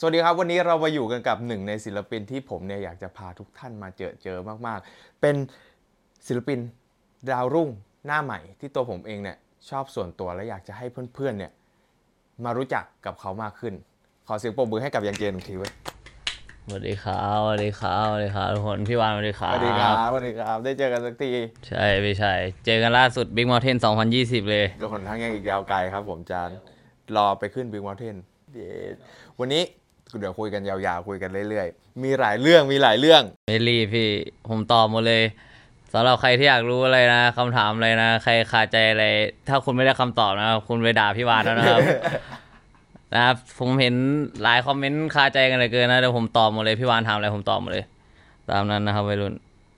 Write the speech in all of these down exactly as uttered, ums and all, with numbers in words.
สวัสดีครับวันนี้เรามาอยู่กันกับหนึ่งในศิลปินที่ผมเนี่ยอยากจะพาทุกท่านมาเจอเจอมากๆเป็นศิลปินดาวรุ่งหน้าใหม่ที่ตัวผมเองเนี่ยชอบส่วนตัวและอยากจะให้เพื่อนๆเนี่ยมารู้จักกับเขามากขึ้นขอเสียงปรบมือให้กับยังเจนหนึ่งทีเว้ยสวัสดีครับสวัสดีครับสวัสดีครับทุกคนพี่วานสวัสดีคสรัวัสดีครับบสวัสดีครับได้เจอกันสักทีใช่ไม่ใช่เจอกันล่าสุด Big Mountain สองพันยี่สิบเลยก็คนทั้งยังอีกยาวไกลครับผมจะรอไปขึ้น Big Mountain วันนี้เดี๋ยวคุยกันยาวๆคุยกันเรื่อยๆมีหลายเรื่องมีหลายเรื่องไม่รีบพี่ผมตอบหมดเลยสำหรับใครที่อยากรู้อะไรนะคำถามอะไรนะใครคาใจอะไรถ้าคุณไม่ได้คำตอบนะคุณไปด่าพี่วานแล้วนะครับ นะครับผมเห็นหลายคอมเมนต์คาใจกันเลยเกินนะเดี๋ยวผมตอบหมดเลยพี่วานถามอะไรผมตอบหมดเลยตามนั้นนะครับวัยรุ่น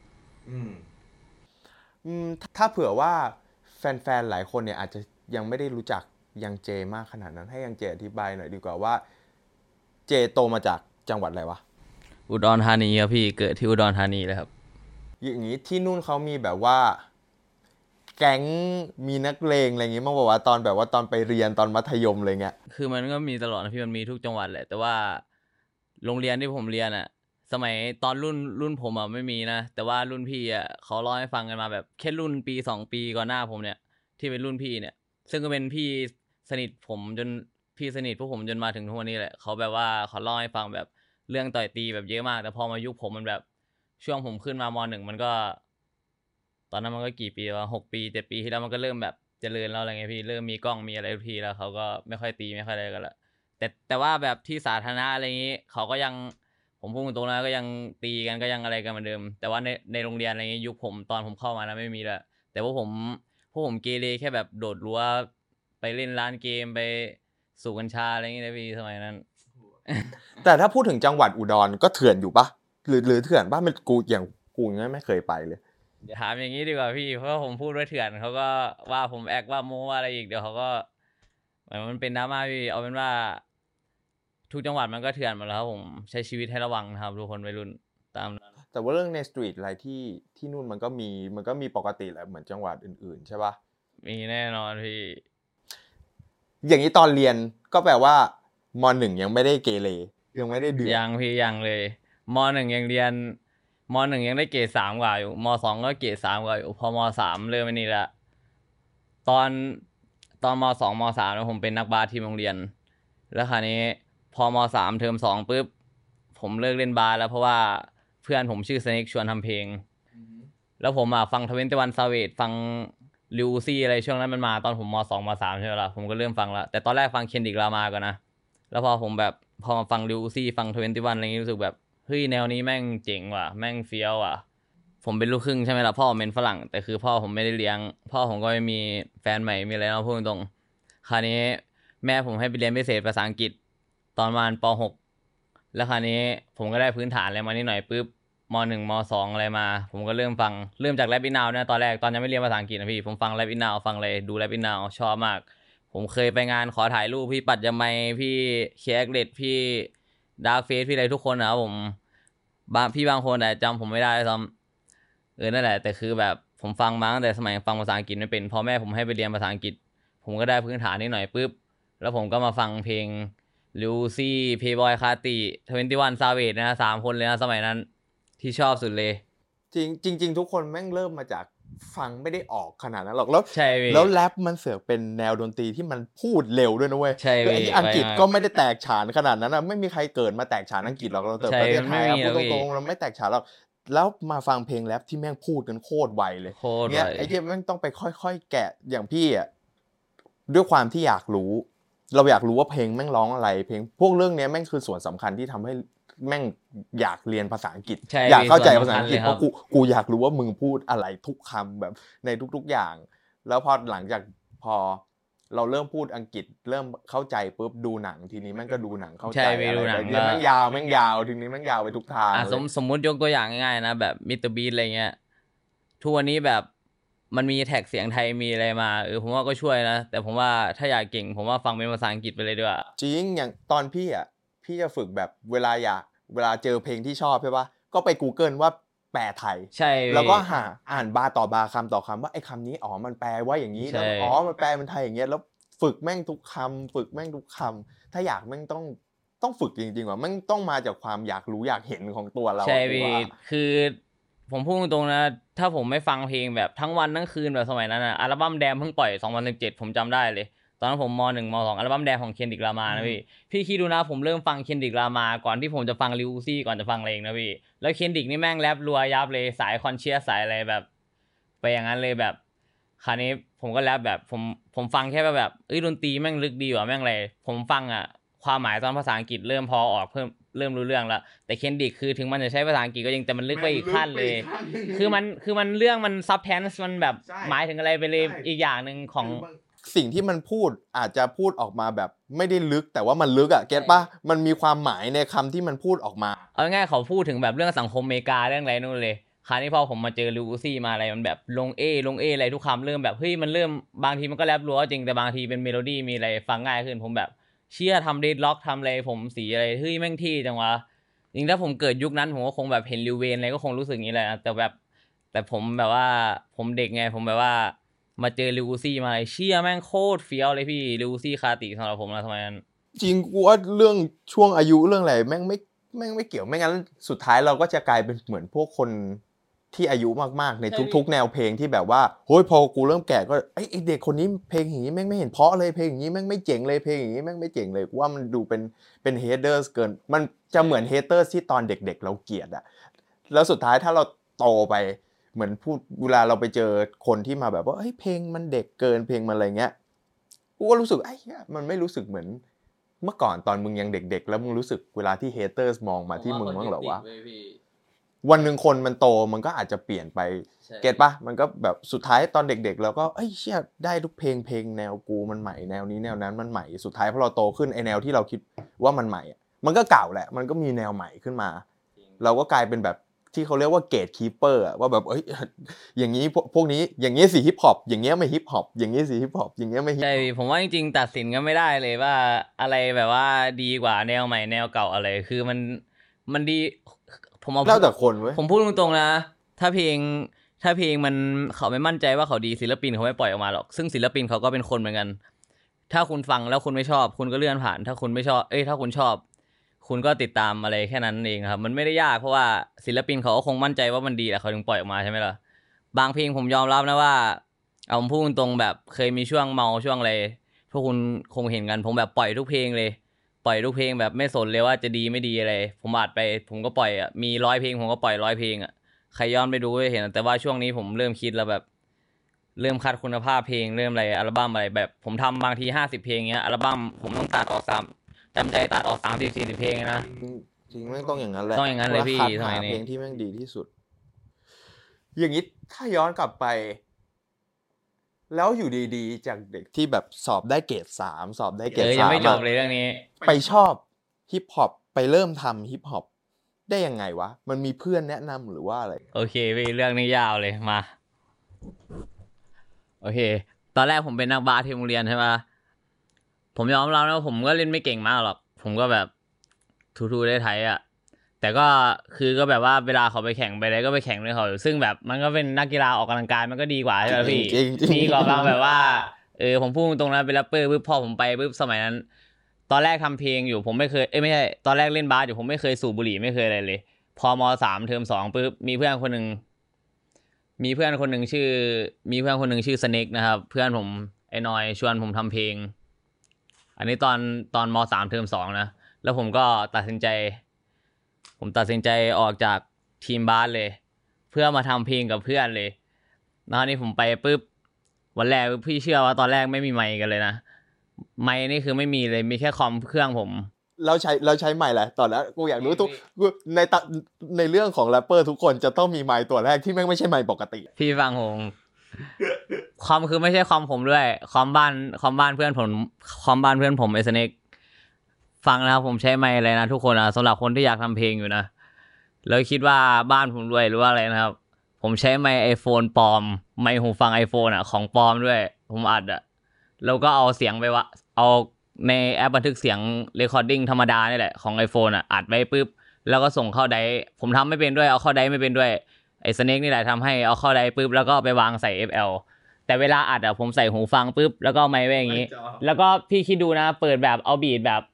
อืมถ้าเผื่อว่าแฟนๆหลายคนเนี่ยอาจจะยังไม่ได้รู้จักยังเจมากขนาดนั้นให้ยังเจอธิบายหน่อยดีกว่าว่าเจโตมาจากจังหวัดอะไรวะอุดรธานีครับพี่เกิดที่อุดรธานีเลยครับอย่างนี้ที่นู่นเขามีแบบว่าแก๊งมีนักเลงอะไรอย่างงี้มั้งบอกว่าตอนแบบว่าตอนไปเรียนตอนมัธยมอะไรเงี้ยคือมันก็มีตลอดนะพี่มันมีทุกจังหวัดแหละแต่ว่าโรงเรียนที่ผมเรียนอ่ะสมัยตอนรุ่นรุ่นผมอ่ะไม่มีนะแต่ว่ารุ่นพี่อ่ะเขาเล่าให้ฟังกันมาแบบแค่รุ่นปีสองปีก่อนหน้าผมเนี่ยที่เป็นรุ่นพี่เนี่ยซึ่งก็เป็นพี่สนิทผมจนพี่สนิทพวกผมจนมาถึงทุกวันนี้แหละเขาแบบว่าเขาเล่าให้ฟังแบบเรื่องต่อยตีแบบเยอะมากแต่พอมายุคผมมันแบบช่วงผมขึ้นมามหนึ่งมันก็ตอนนั้นมันก็กี่ปีวะหกปีเจ็ดปีที่แล้วมันก็เริ่มแบบเจริญแล้วอะไรเงี้ยพี่เริ่มมีกล้องมีอะไรทุกทีแล้วเขาก็ไม่ค่อยตีไม่ค่อยอะไรกันละแต่แต่ว่าแบบที่สาธารณะอะไรงี้เขาก็ยังผมพูดตรงๆนะก็ยังตีกันก็ยังอะไรกันเหมือนเดิมแต่ว่าในในโรงเรียนอะไรเงี้ยยุคผมตอนผมเข้ามานะไม่มีละแต่พวกผมพวกผมเกเรแค่แบบโดดรั้วไปเล่นร้านเกมไปสูบกัญชาอะไรเงี้ยนะพี่สมัยนั้นแต่ถ้าพูดถึงจังหวัดอุดรก็เถื่อนอยู่ปะหรือหรือเถื่อนปะมันกูอย่างกูยังไม่เคยไปเลยเดี๋ยวถามอย่างนี้ดีกว่าพี่เพราะว่าผมพูดว่าเถื่อนเขาก็ว่าผมแอคว่าโม้ว่าอะไรอีกเดี๋ยวเขาก็เหมือนมันเป็นดราม่าพี่เอาเป็นว่าทุกจังหวัดมันก็เถื่อนหมดแล้วครับผมใช้ชีวิตให้ระวังนะครับทุกคนวัยรุ่นตามนั้นแต่ว่าเรื่องในสตรีทอะไรที่ที่นู่นมันก็มีมันก็มีปกติแหละเหมือนจังหวัดอื่นๆใช่ปะมีแน่นอนพี่อย่างนี้ตอนเรียนก็แปลว่ามหนึ่งยังไม่ได้เกเรยังไม่ได้เดือดยังพี่ยังเลยมหนึ่งยังเรียนมหนึ่งยังได้เกรดสามกว่าอยู่มสองก็เกรดสามกว่าอยู่พอมสามเริ่มไอ้นี่ละตอนตอนมสองมสามแล้วผมเป็นนักบาสทีมโรงเรียนแล้วคราวนี้พอมสามเทอมสองปุ๊บผมเลิกเล่นบาสแล้วเพราะว่าเพื่อนผมชื่อสเน็กชวนทำเพลงแล้วผมอ่ะฟังทเวนตี้วันซาเวจฟังลิวซี่อะไรช่วงนั้นมันมาตอนผมมสองมสามใช่ไหมล่ะผมก็เริ่มฟังละแต่ตอนแรกฟังเคนดิกลามาก่อนนะแล้วพอผมแบบพอมาฟังลิวซี่ฟังทเวนตี้วันอะไรอย่างงี้รู้สึกแบบเฮ้ยแนวนี้แม่งเจ๋งว่ะแม่งเฟี้ยวว่ะ ผมเป็นลูกครึ่งใช่ไหมล่ะพ่อเป็นฝรั่งแต่คือพ่อผมไม่ได้เลี้ยงพ่อผมก็ไม่มีแฟนใหม่มีอะไรเนาะพูดตรงๆคราวนี้แม่ผมให้ไปเรียนพิเศษภาษาอังกฤษตอนประมาณป .หก แล้วคราวนี้ผมก็ได้พื้นฐานอะไรมานิดหน่อยปุ๊บม .หนึ่ง ม .สอง อะไรมาผมก็เริ่มฟังเริ่มจากแรปอินนาวเนี่ยตอนแรกตอนยังไม่เรียนภาษาอังกฤษนะพี่ผมฟังแรปอินนาวฟังอะไรดูแรปอินนาวชอบมากผมเคยไปงานขอถ่ายรูปพี่ปัดยาไมพี่เคกเลตพี่ดาร์กเฟสพี่อะไรทุกคนนะครับผมบางพี่บางคนแต่จำผมไม่ได้ซ้ำ เออนั่นแหละแต่คือแบบผมฟังมาตั้งแต่สมัยฟังภาษาอังกฤษไม่เป็นพอแม่ผมให้ไปเรียนภาษาอังกฤษผมก็ได้พื้นฐานนิดหน่อยปุ๊บแล้วผมก็มาฟังเพลงลูซี่เพย์บอยคาติทเวนตี้วันซาเวจนะสามคนเลยนะสมัยนั้นที่ชอบสุดเลยจริงจริงๆทุกคนแม่งเริ่มมาจากฟังไม่ได้ออกขนาดนั้นหรอกแล้วใช่พี่แล้วแรปมันเสือกเป็นแนวดนตรีที่มันพูดเร็วด้วยนะเว้ยใช่คือไอ้พี่ที่อังกฤษไปมาก็ไม่ได้แตกฉานขนาดนั้นนะไม่มีใครเกิดมาแตกฉานอังกฤษหรอกเราเติบใช่ประเทศมันไทยอะพูดไม่มีแล้วพี่ตรงๆเราไม่แตกฉานหรอกแล้วมาฟังเพลงแรปที่แม่งพูดกันโคตรไวเลยโคตรไวเนี่ยไอ้ที่แม่งต้องไปค่อยๆแกะอย่างพี่อ่ะด้วยความที่อยากรู้เราอยากรู้ว่าเพลงแม่งร้องอะไรเพลงพวกเรื่องนี้แม่งคือส่วนสำคัญที่ทำให้แม่งอยากเรียนภาษาอังกฤษใช่อยากเข้าใจส่วนภาษาสำคัญเลยครับอังกฤษเพราะกูกูอยากรู้ว่ามึงพูดอะไรทุกคำแบบในทุกๆอย่างแล้วพอหลังจากพอเราเริ่มพูดอังกฤษเริ่มเข้าใจปุ๊บดูหนังทีนี้แม่งก็ดูหนังเข้าใช่ใจไปอะไรดูหนังก็ไปแม่งยาวแม่งยาวทีนี้แม่งยาวไปทุกทางอ่ะสเลยมสมมุติยกตัวอย่างง่ายๆนะแบบมิสเตอร์บีอะไรเงี้ยทุกวันนี้แบบมันมีแท็กเสียงไทยมีอะไรมาเออผมว่าก็ช่วยนะแต่ผมว่าถ้าอยากเก่งผมว่าฟังเป็นภาษาอังกฤษไปเลยดีกว่าจริงอย่างตอนพี่อ่ะพี่จะฝึกแบบเวลาอยากเวลาเจอเพลงที่ชอบใช่ปะก็ไป Google ว่าแปลไทยใช่แล้วพี่ก็หาอ่านบาร์ต่อบาร์คำต่อคำว่าไอ้คำนี้อ๋อมันแปลว่าอย่างนี้ใช่แล้วอ๋อมันแปลเป็นไทยอย่างเงี้ยแล้วฝึกแม่งทุกคำฝึกแม่งทุกคำถ้าอยากแม่งต้องต้องฝึกจริงๆว่ะมันต้องมาจากความอยากรู้อยากเห็นของตัวเราใช่พี่คือผมพูดตรงๆนะถ้าผมไม่ฟังเพลงแบบทั้งวันทั้งคืนแบบสมัยนั้นอ่ะอัลบั้มแดมเพิ่งปล่อยสองพันสิบเจ็ดผมจำได้เลยตอนนั้นผมมหนึ่งมสองอัลบั้มแดมของเคนดิกลามานะพี่พี่คิดดูนะผมเริ่มฟังเคนดิกลามาก่อนที่ผมจะฟังลิวซี่ก่อนจะฟังเพลงนะพี่แล้วเคนดิกนี่แม่งแรปรัวยับเลยสายคอนเชียสสายอะไรแบบไปอย่างนั้นเลยแบบคราวนี้ผมก็แรปแบบผมผมฟังแค่แบบเอ้ยดนตรีแม่งลึกดีว่ะแม่งอะไรผมฟังอ่ะความหมายตอนภาษาอังกฤษเริ่มพอออกเพิ่มเริ่มรู้เรื่องแล้วแต่เคนดิกคือถึงมันจะใช้ภาษาอังกฤษก็จริงแต่มันลึกไปอีกขั้นเลยคือมันคือมันเรื่องมันซับแทนส์มันแบบหมายถึงอะไรไปเลยอีกอย่างนึงของสิ่งที่มันพูดอาจจะพูดออกมาแบบไม่ได้ลึกแต่ว่ามันลึกอ่ะเก็ทป่ะมันมีความหมายในคำที่มันพูดออกมาเอาง่ายเขาพูดถึงแบบเรื่องสังคมอเมริกาเรื่องอะไรนู่นเลยคราวนี้พอผมมาเจอลิวซี่มาอะไรมันแบบลงเอลงเออะไรทุกคำเริ่มแบบเฮ้ยมันเริ่มบางทีมันก็แรปรัวจริงแต่บางทีเป็นเมโลดี้มีอะไรฟังง่ายขึ้นผมแบบเชี่ยทำเดดล็อกทำอะไรผมสีอะไรเฮ้ยแม่งที่จังวะจริงถ้าผมเกิดยุคนั้นผมก็คงแบบเห็นลิวเวนอะไรก็คงรู้สึกอย่างนี้แหละแต่แบบแต่ผมแบบว่าผมเด็กไงผมแบบว่ามาเจอลิวซี่มาเชี่ยแม่งโคตรเฟี้ยวเลยพี่ลิวซี่คาติสำหรับผมนะสมัยนั้นจริงกูว่าเรื่องช่วงอายุเรื่องอะไรแม่งไม่แม่งไม่เกี่ยวไม่งั้นสุดท้ายเราก็จะกลายเป็นเหมือนพวกคนที่อายุมากๆในทุกๆแนวเพลงที่แบบว่าโหยพอกูเริ่มแก่ก็ไอ้เด็กคนนี้เพลงอย่างนี้แม่งไม่เห็นเพราะเลยเพลงอย่างนี้แม่งไม่เจ๋งเลยเพลงอย่างนี้แม่งไม่เจ๋งเลยกูว่ามันดูเป็นเป็นเฮเตอร์เกินมันจะเหมือนเฮเตอร์ที่ตอนเด็กๆเราเกลียดอะแล้วสุดท้ายถ้าเราโตไปเหมือนพูดเวลาเราไปเจอคนที่มาแบบว่าเฮ้ยเพลงมันเด็กเกินเพลงมันอะไรเงี้ยกูก็รู้สึกไอ้เหี้ยมันไม่รู้สึกเหมือนเมื่อก่อนตอนมึงยังเด็กๆแล้วมึงรู้สึกเวลาที่เฮเตอร์มองมาที่มึงบ้างเหรอวะวันหนึ่งคนมันโตมันก็อาจจะเปลี่ยนไปเก็ทป่ะมันก็แบบสุดท้ายตอนเด็กๆเราก็เอ้ยเชี่ยได้ทุกเพลงเพลงแนวกูมันใหม่แนวนี้แนวนั้นมันใหม่สุดท้ายพอเราโตขึ้นไอแนวที่เราคิดว่ามันใหม่มันก็เก่าแหละมันก็มีแนวใหม่ขึ้นมาเราก็กลายเป็นแบบที่เขาเรียกว่าเกตคีเปอร์ว่าแบบเอ้ยอย่างนี้พวกนี้อย่างนี้สิฮิปฮอปอย่างเงี้ยไม่ฮิปฮอปอย่างนี้สิฮิปฮอปอย่างเงี้ยไม่ฮิปฮอปใช่ผมว่าจริงๆตัดสินกันไม่ได้เลยว่าอะไรแบบว่าดีกว่าแนวใหม่แนวเก่าอะไรคือมันมันดีผมเอาแล้วแต่คนเว้ยผมพูดตรงๆนะถ้าเพลงถ้าเพลงมันเขาไม่มั่นใจว่าเขาดีศิลปินเขาไม่ปล่อยออกมาหรอกซึ่งศิลปินเขาก็เป็นคนเหมือนกันถ้าคุณฟังแล้วคุณไม่ชอบคุณก็เลื่อนผ่านถ้าคุณไม่ชอบเอ้ยถ้าคุณชอบคุณก็ติดตามอะไรแค่นั้นเองครับมันไม่ได้ยากเพราะว่าศิลปินเขาก็คงมั่นใจว่ามันดีแหละเขาถึงปล่อยออกมาใช่ไหมล่ะบางเพลงผมยอมรับนะว่าเอาผมพูดตรงแบบเคยมีช่วงเมาช่วงอะไรพวกคุณคงเห็นกันผมแบบปล่อยทุกเพลงเลยปล่อยทุกเพลงแบบไม่สนเลยว่าจะดีไม่ดีอะไรผมอัดไปผมก็ปล่อยอ่ะมีร้อยเพลงผมก็ปล่อยร้อยเพลงอ่ะใครย้อนไปดูก็เห็นแต่ว่าช่วงนี้ผมเริ่มคิดแล้วแบบเริ่มคัดคุณภาพเพลงเริ่มอะไรอัลบั้มอะไรแบบผมทำบางทีห้าสิบเพลงเงี้ยอัลบั้มผมต้องตัดออกสามจำใจตัดออกสามสิบสี่สิบเพลงนะจริงแม่งต้องอย่างนั้นแหละต้องอย่างนั้นเลยพี่หาเพลงที่แม่งดีที่สุดอย่างนี้ถ้าย้อนกลับไปแล้วอยู่ดีๆจากเด็กที่แบบสอบได้เกรดสามสอบได้เกรดสามยังไม่จบเลยเรื่องนี้ไปชอบฮิปฮอปไปเริ่มทำฮิปฮอปได้ยังไงวะมันมีเพื่อนแนะนำหรือว่าอะไรโอเคพี่เรื่องนี้ยาวเลยมาโอเคตอนแรกผมเป็นนักบาสที่โรงเรียนใช่ไหมผมยอมรับนะว่าผมก็เล่นไม่เก่งมากหรอกผมก็แบบทูๆได้ไทยอ่ะแต่ก็คือก็แบบว่าเวลาเขาไปแข่งไปอะไรก็ไปแข่งด้วยเขาซึ่งแบบมันก็เป็นนักกีฬาออกกำลังกายมันก็ดีกว่าใช่ไหมพี่ดีกว่าบางแบบว่าเออผมพูดตรงๆนะเป็นแรปเปอร์ปุ๊บพอผมไปปุ๊บสมัยนั้นตอนแรกทำเพลงอยู่ผมไม่เคยเอ้ยไม่ใช่ตอนแรกเล่นบาสอยู่ผมไม่เคยสูบบุหรี่ไม่เคยอะไรเลยพอมสามเทอมสองปุ๊บมีเพื่อนคนนึงมีเพื่อนคนนึงชื่อมีเพื่อนคนนึงชื่อสเน็กนะครับเพื่อนผมไอ้นอยชวนผมทำเพลงอันนี้ตอนตอนมสามเทอมสองนะแล้วผมก็ตัดสินใจผมตัดสินใจออกจากทีมบาสเลยเพื่อมาทำเพลงกับเพื่อนเลยแล้วนี่ผมไปปุ๊บวันแรกพี่เชื่อว่าตอนแรกไม่มีไมค์กันเลยนะไมค์นี่คือไม่มีเลยมีแค่คอมเครื่องผมเราใช้เราใช้ไมค์แหละตอนนั้นกูอยากรู้ทุกในในเรื่องของแรปเปอร์ทุกคนจะต้องมีไมค์ตัวแรกที่แม่งไม่ใช่ไมค์ปกติพี่ฟังผมคอมคือไม่ใช่คอมผมด้วยคอมบ้านคอมบ้านเพื่อนผมคอมบ้านเพื่อนผมไอ้สเน็กฟังนะครับผมใช้ไมค์อะไรนะทุกคนนะสำหรับคนที่อยากทำเพลงอยู่นะแล้วคิดว่าบ้านผมรวยหรือว่าอะไรนะครับผมใช้ไมค์ไอโฟนปลอมไมค์หูฟัง iPhone อ่ะของปลอมด้วยผมอัดอ่ะแล้วก็เอาเสียงไปวะเอาในแอปบันทึกเสียง recording ธรรมดานี่แหละของ iPhone อ่ะอัดไว้ปุ๊บแล้วก็ส่งเข้าไดร์ผมทำไม่เป็นด้วยเอาเข้าไดร์ไม่เป็นด้วยไอ้สเน็กนี่แหละทำให้เอาเข้าไดร์ปุ๊บแล้วก็ไปวางใส่ เอฟ แอล แต่เวลาอัดอ่ะผมใส่หูฟังปุ๊บแล้วก็ไมค์ไว้อย่างงี้แล้วก็พี่คิดดูนะเปิดแบบเอาบีทแบบ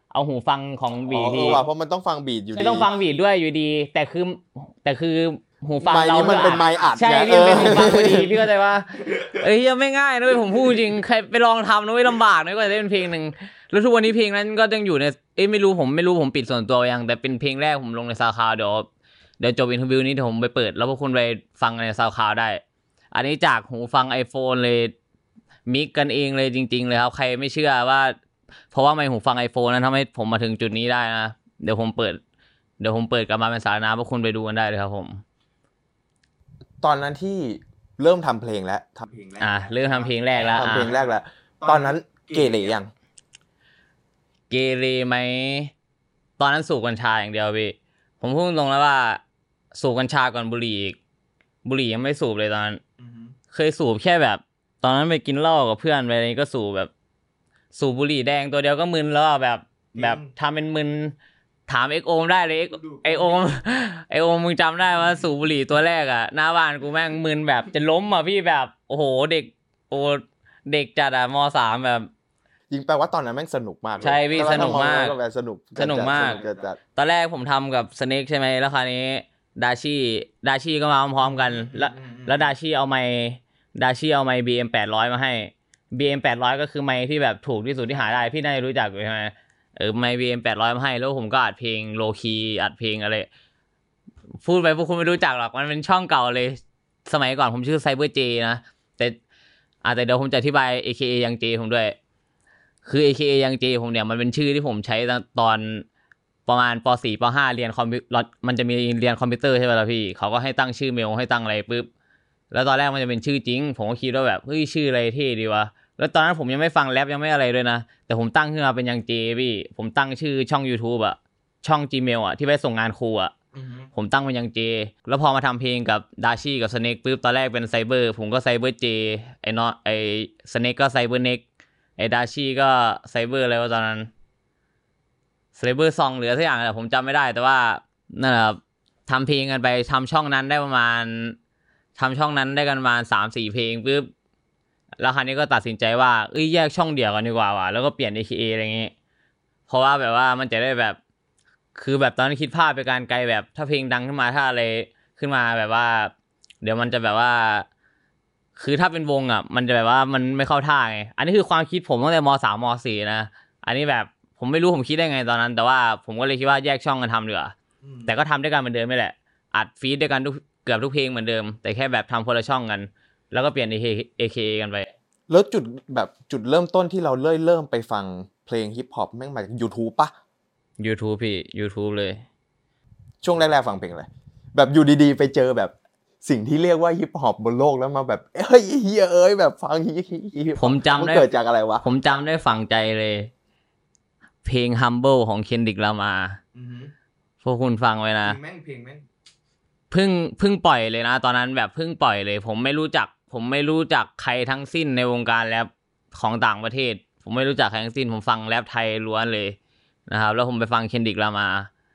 เอาหูฟังของบีอ๋อทีเออว่ะเพราะมันต้องฟังบีทอยู่ดีไม่ต้องฟังบีทด้วยอยู่ดี แต่คือแต่คือหูฟังไมค์เรานี่มันเป็นไมค์อัดใช่ไงพี่มันเป็นเออหูฟังพอดีพี่เข้าใจว่าเอ้ยยังไม่ง่ายนะเว้ยผมพูดจริงใครไปลองทำนะเว้ยลำบากนะกว่าจะได้เป็นเพลงหนึ่งแล้วทุกวันนี้เพลงนั้นก็ยังอยู่ในเอ้ยไม่รู้ผมไม่รู้ผมปิดส่วนตัวยังแต่เป็นเพลงแรกผมลงในซาวคลาวด์เดี๋ยวเดี๋ยวจบอินเทอร์วิวนี้เดี๋ยวผมไปเปิดแล้วพวกคุณไปฟังในซาวคลาวด์ได้ อันนี้จากหูฟัง iPhone เลยมิกกันเองเลยจริงๆเลยครับใครไม่เชื่อว่าเพราะว่าไมค์หูฟัง iPhone นั้นทำให้ผมมาถึงจุดนี้ได้นะเดี๋ยวผมเปิดเดี๋ยวผมเปิดกลับมาเป็นสาธารณะพวกคุณไปดูกันได้เลยครับผมตอนนั้นที่เริ่มทำเพลงแล้วทำเพลงแรกอ่ะเริ่มทำเพลงแรกแล้วทำเพลงแรกแล้วตอนนั้นเกเรยังเกเรไหมตอนนั้นสูบกัญชาอย่างเดียวพี่ผมพูดตรงแล้วว่าสูบกัญชาก่อนบุหรี่อีกบุหรี่ยังไม่สูบเลยตอนนั้นเคยสูบแค่แบบตอนนั้นไปกินเหล้ากับเพื่อนไปอะไรก็สูบแบบสูบบุหรี่แดงตัวเดียวก็มึนแล้วแบบแบบทำเป็นมึนถามเอ็กโอมได้เลยเอ็กไอโอมไอโอมมึงจำได้ว่าสูบบุหรี่ตัวแรกอ่ะหน้าบ้านกูแม่งมึนแบบจะล้มอ่ะพี่แบบโอ้โหเด็กโอ้เด็กจัดอ่ะม.สาม แบบยิงแปลว่าตอนนั้นแม่งสนุกมากเลยใช่พี่สนุกมากก็แบบสนุกสนุกมากจัดตอนแรกผมทำกับสเน็กใช่ไหมแล้วคราวนี้ดาชิดาชิก็มาพร้อมกันแล้วแล้วดาชิเอาไมค์ดาชิเอาไมค์ บี เอ็ม แปดร้อยมาให้ บี เอ็ม แปดร้อยก็คือไมค์ที่แบบถูกที่สุดที่หาได้พี่น่าจะรู้จักอยู่ใช่ไหมเออไมค์ บี เอ็ม แปดร้อยมาให้แล้วผมก็อัดเพลงโลคีอัดเพลงอะไรพูดไปพวกคุณไม่รู้จักหรอกมันเป็นช่องเก่าเลยสมัยก่อนผมชื่อไซเบอร์เจนะแต่อาจจะเดี๋ยวผมจะอธิบาย เอ เค เอ ยังเจผมด้วยคือ เอ เค เอ ยังเจผมเนี่ยมันเป็นชื่อที่ผมใช้ตอนประมาณป.สี่ ป.ห้า เรียนคอมพิวเตอร์มันจะมีเรียนคอมพิวเตอร์ใช่ไหมล่ะพี่เขาก็ให้ตั้งชื่อเมลให้ตั้งอะไรปุ๊บแล้วตอนแรกมันจะเป็นชื่อจริงผมก็คิดว่าแบบเฮ้ยชื่ออะไรเท่ดีวะแล้วตอนนั้นผมยังไม่ฟังแรปยังไม่อะไรด้วยนะแต่ผมตั้งขึ้นมาเป็นยังเจพี่ผมตั้งชื่อช่อง YouTube อะช่อง Gmail อะที่ไปส่งงานครูอะผมตั้งเป็นยังเจแล้วพอมาทำเพลงกับดาชิกับสเน็กปุ๊บตอนแรกเป็นไซเบอร์ผมก็ไซเบอร์เจไอ้เนาะไอ้สเน็กก็ไซเบอร์เน็กไอ้ดาชิก็ไซเบอร์อะไรวะตอนนั้นไซเบอร์ซองหรือสักอย่างแหละผมจำไม่ได้แต่ว่านั่นแหละทำเพลงกันไปทำช่องนั้นได้ประมาณทำช่องนั้นได้กันประมาณ สามสี่ เพลงปุ๊บแล้วคราวนี้ก็ตัดสินใจว่าเอ้ยแยกช่องเดี่ยวกันดีกว่าว่ะแล้วก็เปลี่ยน เอ เค เอ อะไรอย่างงี้เพราะว่าแบบว่ามันจะได้แบบคือแบบตอนนั้นคิดภาพไปการไกลแบบถ้าเพลงดังขึ้นมาถ้าอะไรขึ้นมาแบบว่าเดี๋ยวมันจะแบบว่าคือถ้าเป็นวงอ่ะมันจะแบบว่ามันไม่เข้าท่าไงอันนี้คือความคิดผมตั้งแต่ม.สาม ม.สี่ นะอันนี้แบบผมไม่รู้ผมคิดได้ไงตอนนั้นแต่ว่าผมก็เลยคิดว่าแยกช่องกันทำดีกว่าแต่ก็ทำด้วยกันเหมือนเดิมไม่แหละอัดฟีดด้วยกันทุกเกือบทุกเพลงเหมือนเดิมแต่แค่แบบทำคนละช่องกันแล้วก็เปลี่ยน เอ เค เอ กันไปแล้วจุดแบบจุดเริ่มต้นที่เราเริ่มเริ่มไปฟังเพลงฮิปฮอปแม่งมาจาก YouTube ป่ะ YouTube พี่ YouTube เลยช่วงแรกๆฟังเพลงอะไรแบบอยู่ดีๆไปเจอแบบสิ่งที่เรียกว่าฮิปฮอปบนโลกแล้วมาแบบเฮ้ยเฮ้ยเอ้ยแบบฟังฮิปฮอปผมจำได้เกิดจากอะไรวะผมจำได้ฝังใจเลยเพลง Humble ของ Kendrick Lamar พวกคุณฟังไว้นะเพลงแม่งเพลงแม่งเพิ่งเพิ่งปล่อยเลยนะตอนนั้นแบบเพิ่งปล่อยเลยผมไม่รู้จักผมไม่รู้จักใครทั้งสิ้นในวงการแรปของต่างประเทศผมไม่รู้จักใครทั้งสิ้นผมฟังแรปไทยล้วนเลยนะครับแล้วผมไปฟัง Kendrick Lamar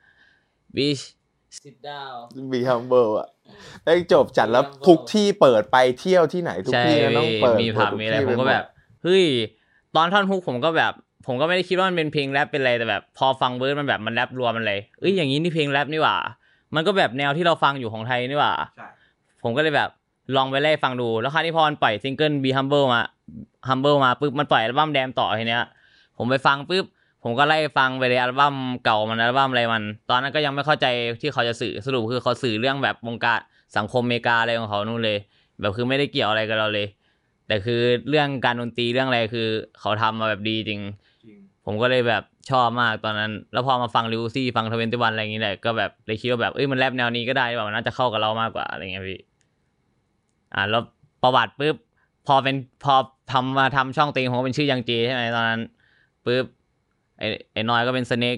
Bitch Sit Down Be Humble อ่ะได้จบจัดแล้วทุกที่เปิดไปเที่ยวที่ไหนทุกที่ต้องเปิดมีผับมีอะไรผมก็แบบเฮ้ยตอนท่อนฮุกผมก็แบบผมก็ไม่ได้คิดว่ามันเป็นเพลงแรปเป็นอะไรแต่แบบพอฟังเวิร์ดมันแบบมันแรปรวมมันเลยเอ้ยอย่างนี้นี่เพลงแรปนี่หว่ามันก็แบบแนวที่เราฟังอยู่ของไทยนี่หว่าผมก็เลยแบบลองไปไล่ฟังดูแล้วคราวนี้พอมันปล่อยซิงเกิล Be Humble มา Humble มาปุ๊บมันปล่อยอัลบั้มแดมต่อทีเนี้ยผมไปฟังปุ๊บผมก็ไล่ฟังไปเลยอัลบั้มเก่ามันอัลบั้มอะไรมันตอนนั้นก็ยังไม่เข้าใจที่เขาจะสื่อสรุปคือเขาสื่อเรื่องแบบวงการสังคมอเมริกาอะไรของเขานู่นเลยแบบคือไม่ได้เกี่ยวอะไรกับเราเลยแต่คือเรื่องการดนตรีเรื่องอะไรคือเขาทำมาแบบดีจริงผมก็เลยแบบชอบมากตอนนั้นแล้วพอมาฟังลิวซี่ฟังทเวนตี้วันอะไรอย่างงี้แหละก็แบบเลยคิดว่าแบบเอ้ยมันแรปแนวนี้ก็ได้แบบมันน่าจะเข้ากับเรามากกว่าอะไรเงี้ยพี่อ่าแล้วประวัติปุ๊บพอเป็นพอทำมาทำช่องตีงผมก็เป็นชื่อยังเจใช่ไหมตอนนั้นปุ๊บไอ้ไอ้น้อยก็เป็นสเน็ก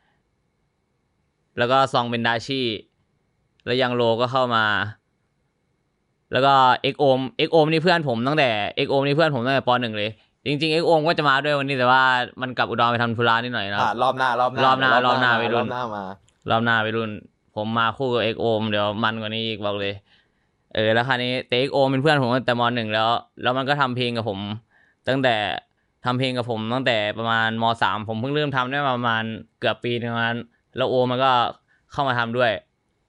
แล้วก็ซองเป็นดาชิแล้วยังโลก็เข้ามาแล้วก็เอ็กโอมเอ็กโอมนี่เพื่อนผมตั้งแต่เอ็กโอมนี่เพื่อนผมตั้งแต่ป.หนึ่งเลยจริงๆเอ็กโอมก็จะมาด้วยวันนี้แต่ว่ามันกลับอุดรไปทำธุระนิดหน่อยนะรอบหน้ารอบหน้ารอบหน้ารอบหน้าไปรุ่นรอบหน้ามารอบหน้าไปรุ่นผมมาคู่กับเอ็กโอมเดี๋ยวมันกว่านี้อีกบอกเลยเออแล้วคราวนี้แต่เอ็กโอมเป็นเพื่อนผมตั้งแต่ม.หนึ่งแล้วแล้วมันก็ทำเพลงกับผมตั้งแต่ททำเพลงกับผมตั้งแต่ประมาณม.สาม ผมเพิ่งเริ่มทำได้ประมาณเกือบปีนึงนั้นแล้วโอมันก็เข้ามาทำด้วย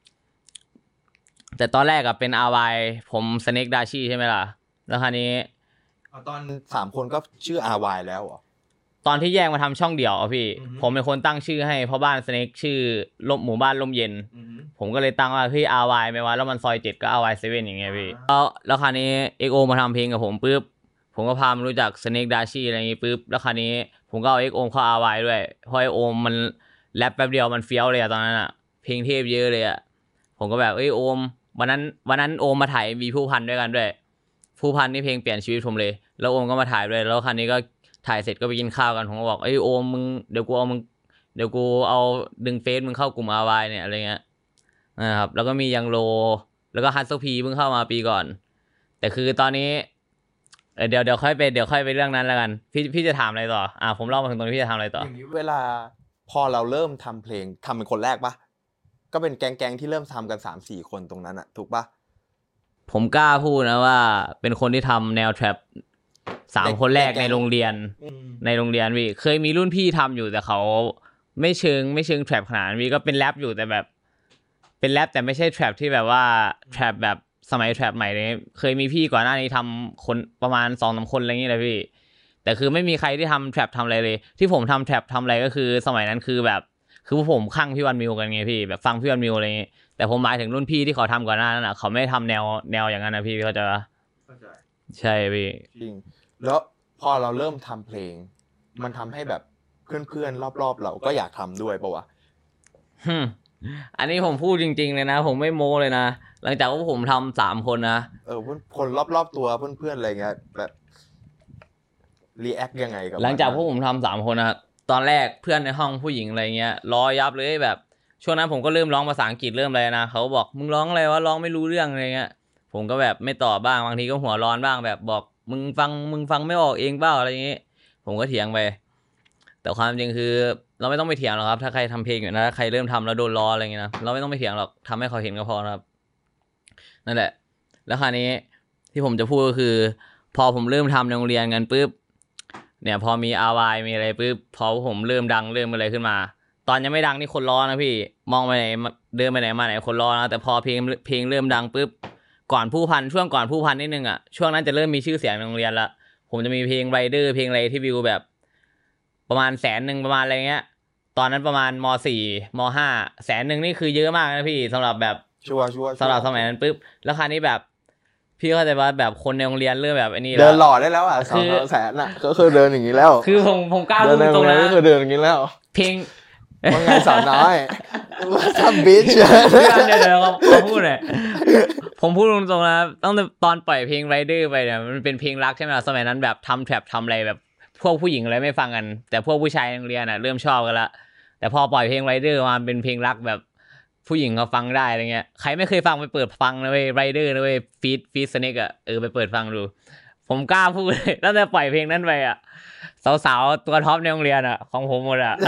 แต่ตอนแรกอะเป็น อาร์ วาย ผม Snake Dashi ใช่ไหมล่ะแล้วคราวนี้ตอนสามคนก็ชื่อ อาร์ วาย แล้วเหรอตอนที่แยกมาทำช่องเดี่ยวอ่ะพี่ผมเป็นคนตั้งชื่อให้เพราะบ้าน Snake ชื่อลมหมู่บ้านลมเย็นผมก็เลยตั้งว่าเฮ้ย อาร์ วาย ไหมวะแล้วมันซอยเจ็ดก็ อาร์ วาย เซเว่นอย่างเงี้ยพี่แล้วแล้วคราวนี้ เอ็กซ์ โอ มาทำเพลงกับผมปุ๊บผมก็พามารู้จัก Snake Dashi อะไรอย่างงี้ปุ๊บแล้วคราวนี้ผมก็เอา เอ็กซ์ โอ เข้า อาร์ วาย ด้วยเพราะไอ้โอมมันแรปแป๊บเดียวมันเฟี้ยวเลยอะตอนนั้นอะเพลงเทพเยอะเลยอะผมก็แบบเอ้ยโอมวันนั้นวันนั้นโอมมาถ่าย เอ็ม วี ผู้พันด้วยกันด้วยผู้พันนี่เพลงเปลี่ยนชีวิตผมเลยแล้วโอมก็มาถ่ายด้วยแล้วคราวนี้ก็ถ่ายเสร็จก็ไปกินข้าวกันผมก็บอกเอ้ยโอมมึงเดี๋ยวกูเอามึงเดี๋ยวกูเอาดึงเฟซมึงเข้ากลุ่ม อาร์ วาย เนี่ยอะไรเงี้ยนะครับแล้วก็มียังโลแล้วก็ฮัตโซพีเพิ่งเข้ามาปีก่อนแต่คือตอนนี้เดี๋ยวเดี๋ยวค่อยไปเดี๋ยวค่อยไปเรื่องนั้นแล้วกันพี่พี่จะถามอะไรต่ออ่าผมเล่ามาถึงตรงนี้พี่จะถามอะไรต่ออย่างนี้เวลาพอเราเริ่มทำเพลงทำเป็นคนแรกปะก็เป็นแก๊งๆที่เริ่มทำกัน สามสี่ คนตรงนั้นอะถูกปะผมกล้าพูดนะว่าเป็นคนที่ทำแนวแทร็ปสามคนแรกในโรงเรียนในโรงเรียนพี่เคยมีรุ่นพี่ทำอยู่แต่เขาไม่เชิงไม่เชิงแทร็ปขนาดนี้ก็เป็นแรปอยู่แต่แบบเป็นแรปแต่ไม่ใช่แทร็ปที่แบบว่าแทร็ปแบบสมัยแทร็ปใหม่เลยเคยมีพี่ก่อนหน้านี้ทำคนประมาณ สองสาม คนอะไรอย่างเงี้ยเลยพี่แต่คือไม่มีใครที่ทำแทร็ปทำอะไรเลยที่ผมทำแทร็ปทำอะไรก็คือสมัยนั้นคือแบบคือผมคลั่งพี่วันมิวกันไงพี่แบบฟังพี่วันมิวอะไรอย่างเงี้ยแต่ผมหมายถึงรุ่นพี่ที่เขาทำก่อนหน้านั้นอ่ะเขาไม่ทำแนวแนวอย่างนั้นนะพี่เขาจะใช่พี่จริงแล้วพอเราเริ่มทำเพลงมันทำให้แบบเพื่อนๆรอบๆเราก็อยากทำด้วยปะวะอันนี้ผมพูดจริงๆเลยนะผมไม่โม้เลยนะหลังจากว่าผมทำสามคนนะเออคนรอบๆตัวเพื่อนๆอะไรเงี้ยแบบรีแอคยังไงกับหลังจากพวกผมทำสามคนนะตอนแรกเพื่อนในห้องผู้หญิงอะไรเงี้ยร้อยยับเลยแบบช่วงนั้นผมก็เริ่มร้องภาษาอังกฤษเริ่มอะไรนะเขาบอกมึงร้องอะไรวะร้องไม่รู้เรื่องอะไรเงี้ยผมก็แบบไม่ตอบบ้างบางทีก็หัวร้อนบ้างแบบบอกมึงฟังมึงฟังไม่ออกเองเปล่าอะไรอย่างงี้ผมก็เถียงไปแต่ความจริงคือเราไม่ต้องไปเถียงหรอกครับถ้าใครทำเพลงอยู่นะถ้าใครเริ่มทำแล้วโดนล้ออะไรเงี้ยนะเราไม่ต้องไปเถียงหรอกทำให้เขาเห็นก็พอครับนั่นแหละแล้วคราวนี้ที่ผมจะพูดก็คือพอผมเริ่มทำในโรงเรียนกันปุ๊บเนี่ยพอมี อาร์ วาย มีอะไรปุ๊บพอผมเริ่มดังเริ่มอะไรขึ้นมาตอนยังไม่ดังนี่คนล้อนะพี่มองไปไหนเดินไปไหนมาไหนคนล้อนะแต่พอเพลงเพลงเริ่มดังปุ๊บก่อนผู้พันช่วงก่อนผู้พันนิดนึงอ่ะช่วงนั้นจะเริ่มมีชื่อเสียงในโรงเรียนละผมจะมีเพลงไรเดอร์เพลงอะไรที่วิวแบบประมาณแสนนึงประมาณอะไรเงี้ยตอนนั้นประมาณม.สี่ ม.ห้า แสนนึงนี่คือเยอะมากนะพี่สำหรับแบบชัวร์ชัวร์สำหรับสมัยนั้นปุ๊บแล้วคราวนี้แบบพี่เข้าใจว่าแบบคนในโรงเรียนเริ่มแบบไอ้นี่แล้วเดินหล่อได้แล้วอ่ะสองแสนอ่ะก็คือเดินอย่างนี้แล้วคือผมผมกล้าพูดตรงนะก็คือเดินอย่างนี้แล้วเพลงว่าไงสาวน้อยทำบิชเดี๋ยวเดี๋ยวเขาพูดเลยผมพูดตรงๆนะตั้งแต่ตอนปล่อยเพลงไรเดอร์ไปเนี่ยมันเป็นเพลงรักใช่ไหมสมัยนั้นแบบทำแทร็ปทำอะไรแบบพวกผู้หญิงอะไรไม่ฟังกันแต่พวกผู้ชายในโรงเรียนอ่ะเริ่มชอบกันละแต่พอปล่อยเพลงไรเดอร์มาเป็นเพลงรักแบบผู้หญิงเขาฟังได้อะไรเงี้ยใครไม่เคยฟังไปเปิดฟังนะเว้ยไรเดอร์นะเว้ยฟีดฟีดสเน็กอ่ะเออไปเปิดฟังดูผมกล้าพูดเลยตั้งแต่ปล่อยเพลงนั้นไปอ่ะสาวๆตัวท็อปในโรงเรียนอ่ะของผมหมดอ่ะ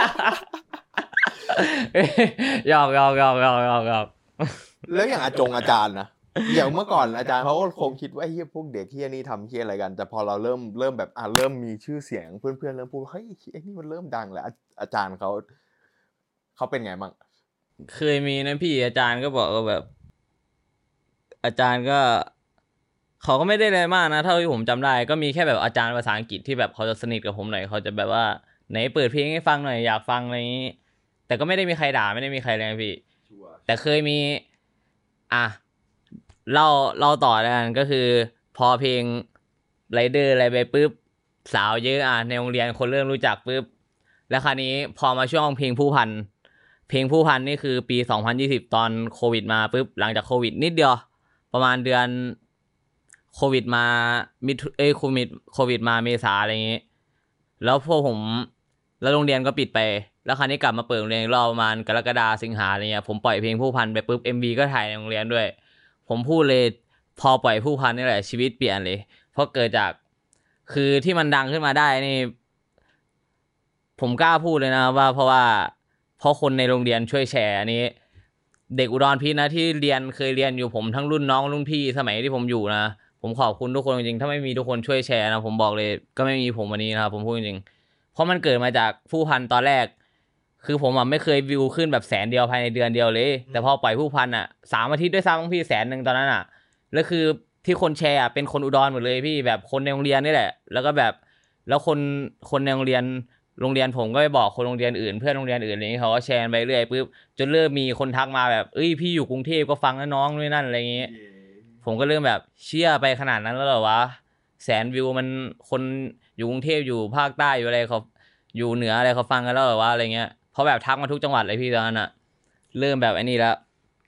หยอกหยอกหยอกหยอกหยอกหยอกแล้วอย่างอาจงอาจารย์นะอย่างเมื่อก่อนอาจารย์เขาก็คงคิดว่าเฮียพวกเด็กเฮียนี่ทำเฮียอะไรกันแต่พอเราเริ่มเริ่มแบบอ่ะเริ่มมีชื่อเสียงเพื่อนๆเริ่มพูดเฮ้ยไอ้นี่มันเริ่มดังแล้วอาจารย์เขาเขาเป็นไงบ้างเคยมีนะพี่อาจารย์ก็บอกว่าแบบอาจารย์ก็เขาก็ไม่ได้อะไรมากนะเท่าที่ผมจำได้ก็มีแค่แบบอาจารย์ภาษาอังกฤษที่แบบเขาจะสนิทกับผมหน่อยเขาจะแบบว่าไหนเปิดเพลงให้ฟังหน่อยอยากฟังอะไรอย่างนี้แต่ก็ไม่ได้มีใครด่าไม่ได้มีใครเลยพี่แต่เคยมีอ่ะเล่าเล่าต่อแล้วกันก็คือพอเพลงไรเดอร์อะไรไปปุ๊บสาวเยอะอ่ะในโรงเรียนคนเริ่มรู้จักปุ๊บแล้วคราวนี้พอมาช่วงเพลงผู้พันเพลงผู้พันนี่คือปีสองพันยี่สิบตอนโควิดมาปุ๊บหลังจากโควิดนิดเดียวประมาณเดือนโควิดมามิดเอ้ยโควิดโควิดมาเมษาอะไรอย่างงี้แล้วพวกผมแล้วโรงเรียนก็ปิดไปแล้วคราวนี้กลับมาเปิดโรงเรียนรอบประมาณกรกฎาสิงหาอะไรเงี้ยผมปล่อยเพลงผู้พันไปปุ๊บ เอ็ม วี ก็ถ่ายในโรงเรียนด้วยผมพูดเลยพอปล่อยผู้พันนี่แหละชีวิตเปลี่ยนเลยเพราะเกิดจากคือที่มันดังขึ้นมาได้นี่ผมกล้าพูดเลยนะว่าเพราะว่าเพราะคนในโรงเรียนช่วยแชร์อันนี้เด็กอุดรพิษนะที่เรียนเคยเรียนอยู่ผมทั้งรุ่นน้องรุ่นพี่สมัยที่ผมอยู่นะผผมขอบคุณทุกคนจริงๆถ้าไม่มีทุกคนช่วยแชร์นะผมบอกเลยก็ไม่มีผมวันนี้นะครับผมพูดจริงๆเพราะมันเกิดมาจากผู้พันตอนแรกคือผมอ่ะไม่เคยวิวขึ้นแบบแสนเดียวภายในเดือนเดียวเลยแต่พอปล่อยผู้พันอ่ะสามอาทิตย์ด้วยซ้ำบางพี่แสนหนึ่งตอนนั้นอ่ะแล้วคือที่คนแชร์อ่ะเป็นคนอุดรหมดเลยพี่แบบคนในโรงเรียนนี่แหละแล้วก็แบบแล้วคนคนในโรงเรียนโรงเรียนผมก็ไปบอกคนโรงเรียนอื่นเพื่อนโรงเรียนอื่นอะไรอย่างนี้เขาก็แชร์ไปเรื่อยปุ๊บจนเริ่มมีคนทักมาแบบเอ้ยพี่อยู่กรุงเทพก็ฟังนะน้องนู่นนั่นอะไรอย่างงี้ผมก็เริ่มแบบเชื่อไปขนาดนั้นแล้วเหรอวะแสนวิวมันคนอยู่กรุงเทพอยู่ภาคใต้อยู่อะไรเขาอยู่เหนืออะไรเขาฟังกันแล้วเหรอวะอะไรเงี้ยเพราะแบบทักมาทุกจังหวัดเลยพี่ตอนนั้นอะเริ่มแบบไอ้นี่แล้ว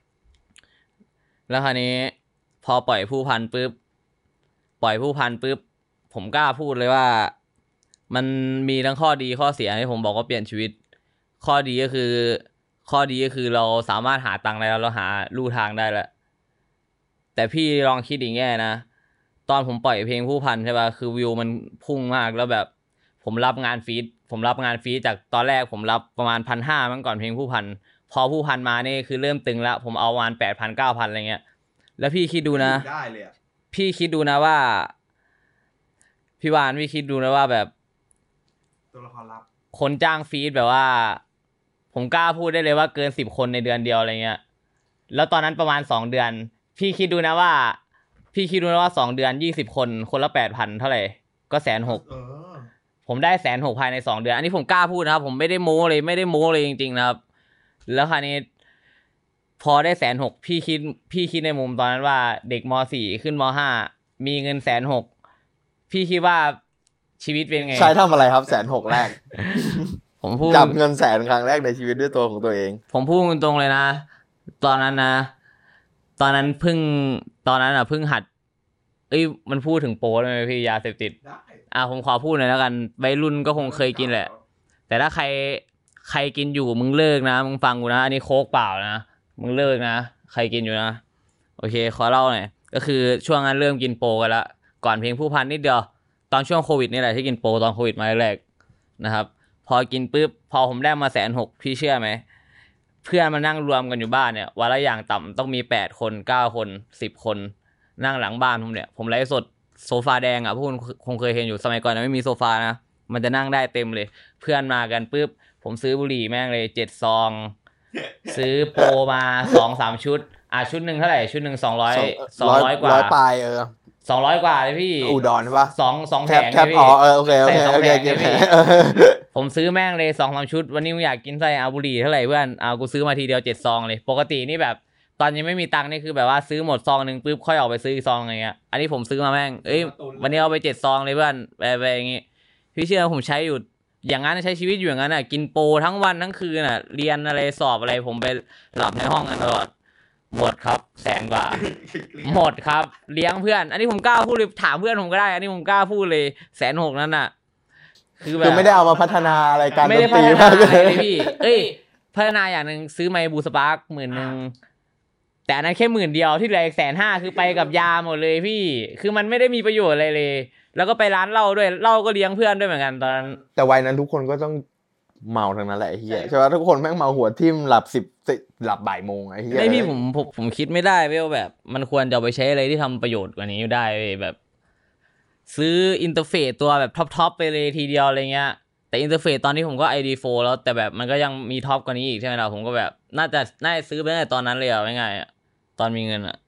แล้วคราวนี้พอปล่อยผู้พันปุ๊บปล่อยผู้พันปุ๊บผมกล้าพูดเลยว่ามันมีทั้งข้อดีข้อเสียที่ผมบอกว่าเปลี่ยนชีวิตข้อดีก็คือข้อดีก็คือเราสามารถหาตังค์ได้แล้วเราหาลู่ทางได้แล้วแต่พี่ลองคิดอีกแง่นะตอนผมปล่อยเพลงผู้พันใช่ป่ะคือวิวมันพุ่งมากแล้วแบบผมรับงานฟีดผมรับงานฟีดจากตอนแรกผมรับประมาณพันห้ามั้งก่อนเพลงผู้พันพอผู้พันมานี่คือเริ่มตึงแล้วผมเอาประมาณแปดพันเก้าพันอะไรเงี้ยแล้วพี่คิดดูนะได้เลยอ่ะพี่คิดดูนะว่าพี่วานพี่คิดดูนะว่าแบบตัวละครลับคนจ้างฟีดแบบว่าผมกล้าพูดได้เลยว่าเกินสิบคนในเดือนเดียวอะไรเงี้ยแล้วตอนนั้นประมาณสองเดือนพี่คิดดูนะว่าพี่คิดดูนะว่าสองเดือนยี่สิบคนคนละแปดพันเท่าไหร่ก็แสนหกผมได้แสนหกภายในสองเดือนอันนี้ผมกล้าพูดนะครับผมไม่ได้โม้เลยไม่ได้โม้เลยจริงๆนะครับแล้วคราวนี้พอได้แสนหกพี่คิดพี่คิดในมุมตอนนั้นว่าเด็กม.สี่ขึ้นม.ห้ามีเงินแสนหกพี่คิดว่าชีวิตเป็นไงใช้ทำอะไรครับแสนหกแรกผมพูดจับเงินแสนครั้งแรกในชีวิตด้วยตัวของตัวเองผมพูดตรงๆเลยนะตอนนั้นนะตอนนั้นเพิ่งตอนนั้นอ่ะเพิ่งหัดเอ้ยมันพูดถึงโป๊ได้ไหมพี่ยาเสพติดอ่ะผมขอพูดหน่อยแล้วกันวัยรุ่นก็คงเคยกินแหละแต่ถ้าใครใครกินอยู่มึงเลิกนะมึงฟังกูนะอันนี้โค้กเปล่านะมึงเลิกนะใครกินอยู่นะโอเคขอเล่าหน่อยก็คือช่วงนั้นเริ่มกินโปกันละก่อนเพลงผู้พันนิดเดียวตอนช่วงโควิดนี่แหละที่กินโปตอนโควิดมาแรกๆนะครับพอกินปุ๊บพอผมได้มาแสนหกพี่เชื่อไหมเพื่อนมานั่งรวมกันอยู่บ้านเนี่ยวันละอย่างต่ำต้องมีแปดคนเก้าคนสิบคนนั่งหลังบ้านผมเนี่ยผมไลฟ์สดโซฟาแดงอ่ะพวกคุณคงเคยเห็นอยู่สมัยก่อนนะไม่มีโซฟานะมันจะนั่งได้เต็มเลยเพื่อนมากันปุ๊บผมซื้อบุหรี่แม่งเลยเจ็ดซองซื้อโปรมาสองสามชุดอ่ะชุดหนึ่งเท่าไหร่ชุดหนึ่งสองร้อยสองร้อยกว่าร้อยปลายเออสองร้อยกว่าเลยพี่อุดรป่ะสองสองแผงแคปอ๋อเออโอเคโอเคโอเคพี่ผมซื้อแม่งเลยสองสามชุดวันนี้มึงอยากกินไส้เอาบุหรี่เท่าไหร่เพื่อนเอากูซื้อมาทีเดียวเจ็ดซองเลยปกตินี่แบบตอนยังไม่มีตังค์นี่คือแบบว่าซื้อหมดซองนึงปุ๊บค่อยออกไปซื้ออีกซองอะไรเงี้ยอันนี้ผมซื้อมาแม่งเอ้ยวันนี้เอาไปเจ็ดซองเลยเพื่อนไปไปอย่างงี้พี่เชื่อผมใช้อยู่อย่างนั้นใช้ชีวิตอยู่อย่างนั้นอ่ะกินโปรทั้งวันทั้งคืนอ่ะเรียนอะไรสอบอะไรผมไปหลับในห้องกันตลอดหมดครับแสนกว่าหมดครับเลี้ยงเพื่อนอันนี้ผมกล้าพูดเลยถามเพื่อนผมก็ได้อันนี้ผมกล้าพูดเลยแสนหกนั้นอ่ะคือแบบไม่ได้เอามาพัฒนาอะไรการดนตรีมากเลยพี่เอ้ยพัฒนาอย่างนึงซื้อไมค์บูสปาร์คหมื่นนึงแต่อันนั้นแค่หมื่นเดียวที่เหลืออีกแสนห้าคือไปกับยาหมดเลยพี่คือมันไม่ได้มีประโยชน์อะไรเลยแล้วก็ไปร้านเหล้าด้วยเหล้าก็เลี้ยงเพื่อนด้วยเหมือนกันตอนนั้นแต่วัยนั้นทุกคนก็ต้องเมาทั้งนั้นแหละไอ้เหี้ยใช่ป่ะทุกคนแม่งเมาหัวทิ่มหลับสิบหลับบ่ายโมงไอ้เหี้ยไม่พี่ผมผมผมคิดไม่ได้เว้ยแบบมันควรจะไปใช้อะไรที่ทำประโยชน์กว่านี้ได้เว้ยแบบซื้ออินเทอร์เฟซตัวแบบท็อปๆไปเลยทีเดียวอะไรเงี้ยแต่อินเทอร์เฟซตอนนี้ผมก็ ไอ ดี โฟร์ แล้วแต่แบบมันก็ยังมีท็อปกว่านี้อีกใช่ไหมล่ะผมก็แบบน่าจะน่าจะซื้อไปตั้งแต่ตอนนั้นเลยอ่ะง่ายๆอ่ะตอนมีเงินอ่ะ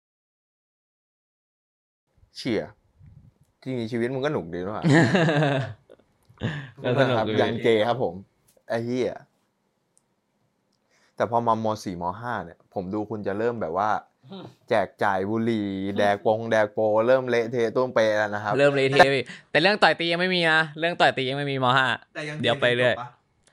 เชี่ยจริงๆชีวิตมึงก็หนุกดีด้วยก็สนุกยังเจครับผมไอ้เหี้ยแต่พอมามสี่มห้าเนี่ยผมดูคุณจะเริ่มแบบว่าแจกจ่ายบุหรี่แดกปงแดกโปเริ่มเละเทะตุ้มเปแล้วนะครับเริ่มเละเทะพี่แต่เรื่องต่อยตียังไม่มีนะเรื่องต่อยตียังไม่มีมห้าเดี๋ยวไปเรื่อย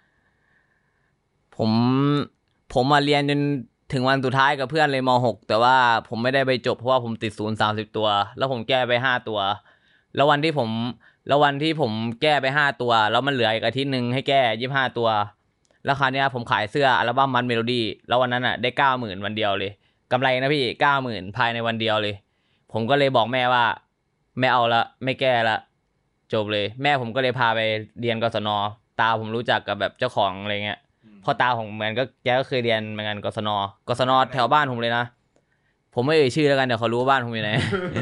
ผมผมมาเรียนจนถึงวันสุดท้ายกับเพื่อนเลยมหกแต่ว่าผมไม่ได้ไปจบเพราะว่าผมติดศูนย์สามสิบตัวแล้วผมแก้ไปห้าตัวแล้ววันที่ผมแล้ววันที่ผมแก้ไปห้าตัวแล้วมันเหลืออีกอาทิตย์นึงให้แก้ยี่สิบห้าตัวแล้วคราวนี้ผมขายเสื้ออัลบั้มมันเมโลดี้แล้ววันนั้นอ่ะได้ เก้าหมื่น วันเดียวเลยกำไรนะพี่ เก้าหมื่น ภายในวันเดียวเลยผมก็เลยบอกแม่ว่าไม่เอาละไม่แก้ละจบเลยแม่ผมก็เลยพาไปเรียนกศน.ตาผมรู้จักกับแบบเจ้าของอะไรเงี้ยพ่อตาผมเหมือนก็แกก็เคยเรียนเหมือนกันกศน.กศน.แถวบ้านผมเลยนะผมไม่เอ่ยชื่อแล้วกันเดี๋ยวเขารู้ว่าบ้านผมอยู่ไหน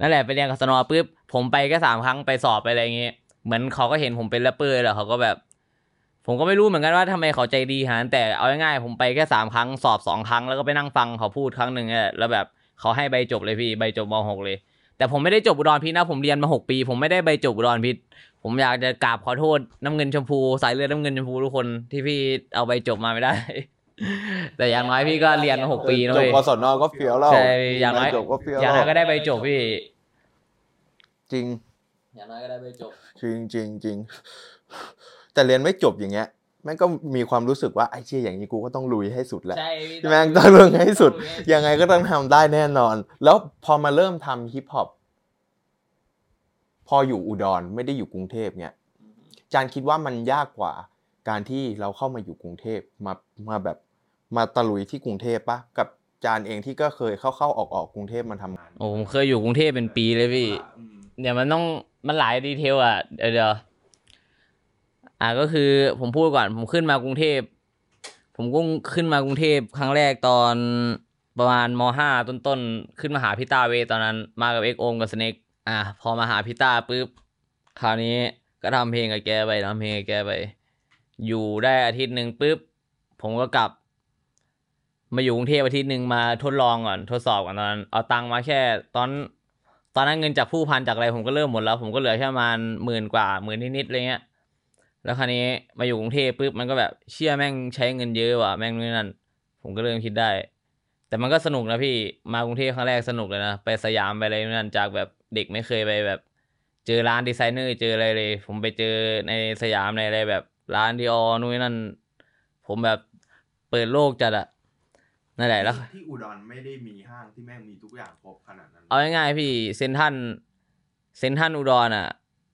นั่นแหละไปเรียนกับสนอปุ๊บผมไปแค่สามครั้งไปสอบไปอะไรอย่างเงี้ยเหมือนเขาก็เห็นผมเป็นแรปเปอร์แล้วเขาก็แบบผมก็ไม่รู้เหมือนกันว่าทำไมเขาใจดีฮะแต่เอาง่ายๆผมไปแค่สามครั้งสอบสองครั้งแล้วก็ไปนั่งฟังเขาพูดครั้งหนึ่งเนี่ยแล้วแบบเขาให้ใบจบเลยพี่ใบจบม.หกเลยแต่ผมไม่ได้จบอุดรพิษนะผมเรียนมาหกปีผมไม่ได้ใบจบอุดรพิษผมอยากจะกราบขอโทษน้ำเงินชมพูสายเลือดน้ำเงินชมพูทุกคนที่พี่เอาใบจบมาไม่ได้ แต่อย่างน้อยพี่ก็เรียนมาหกปีนะจบเว้ยกศนก็เฟี้ยวแล้วใช่อย่างน้อยจบก็เฟี้ยวอย่างน้อยก็ได้ใบจบพี่จริงอย่างน้อยก็ได้ใบจบจริงจริงจริงแต่เรียนไม่จบอย่างเงี้ยแม่งก็มีความรู้สึกว่าไอ้เชี่ยอย่างนี้กูก็ต้องลุยให้สุดแหละใช่แม่งต้องลุยให้สุดยังไงก็ต้องทำได้แน่นอน แล้วพอมาเริ่มทำฮิปฮอปพออยู่อุดรไม่ได้อยู่กรุงเทพเนี่ยจานคิดว่ามันยากกว่าการที่เราเข้ามาอยู่กรุงเทพมามาแบบมาตะลุยที่กรุงเทพปะกับจานเองที่ก็เคยเข้าๆออกๆกรุงเทพมันทำงานโอ้ผมเคยอยู่กรุงเทพเป็นปีเลยพี่อืมเนี่ยมันต้องมันหลายดีเทลอ่ะเดี๋ยวเดี๋ยวอ่ะก็คือผมพูดก่อนผมขึ้นมากรุงเทพผมก็ขึ้นมากรุงเทพครั้งแรกตอนประมาณม.ห้าต้นๆขึ้นมาหาพี่ตาเวตอนนั้นมากับเอ็กโอมกับสเน็กอ่ะพอมาหาพี่ตาปุ๊บคราวนี้ก็ทำเพลงกับแกไปทำเพลงกับแกไปอยู่ได้อาทิตย์หนึ่งปุ๊บผมก็กลับมาอยู่กรุงเทพอาทิตย์หนึ่งมาทดลองก่อนทดสอบก่อนตอนนั้นเอาตังค์มาแค่ตอนตอนนั้นเงินจากผู้พันจากอะไรผมก็เริ่มหมดแล้วผมก็เหลือแค่ประมาณหมื่นกว่าหมื่นนิดๆอะไรเงี้ยแล้วคราวนี้มาอยู่กรุงเทพปุ๊บมันก็แบบเชี่ยแม่งใช้เงินเยอะว่ะแม่งนู่นนั่นผมก็เริ่มคิดได้แต่มันก็สนุกนะพี่มากรุงเทพครั้งแรกสนุกเลยนะไปสยามไปอะไรนู่นนั่นจากแบบเด็กไม่เคยไปแบบเจอร้านดีไซเนอร์เจออะไรเลยผมไปเจอในสยามในอะไรแบบร้านดีออนู่นนั่นผมแบบเปิดโลกจัดอะนั่นแหละแล้วที่อุดรไม่ได้มีห้างที่แม่งมีทุกอย่างครบขนาดนั้นเอาง่ายๆพี่เซนทันเซนทันอุดรอ่ะ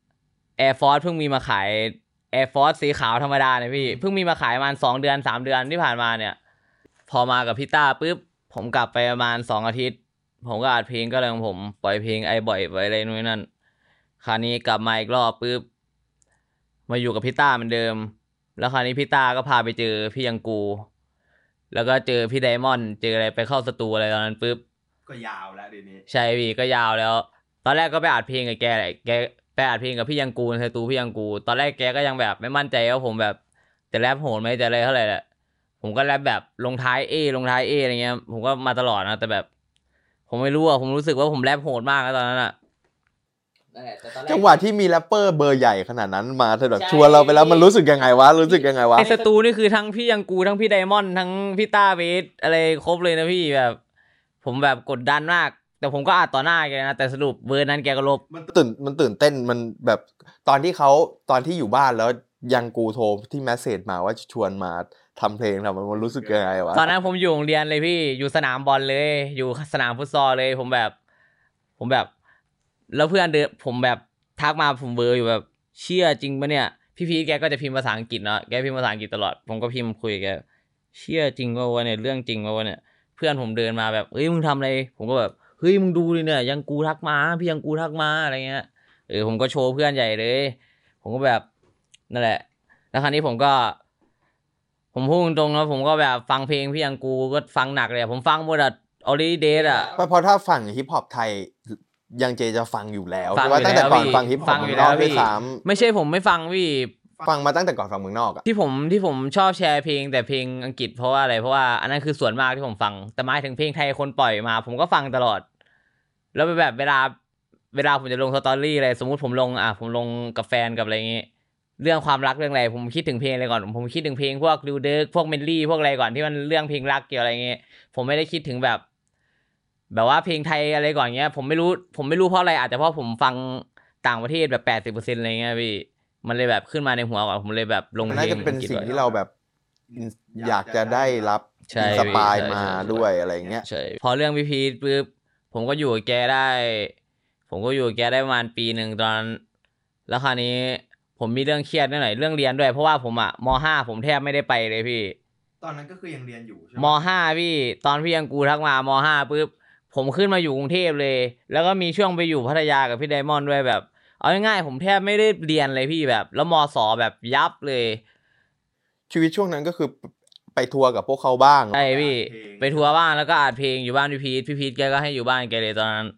Air Force เพิ่งมีมาขาย Air Force สีขาวธรรมดาเนี่ยพี่เพิ่งมีมาขายประมาณสองเดือนสามเดือนที่ผ่านมาเนี่ยพอมากับพี่ต้าปุ๊บผมกลับไปประมาณสองอาทิตย์ผมก็อัดเพลงก็เลยของผมปล่อยเพลงไอบ่อยไปอะไรนู่นนั่นคราวนี้กลับมาอีกรอบปุ๊บมาอยู่กับพี่ต้าเหมือนเดิมแล้วคราวนี้พี่ต้าก็พาไปเจอพี่ยังกูแล้วก็เจอพี่ไดมอนด์เจออะไรไปเข้าสตูอะไรตอนนั้นปุ๊บก็ยาวแล้วเดี๋ยวนี้ใช่พี่ก็ยาวแล้วตอนแรกก็ไปอัดเพลงกับแกแหละแกไปอัดเพลงกับพี่ยังกูในสตูพี่ยังกูตอนแรกแกก็ยังแบบไม่มั่นใจว่าผมแบบจะแรปโหดไหมจะอะไรเท่าไหร่แหละผมก็แรปแบบลงท้ายเอลงท้ายเออะไรเงี้ยผมก็มาตลอดนะแต่แบบผมไม่รู้อ่ะผมรู้สึกว่าผมแรปโหดมากแล้วตอนนั้นอ่ะจังหวะที่มีแรปเปอร์เบอร์ใหญ่ขนาดนั้นมาเธอแบบชวนเราไปแล้วมันรู้สึกยังไงวะรู้สึกยังไงวะในสตูนี่คือทั้งพี่ยังกูทั้งพี่ไดมอนด์ทั้งพี่ต้าเวสอะไรครบเลยนะพี่แบบ ผมแบบกดดันมากแต่ผมก็อัดต่อหน้าแกนะแต่สรุปเบอร์นั้นแกก็ลบมันตื่นมันตื่นเต้นมันแบบตอนที่เขาตอนที่อยู่บ้านแล้วยังกูโทรที่แมสเซจมาว่าชวนมาทำเพลงทำมันรู้สึกยังไงวะตอนนั้นผมอยู่โรงเรียนเลยพี่อยู่สนามบอลเลยอยู่สนามฟุตซอลเลยผมแบบ ผมแบบ แล้วเพื่อนเดินผมแบบทักมาผมเบอร์อยู่แบบเชื่อจริงปะเนี่ยพี่พีแกก็จะพิมพ์ภาษาอังกฤษเนาะแกพิมพ์ภาษาอังกฤษตลอดผมก็พิมพ์คุยแกเชื่อจริงว่าวะเนี่ยเรื่องจริงว่าวะเนี่ยเพื่อนผมเดินมาแบบเฮ้ยมึงทำอะไรผมก็แบบเฮ้ยมึงดูดิเนี่ยยังกูทักมาพี่ยังกูทักมาอะไรเงี้ยเออผมก็โชว์เพื่อนใหญ่เลย ผมก็แบบนั่นแหละแล้วคราวนี้ผมก็ ผมพูดตรงๆนะผมก็แบบฟังเพลงพี่ยังกูก็ฟังหนักเลยผมฟังหมดอะออริเดทอะเพราะถ้าฝั่งฮิปฮอปไทยยังเจจะฟังอยู่แล้วฟังใช่อยู่ว่าตั้งแต่ก่อนแล้วพี่ฟังฮิปฮอฟัปงเมือยู่องนอกแล้วด้วยพี่ซ้ไม่ใช่ผมไม่ฟังพี่ำฟังมาตั้งแต่ก่อนฟังเมืองนอกอะที่ผมที่ผมชอบแชร์เพลงแต่เพลงอังกฤษเพราะว่าอะไรเพราะว่าอันนั้นคือส่วนมากที่ผมฟังแต่หมายถึงเพลงไทยคนปล่อยมา ผมก็ฟังตลอด แล้วแบบเวลาเวลาผมจะลงสตอรี่อะไรสมมุติผมลงอ่ะผมลงกับแฟนกับอะไรอย่างงี้ เรื่องความรักเรื่องอะไรผมคิดถึงเพลงอะไรก่อนผมคิดถึงเพลงพวกริวเดิร์กพวกเมนลี่พวกอะไรก่อนที่มันเรื่องเพลงรักเกี่ยวอะไรเงี้ยผมไม่ได้คิดถึงแบบ แบบว่าเพลงไทยอะไรก่อนเงี้ยผมไม่รู้ผมไม่รู้เพราะอะไรอาจจะเพราะผมฟังต่างประเทศแบบ แปดสิบเปอร์เซ็นต์ อะไรเงี้ยพี่มันเลยแบบขึ้นมาในหัวก่อนผมเลยแบบลงมันเพลน่าง จะเป็นอังกฤษสิ่งไว้ที่เราแบบอยากจะได้รับใช่อินสปายใช่มาใช่ด้วยอะไรเงี้ยใช่พอเรื่องพี่พีทปุ๊บผมก็อยู่กับแกได้ ผมก็อยู่กับแกได้ประมาณปีหนึ่งตอนนั้นแล้วคราวนี้ผมมีเรื่องเครียดนิดหน่อยเรื่องเรียนด้วยเพราะว่าผมอะม.ห้าผมแทบไม่ได้ไปเลยพี่ตอนนั้นก็คือยังเรียนอยู่ใช่ไหม.ห้าพี่ตอนพี่ยังกูทักมาม .ห้า ปุ๊บผมขึ้นมาอยู่กรุงเทพเลย แล้วก็มีช่วงไปอยู่พัทยากับพี่ไดมอนด์ด้วยแบบเอาง่ายๆผมแทบไม่ได้เรียนเลยพี่แบบแล้วม.สองแบบยับเลยชีวิตช่วงนั้นก็คือไปทัวร์กับพวกเขาบ้างใช่พี่ไปทัวร์บ้านแล้วก็อัดเพลงอยู่บ้านพี่พีทพี่พีทแกก็ให้อยู่บ้านแกเลยตอนนั้น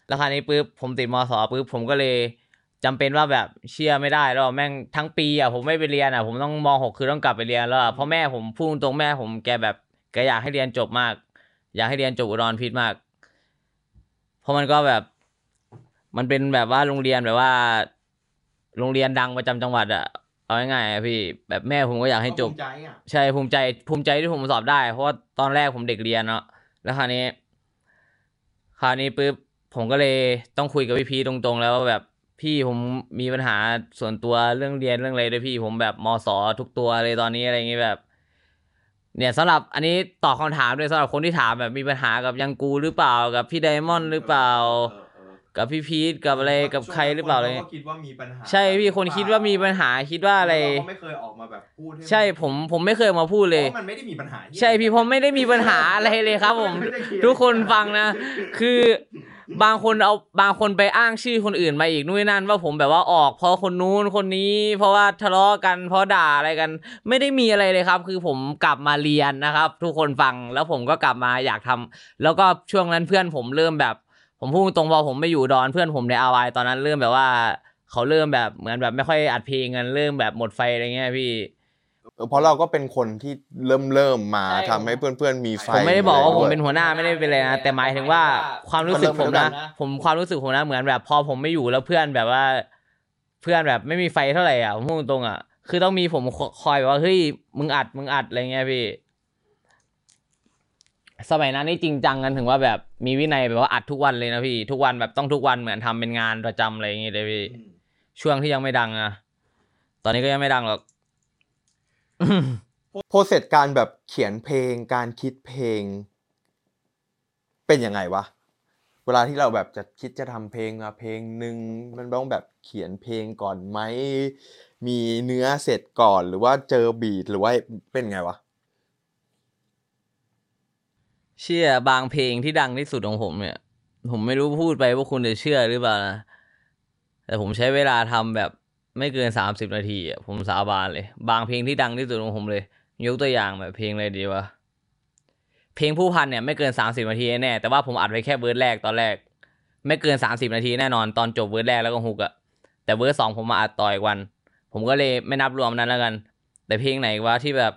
แล้วคราวนี้ปุ๊บผมติดมสปุ๊บผมก็เลยจำเป็นว่าแบบเชื่อไม่ได้แล้วแม่งทั้งปีอ่ะผมไม่ไปเรียนอ่ะผมต้องมหกคือต้องกลับไปเรียนแล้วอ่ะเพราะแม่ผมพูดตรงแม่ผมแกแบบแกอยากให้เรียนจบมากอยากให้เรียนจบอุดรพิทย์มากเพราะมันก็แบบมันเป็นแบบว่าโรงเรียนแบบว่าโรงเรียนดังประจำจังหวัดอ่ะเอาง่ายๆอ่ะพี่แบบแม่ผมก็อยากให้จบภูมิใจอ่ะใช่ภูมิใจภูมิใจที่ผมสอบได้เพราะว่าตอนแรกผมเด็กเรียนเนาะแล้วคราวนี้ คราวนี้ปุ๊บผมก็เลยต้องคุยกับพี่พีตรงๆแล้วว่าแบบพี่ผมมีปัญหาส่วนตัวเรื่องเรียนเรื่องอะไรด้วยพี่ผมแบบมสทุกตัวเลยตอนนี้อะไรอย่างงี้แบบ เนี่ยสำหรับอันนี้ตอบคำถามด้วยสำหรับคนที่ถามแบบมีปัญหากับยังกูหรือเปล่ากับพี่ไดมอนด์หรือเปล่าเออเออกับพี่พีทกับอะไรกับใครหรือเปล่าอะไรช่วงนั้นเงี้คนยก็คิดว่ามีปัญหาใช่พี่คนคิดว่ามีปัญหาคิดว่าอะไรเราก็ไม่เคยออกมาแบบพูดห้ใช่ผมผมไม่เคยมาพูดเลยพราะมันไม่ได้มีปัญหาที่ใช่พี่ผมไม่ได้มีปัญหาอะไรเลยครับผม ทุกคนฟังนะ คือบางคนเอาบางคนไปอ้างชื่อคนอื่นมาอีกนู่นนนั่นว่าผมแบบว่าออกเพราะคนนู้นคนนี้ เพราะว่าทะเลาะกันเพราะด่าอะไรกัน ไม่ได้มีอะไรเลยครับ คือผมกลับมาเรียนนะครับ ทุกคนฟังแล้วผมก็กลับมาอยากทำแล้วก็ช่วงนั้นเพื่อนผมเริ่มแบบ ผมพูดตรงพอผมไม่อยู่ดอนเพื่อนผมในอาวายตอนนั้นเริ่มแบบว่าเขาเริ่มแบบเหมือนแบบไม่ค่อยอัดเพลงกันเริ่มแบบหมดไฟอะไรเงี้ยพี่เออเพราะเราก็เป็นคนที่เริ่มเริ่มมาใช่ทำให้เพื่อนๆมีไฟผมไม่ได้บอกว่าผมะไรเป็นด้วยหัวหน้าไม่ได้เป็นอะไรนะแต่หมายถึงว่าความรู้สึกผมนะก็เริ่มไปด้วยกันผมความรู้สึกผมนะเหมือนแบบพอผมไม่อยู่แล้วเพื่อนแบบว่า เพื่อนแบบไม่มีไฟเท่าไหร่อ่ะผมพูดตรงๆอ่ะคือต้องมีผมคอยแบบว่าเฮ้ยมึงอัดมึงอัดอะไรเงี้ยพี่สมัยนั้นนี่จริงจังกันถึงว่าแบบมีวินัยแบบว่าอัดทุกวันเลยนะพี่ทุกวันแบบต้องทุกวันเหมือนทำเป็นงานประจำอะไรอย่างเงี้ยเลยพี่อืมช่วงที่ยังไม่ดังอะตอนนี้ก็ยังไม่ดังหรอกโปรเซสการแบบเขียนเพลงการคิดเพลง เป็นยังไงวะเวลาที่เราแบบจะคิดจะทำเพลงมาเพลงหนึ่งมันต้องแบบเขียนเพลงก่อนไหมมีเนื้อเสร็จก่อนหรือว่าเจอบีทหรือว่าเป็นไงวะเชื่อบางเพลงที่ดังที่สุดของผมเนี่ย ผมไม่รู้พูดไปว่าคุณจะเชื่อหรือเปล่านะแต่ผมใช้เวลาทำแบบไม่เกินสามสิบนาทีอ่ะผมสาบานเลย บางเพลงที่ดังที่สุดของผมเลย ยกตัวอย่างแบบเพลงอะไรดีวะเพลงผู้พันเนี่ยไม่เกินสามสิบนาทีแน่แต่ว่าผมอัดไว้แค่เวิร์สแรกตอนแรก ไม่เกินสามสิบนาทีแน่นอนตอนจบเวิร์สแรกแล้วก็ฮุกอะแต่เวิร์สสองผมมาอัดต่ออีกวัน ผมก็เลยไม่นับรวมนั้นแล้วกัน แต่เพลงไหนวะที่แบบ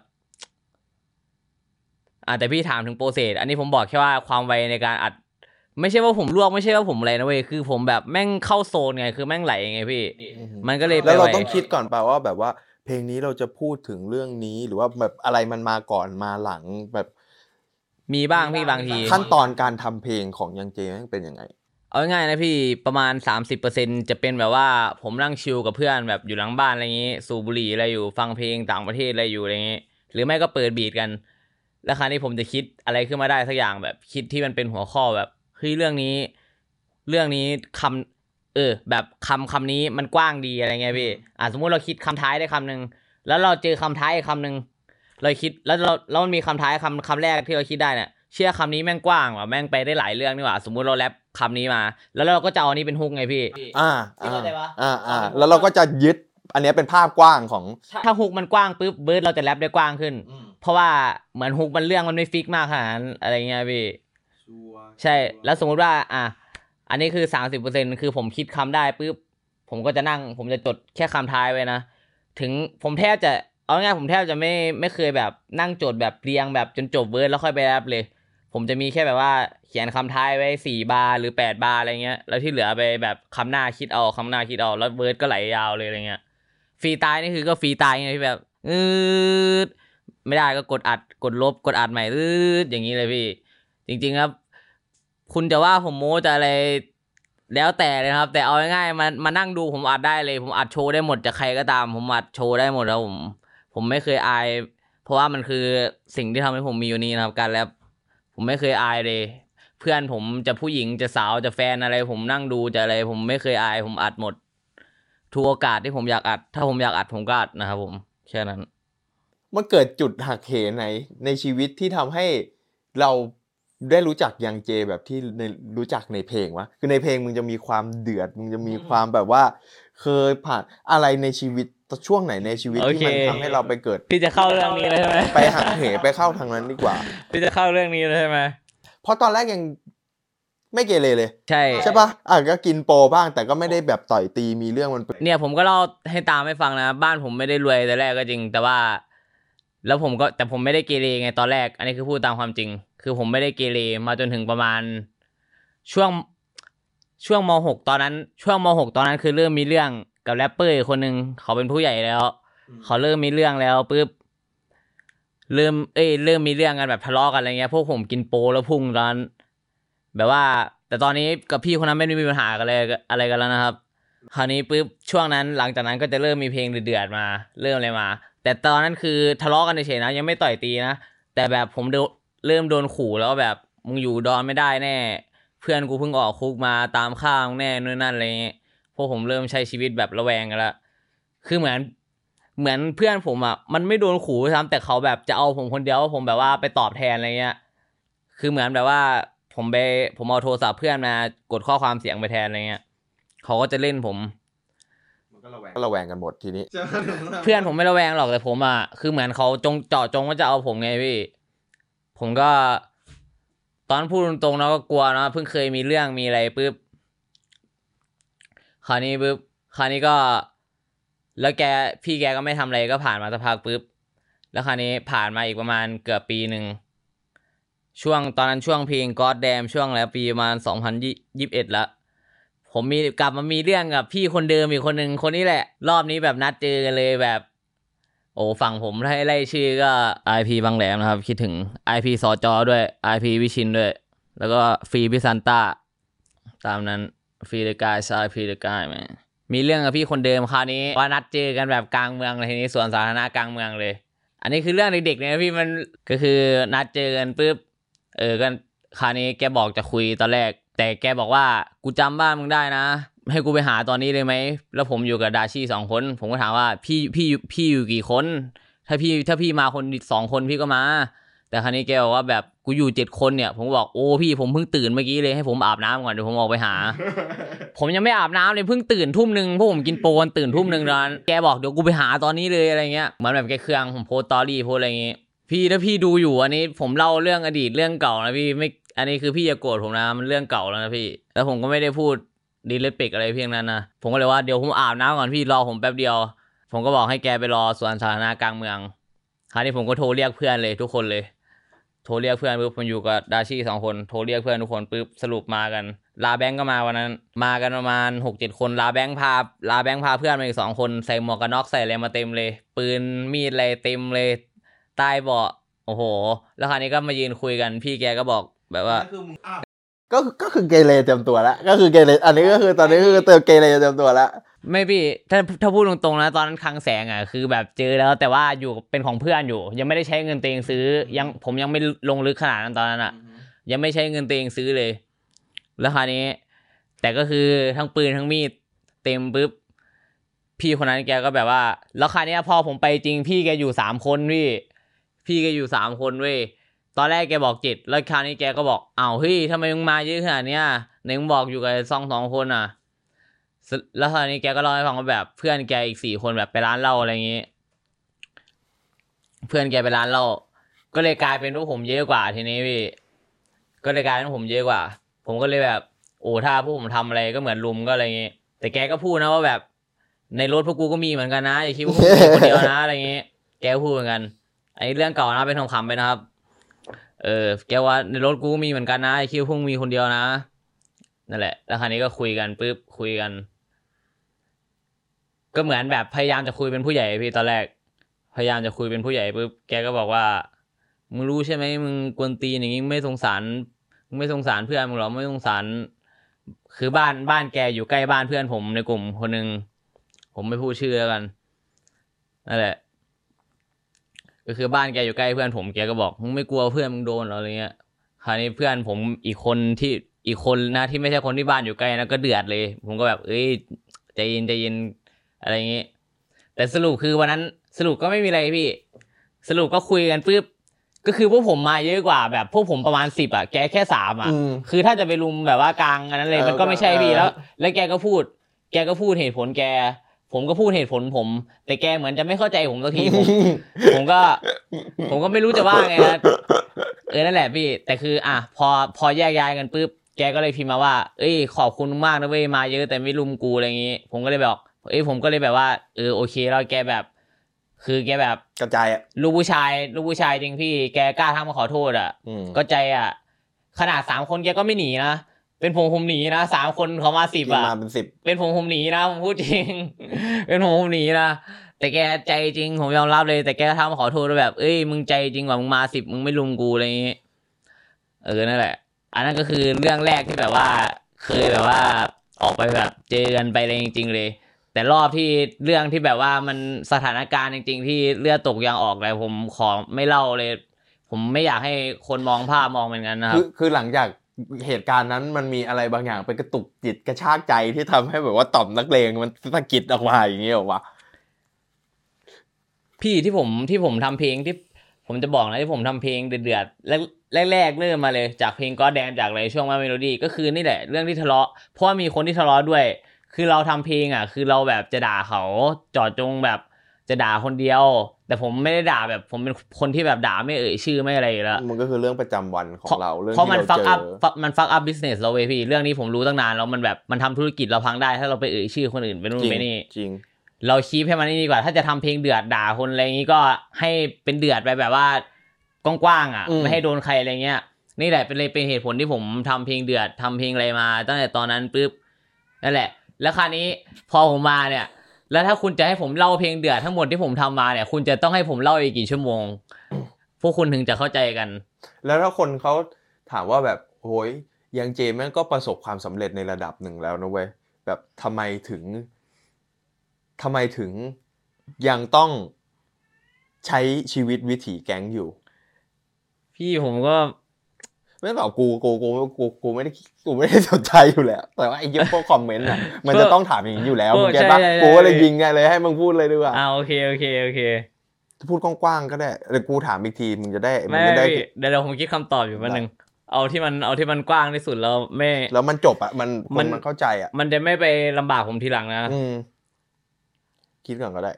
อ่าแต่พี่ถามถึงโปรเซสอันนี้ผมบอกแค่ว่าความไวในการอัด ไม่ใช่ว่าผมลวกไม่ใช่ว่าผมอะไรนะเว้ยคือผมแบบแม่งเข้าโซนไงคือแม่งไหลไงพี่ มันก็เลยแล้วเราไปไวต้องคิดก่อนเปล่าว่าแบบว่าเพลงนี้เราจะพูดถึงเรื่องนี้หรือว่าแบบอะไรมันมาก่อนมาหลังแบบมีบ้างพี่บางทีขั้นตอนการทำเพลงของยังเจมันเป็นยังไงเอาง่ายๆนะพี่ประมาณ สามสิบเปอร์เซ็นต์ จะเป็นแบบว่าผมนั่งชิลกับเพื่อนแบบอยู่หลังบ้านอะไรอย่างงี้สูบบุหรี่อะไรอยู่ฟังเพลงต่างประเทศอะไรอยู่อะไรอย่างงี้หรือไม่ก็เปิดบีทกันแล้วคราวนี้ผมจะคิดอะไรขึ้นมาได้สักอย่างแบบคิดที่มันเป็นหัวข้อแบบเฮ้ยเรื่องนี้ เรื่องนี้คำเออแบบคำคำนี้มันกว้างดีอะไรเงี้ยพี่อ่าสมมุติเราคิดคำท้ายได้คำนึงแล้วเราเจอคำท้ายอีกคำนึงเราคิดแล้วเราแล้วมันมีคำท้ายคำคำแรกที่เราคิดได้เนี่ยเชื่อคำนี้แม่งกว้างว่ะแม่งไปได้หลายเรื่องนี่หว่าสมมุติเราแรปคำนี้มา แล้วเราก็จะเอาอันนี้เป็นฮุกไงพี่อ่าพี่เข้าใจปะอ่าอ่าแล้วเราก็จะยึดอันเนี้ยเป็นภาพกว้างของถ้าฮุกมันกว้างปุ๊บเบิร์ดเราจะแรปได้กว้างขึ้นอืมเพราะว่าเหมือนฮุกมันเรื่องมันไม่ฟิกมากขนาดนั้นอะไรเงี้ยพี่ชัวร์ใช่แล้วสมมุติว่าอ่ะอันนี้คือ สามสิบเปอร์เซ็นต์ คือผมคิดคำได้ปุ๊บผมก็จะนั่งผมจะจดแค่คำท้ายไว้นะถึงผมแทบจะเอาง่ายๆผมแทบจะไม่ไม่เคยแบบนั่งจดแบบเรียงแบบจนจบเวิร์ดแล้วค่อยไปแรปเลย ผมจะมีแค่แบบว่าเขียนคำท้ายไว้สี่บาร์หรือแปดบาร์อะไรเงี้ยแล้วที่เหลือไปแบบคำหน้าคิดเอาคำหน้าคิดเอาแล้วเวิร์ดก็ไหลยาวเลยอะไรเงี้ยฟรีตายนี่คือก็ฟรีตายไงที่แบบอืดไม่ได้ก็กดอัดกดลบกดอัดใหม่อืดอย่างนี้เลยพี่จริงๆครับ คุณจะว่าผมโม้จะอะไรแล้วแต่เลยครับ แต่เอาง่ายๆมามานั่งดูผมอัดได้เลย ผมอัดโชว์ได้หมดจากใครก็ตาม ผมอัดโชว์ได้หมดแล้วผมผมไม่เคยอาย เพราะว่ามันคือสิ่งที่ทำให้ผมมีอยู่นี้นะครับ การแรปผมไม่เคยอายเลย เพื่อนผมจะผู้หญิงจะสาวจะแฟนอะไร ผมนั่งดูจะอะไร ผมไม่เคยอาย ผมอัดหมดทุกโอกาสที่ผมอยากอัด ถ้าผมอยากอัดผมก็อัดนะครับผมแค่นั้นมันเกิดจุดหักเหไหนในชีวิตที่ทำให้เราได้รู้จักยังเจแบบที่ในรู้จักในเพลงวะคือในเพลงมึงจะมีความเดือดมึงจะมีความแบบว่า เคยผ่านอะไรในชีวิตช่วงไหนในชีวิตโอที่เคมันทำให้เราไปเกิดพี่จะเข้าเรื่องนี้เลยใช่ไหมไปหักเหไปเข้าทางนั้นดีกว่าพี่จะเข้าเรื่องนี้เลยใช่ไหมเพราะตอนแรกยังไม่เกเรเลยใช่ใช่ปะอ่ะก็กินโปรบ้างแต่ก็ไม่ได้แบบต่อยตีมีเรื่องมันเป็นเนี่ยผมก็เล่าให้ตามให้ฟังนะบ้านผมไม่ได้รวยแต่แรกก็จริงแต่ว่า แล้วผมก็แต่ผมไม่ได้เกเรไงตอนแรกอันนี้คือพูดตามความจริง คือผมไม่ได้เกเรมาจนถึงประมาณช่วงช่วงม .หก ตอนนั้นช่วงม .หก ตอนนั้นคือเริ่มมีเรื่องกับแรปเปอร์อีกคนนึงเขาเป็นผู้ใหญ่แล้วเขาเริ่มมีเรื่องแล้วปุ๊บเริ่มเอ้ยเริ่มมีเรื่องกันแบบทะเลาะกันอะไรเงี้ยพวกผมกินโปแล้วพุ่งตอนนั้นแบบว่าแต่ตอนนี้กับพี่คนนั้นไม่ได้มีปัญหากันอะไรอะไรกันแล้วนะครับคราวนี้ปุ๊บช่วงนั้นหลังจากนั้นก็จะเริ่มมีเพลงเดือดๆมาเริ่มอะไรมาแต่ตอนนั้นคือทะเลาะกันเฉยๆนะยังไม่ต่อยตีนะแต่แบบผมเริ่มโดนขู่แล้วแบบมึงอยู่ดอนไม่ได้แน่เพื่อนกูเพิ่งออกคุกมาตามฆ่ามึงแน่นู่นนั่นอะไรเงี้ยพวกผมเริ่มใช้ชีวิตแบบระแวงกันละคือเหมือนเหมือนเพื่อนผมอ่ะมันไม่โดนขู่ซ้ำแต่เขาแบบจะเอาผมคนเดียวว่าผมแบบว่าไปตอบแทนอะไรเงี้ยคือเหมือนแบบว่าผมไปผมเอาโทรศัพท์เพื่อนมากดข้อความเสียงไปแทนอะไรเงี้ยเขาก็จะเล่นผมมันก็ระแวงก็ระแวงกันหมดทีนี้เพื่อนผมไม่ระแวงหรอกแต่ผมอ่ะคือเหมือนเขาจงเจาะจงว่าจะเอาผมไงพี่ผมก็ตอนพูดตรงๆเนาะก็กลัวเนาะเพิ่งเคยมีเรื่องมีอะไรปุ๊บคราวนี้ปุ๊บคราวนี้ก็แล้วแกพี่แกก็ไม่ทำอะไรก็ผ่านมาสักพักปุ๊บแล้วคราวนี้ผ่านมาอีกประมาณเกือบปีหนึ่งช่วงตอนนั้นช่วงเพลง God Damn ช่วงแล้วปีประมาณสองพันยี่สิบเอ็ดละผมมีกลับมามีเรื่องกับพี่คนเดิมอีกคนนึงคนนี้แหละรอบนี้แบบนัดเจอกันเลยแบบโอ้ฝั่งผมให้ไล่ชื่อก็ ไอ พี บางแหลมนะครับคิดถึง ไอ พี สจด้วย ไอ พี วิชินด้วยแล้วก็ฟรีพิซันต้าตามนั้นฟรีเดกายซายฟรีเดกายแม่มีเรื่องกับพี่คนเดิมคราวนี้ว่านัดเจอกันแบบกลางเมืองเลยทีนี้สวนสาธารณะกลางเมืองเลยอันนี้คือเรื่องเด็กๆเนี่ยพี่มันก็คือนัดเจอกันปุ๊บเออกันคราวนี้แกบอกจะคุยตอนแรกแต่แกบอกว่ากูจำบ้านมึงได้นะให้กูไปหาตอนนี้เลยไหมแล้วผมอยู่กับดาชี่สองคนผมก็ถามว่าพี่พี่พี่อยู่กี่คนถ้าพี่ถ้าพี่มาคนสองคนพี่ก็มาแต่คราวนี้แกบอกว่าแบบกูอยู่เจ็ดคนเนี่ยผมบอกโอ้พี่ผมเพิ่งตื่นเมื่อกี้เลยให้ผมอาบน้ำก่อนเดี๋ยวผมออกไปหา ผมยังไม่อาบน้ำเลยเพิ่งตื่นทุ่มนึงเพราะผมกินโปรตื่นทุ่มนึงตอนแกบอกเดี๋ยวกูไปหาตอนนี้เลยอะไรเงี้ยเหมือนแบบแกเครื่องผมโพสตอรี่โพสอะไรเงี้ยพี่ถ้าพี่ดูอยู่อันนี้ผมเล่าเรื่องอดีตเรื่องเก่านะพี่ไม่อันนี้คือพี่อย่าโกรธผมนะมันเรื่องเก่าแล้วนะพี่แล้วผมก็ไม่ได้พูดดีเลปิกอะไรเพียงนั้นนะผมก็เลยว่าเดี๋ยวผมอาบน้ำก่อนพี่รอผมแป๊บเดียวผมก็บอกให้แกไปรอสวนสาธารณะกลางเมืองคราวนี้ผมก็โทรเรียกเพื่อนเลยทุกคนเลยโทรเรียกเพื่อนปุ๊บผมอยู่กับดาชี่สองคนโทรเรียกเพื่อนทุกคนปุ๊บสรุปมากันลาแบงก์ก็มาวันนั้นมากันประมาณ หกเจ็ด คนลาแบงก์พาลาแบงก์พาเพื่อนมาอีกสองคนใส่หมวกกันน็อกใส่อะไรมาเต็มเลยปืนมีดอะไรเต็มเลยใต้เบาะโอ้โหแล้วคราวนี้ก็มายืนคุยกันพี่แกก็บอกแบบว่าคือมึงอ้าวก็ก็คือเกเรเต็มตัวแล้วก็คือเกเรอันนี้ก็คือตอนนี้คือเติมเกเรเต็มตัวแล้วไม่พี่ถ้าถ้าพูดตรงๆนะตอนนั้นคลังแสงอ่ะคือแบบเจอแล้วแต่ว่าอยู่เป็นของเพื่อนอยู่ยังไม่ได้ใช้เงินตัวเองซื้อยังผมยังไม่ลงลึกขนาดนั้นตอนนั้นอ่ะยังไม่ใช้เงินตัวเองซื้อเลยแล้วคราวนี้แต่ก็คือทั้งปืนทั้งมีดเต็มปุ๊บพี่คนนั้นแกก็แบบว่าแล้วคราวนี้พอผมไปจริงพี่แกอยู่สามคนพี่พี่แกอยู่สามคนเว้ยตอนแรกแกบอกเจ็ดแล้วคราวนี้แกก็บอกอ้าวเฮ้ยทำไมมึงมาเยอะขนาดเนี้ยไหนมึงบอกอยู่กับซองสองคนอ่ะแล้วคราวนี้แกก็เล่าให้ฟังว่าแบบเพื่อนแกอีกสี่คนแบบไปร้านเหล้าอะไรอย่างงี้เพื่อนแกไปร้านเหล้าก็เลยกลายเป็นพวกผมเยอะกว่าทีนี้พี่ก็เลยกลายเป็นผมเยอะกว่าผมก็เลยแบบโอ้ถ้าพวกผมทำอะไรก็เหมือนลุมก็อะไรอย่างงี้แต่แกก็พูดนะว่าแบบในรถพวกกูก็มีเหมือนกันนะอย่าคิดว่าพวกกูมีคนเดียวนะอะไรอย่างงี้แกพูดเหมือนกันอันนี้เรื่องเก่านะเป็นทองคำไปนะครับเออแกว่าในรถกูมีเหมือนกันนะอย่าคิดว่าพวกมีคนเดียวนะนั่นแหละแล้วคราวนี้ก็คุยกันปุ๊บคุยกันก็เหมือนแบบพยายามจะคุยเป็นผู้ใหญ่พี่ตอนแรกพยายามจะคุยเป็นผู้ใหญ่ปุ๊บแกก็บอกว่ามึงรู้ใช่ไหมมึงกวนตีนอย่างงี้ไม่สงสารมึงไม่สงสารเพื่อนมึงหรอไม่สงสารคือบ้านบ้านแกอยู่ใกล้บ้านเพื่อนผมในกลุ่มคนนึงผมไม่พูดชื่อแล้วกันนั่นแหละก็คือบ้านแกอยู่ใกล้เพื่อนผมแกก็บอกมึงไม่กลัวเพื่อนมึงโดนหรออะไรเงี้ยคราวนี้เพื่อนผมอีกคนที่อีกคนนะที่ไม่ใช่คนที่บ้านอยู่ใกล้นะก็เดือดเลยผมก็แบบเอ้ยใจเย็นใจเย็นอะไรอย่างงี้แต่สรุปคือวันนั้นสรุปก็ไม่มีอะไรพี่สรุปก็คุยกันปุ๊บก็คือพวกผมมาเยอะกว่าแบบพวกผมประมาณสิบอ่ะแกแค่สามอ่ะคือถ้าจะไปรุมแบบว่ากลางอันนั้นเลยมันก็ไม่ใช่พี่แล้วแล้วแกก็พูดแกก็พูดเหตุผลแกผมก็พูดเหตุผลผมแต่แกเหมือนจะไม่เข้าใจผมสักทีผมผมก็ผมก็ไม่รู้จะว่าไงนะเออนั่นแหละพี่แต่คืออ่ะพอพอแยกย้ายกันปุ๊บแแกก็เลยพิมพ์มาว่าเอ้ยขอบคุณมากนะเว้ยมาเยอะแต่ไม่รุมกูอะไรอย่างงี้ผมก็เลยบอกเอ้ยผมก็เลยแบบว่าเออโอเคแล้วแกแบบคือแกแบบกระจายอ่ะลูกผู้ชายลูกผู้ชายจริงพี่แกกล้าทักมาขอโทษอ่ะอืมก็ใจอ่ะขนาดสามคนแกก็ไม่หนีนะเป็นผมผมหนีนะสามคนเขามาสิบอ่ะมาเป็นสิบเป็นผมผมหนีนะผมพูดจริง เป็นผมผมหนีนะแต่แกใจจริงผมยอมรับเลยแต่แกทักมาขอโทษด้วยแบบเอ้ยมึงใจจริงว่ะมึงมาสิบมึงไม่ลุมกูอะไรอย่างงี้เออนั่นแหละอันนั้นก็คือเรื่องแรกที่แบบว่าเคยแบบว่าออกไปแบบเจอกันไปเลยจริงๆเลยแต่รอบที่เรื่องที่แบบว่ามันสถานการณ์จริงๆที่เลือดตกยางออกเลยผมขอไม่เล่าเลย ผมไม่อยากให้คนมองภาพมองเหมือนกันนะครัคืบอคือหลังจากเหตุการณ์นั้นมันมีอะไรบางอย่างไปกระตุกจิตกระชากใจที่ทำให้แบบว่าต่อมนักเลงมันสะกิดออกมาอย่างเงี้ยเหรอวะพี่ที่ผมที่ผมทำเพลงที่ผมจะบอกนะที่ผมทำเพลงเดือดๆแรกแรกๆเริ่มมาเลยจากเพลงก็แดนจากอะไรช่วงว่าเมโลดี้ก็คือนี่แหละเรื่องที่ทะเลาะเพราะว่ามีคนที่ทะเลาะด้วย คือเราทำเพลงอ่ะคือเราแบบจะด่าเขาเจาะจงแบบจะด่าคนเดียว แต่ผมไม่ได้ด่าแบบผมเป็นคนที่แบบด่าไม่เอ่ยชื่อไม่อะไรอยู่แล้วมันก็คือเรื่องประจำวันของเราเรื่องเพราะที่มันเราฟักเจอัอพมันฟักอัพบิสเนสเราเว้ยพี่เรื่องนี้ผมรู้ตั้งนานแล้วมันแบบมันทำธุรกิจเราพังได้ถ้าเราไปเอ่ยชื่อคนอื่นไปนู่นจริงไปนี่จริงเราคีปให้มันนี่ดีกว่า ถ้าจะทำเพลงเดือดด่าคนอะไรอย่างนี้ก็ให้เป็นเดือดไปแบบว่ากว้างๆอ่ะอืมไม่ให้โดนใครอะไรเงี้ยนี่แหละเป็นเลยเป็นเหตุผลที่ผมทำเพลงเดือดทำเพลงอะไรมา ตั้งแต่ตอนนั้นปุ๊บนั่นแหละ แล้วคราวนี้พอผมมาเนี่ย แล้วถ้าคุณจะให้ผมเล่าเพลงเดือดทั้งหมดที่ผมทำมาเนี่ย คุณจะต้องให้ผมเล่าอีกกี่ชั่วโมง พวกคุณถึงจะเข้าใจกันแล้วถ้าคนเขาถามว่าแบบโหยยังเจมแม่งก็ประสบความสำเร็จในระดับหนึ่งแล้วนะเว้ยแบบทำไมถึงทำไมถึงยังต้องใช้ชีวิตวิถีแก๊งอยู่พี่ผมก็ไม่บอกกูกูกูกูกูไม่ได้กูไม่ได้สนใจอยู่แล้วแต่ว่าไอ้เยี่ยพวกคอมเมนต์น่ะมันจะต้องถามอย่างนี้อยู่แล้วมึงเก็ตปะกูก็เลยยิงไงเลยให้มึงพูดเลยดีกว่าอ่าโอเคโอเคโอเคพูดกว้างๆก็ได้เดี๋ยวกูถามอีกทีมึงจะได้มึไม่งจะได้พี่เดี๋ยวเราผมคิดคำตอบอยู่แป๊บนึงเอาที่มันเอาที่มันกว้างที่สุดแล้วไม่แล้วมันจบอ่ะมันคมัน นมันเข้าใจอ่ะมันจะไม่ไปลำบากผมทีหลังนะอืมคิดก่อนก็ได้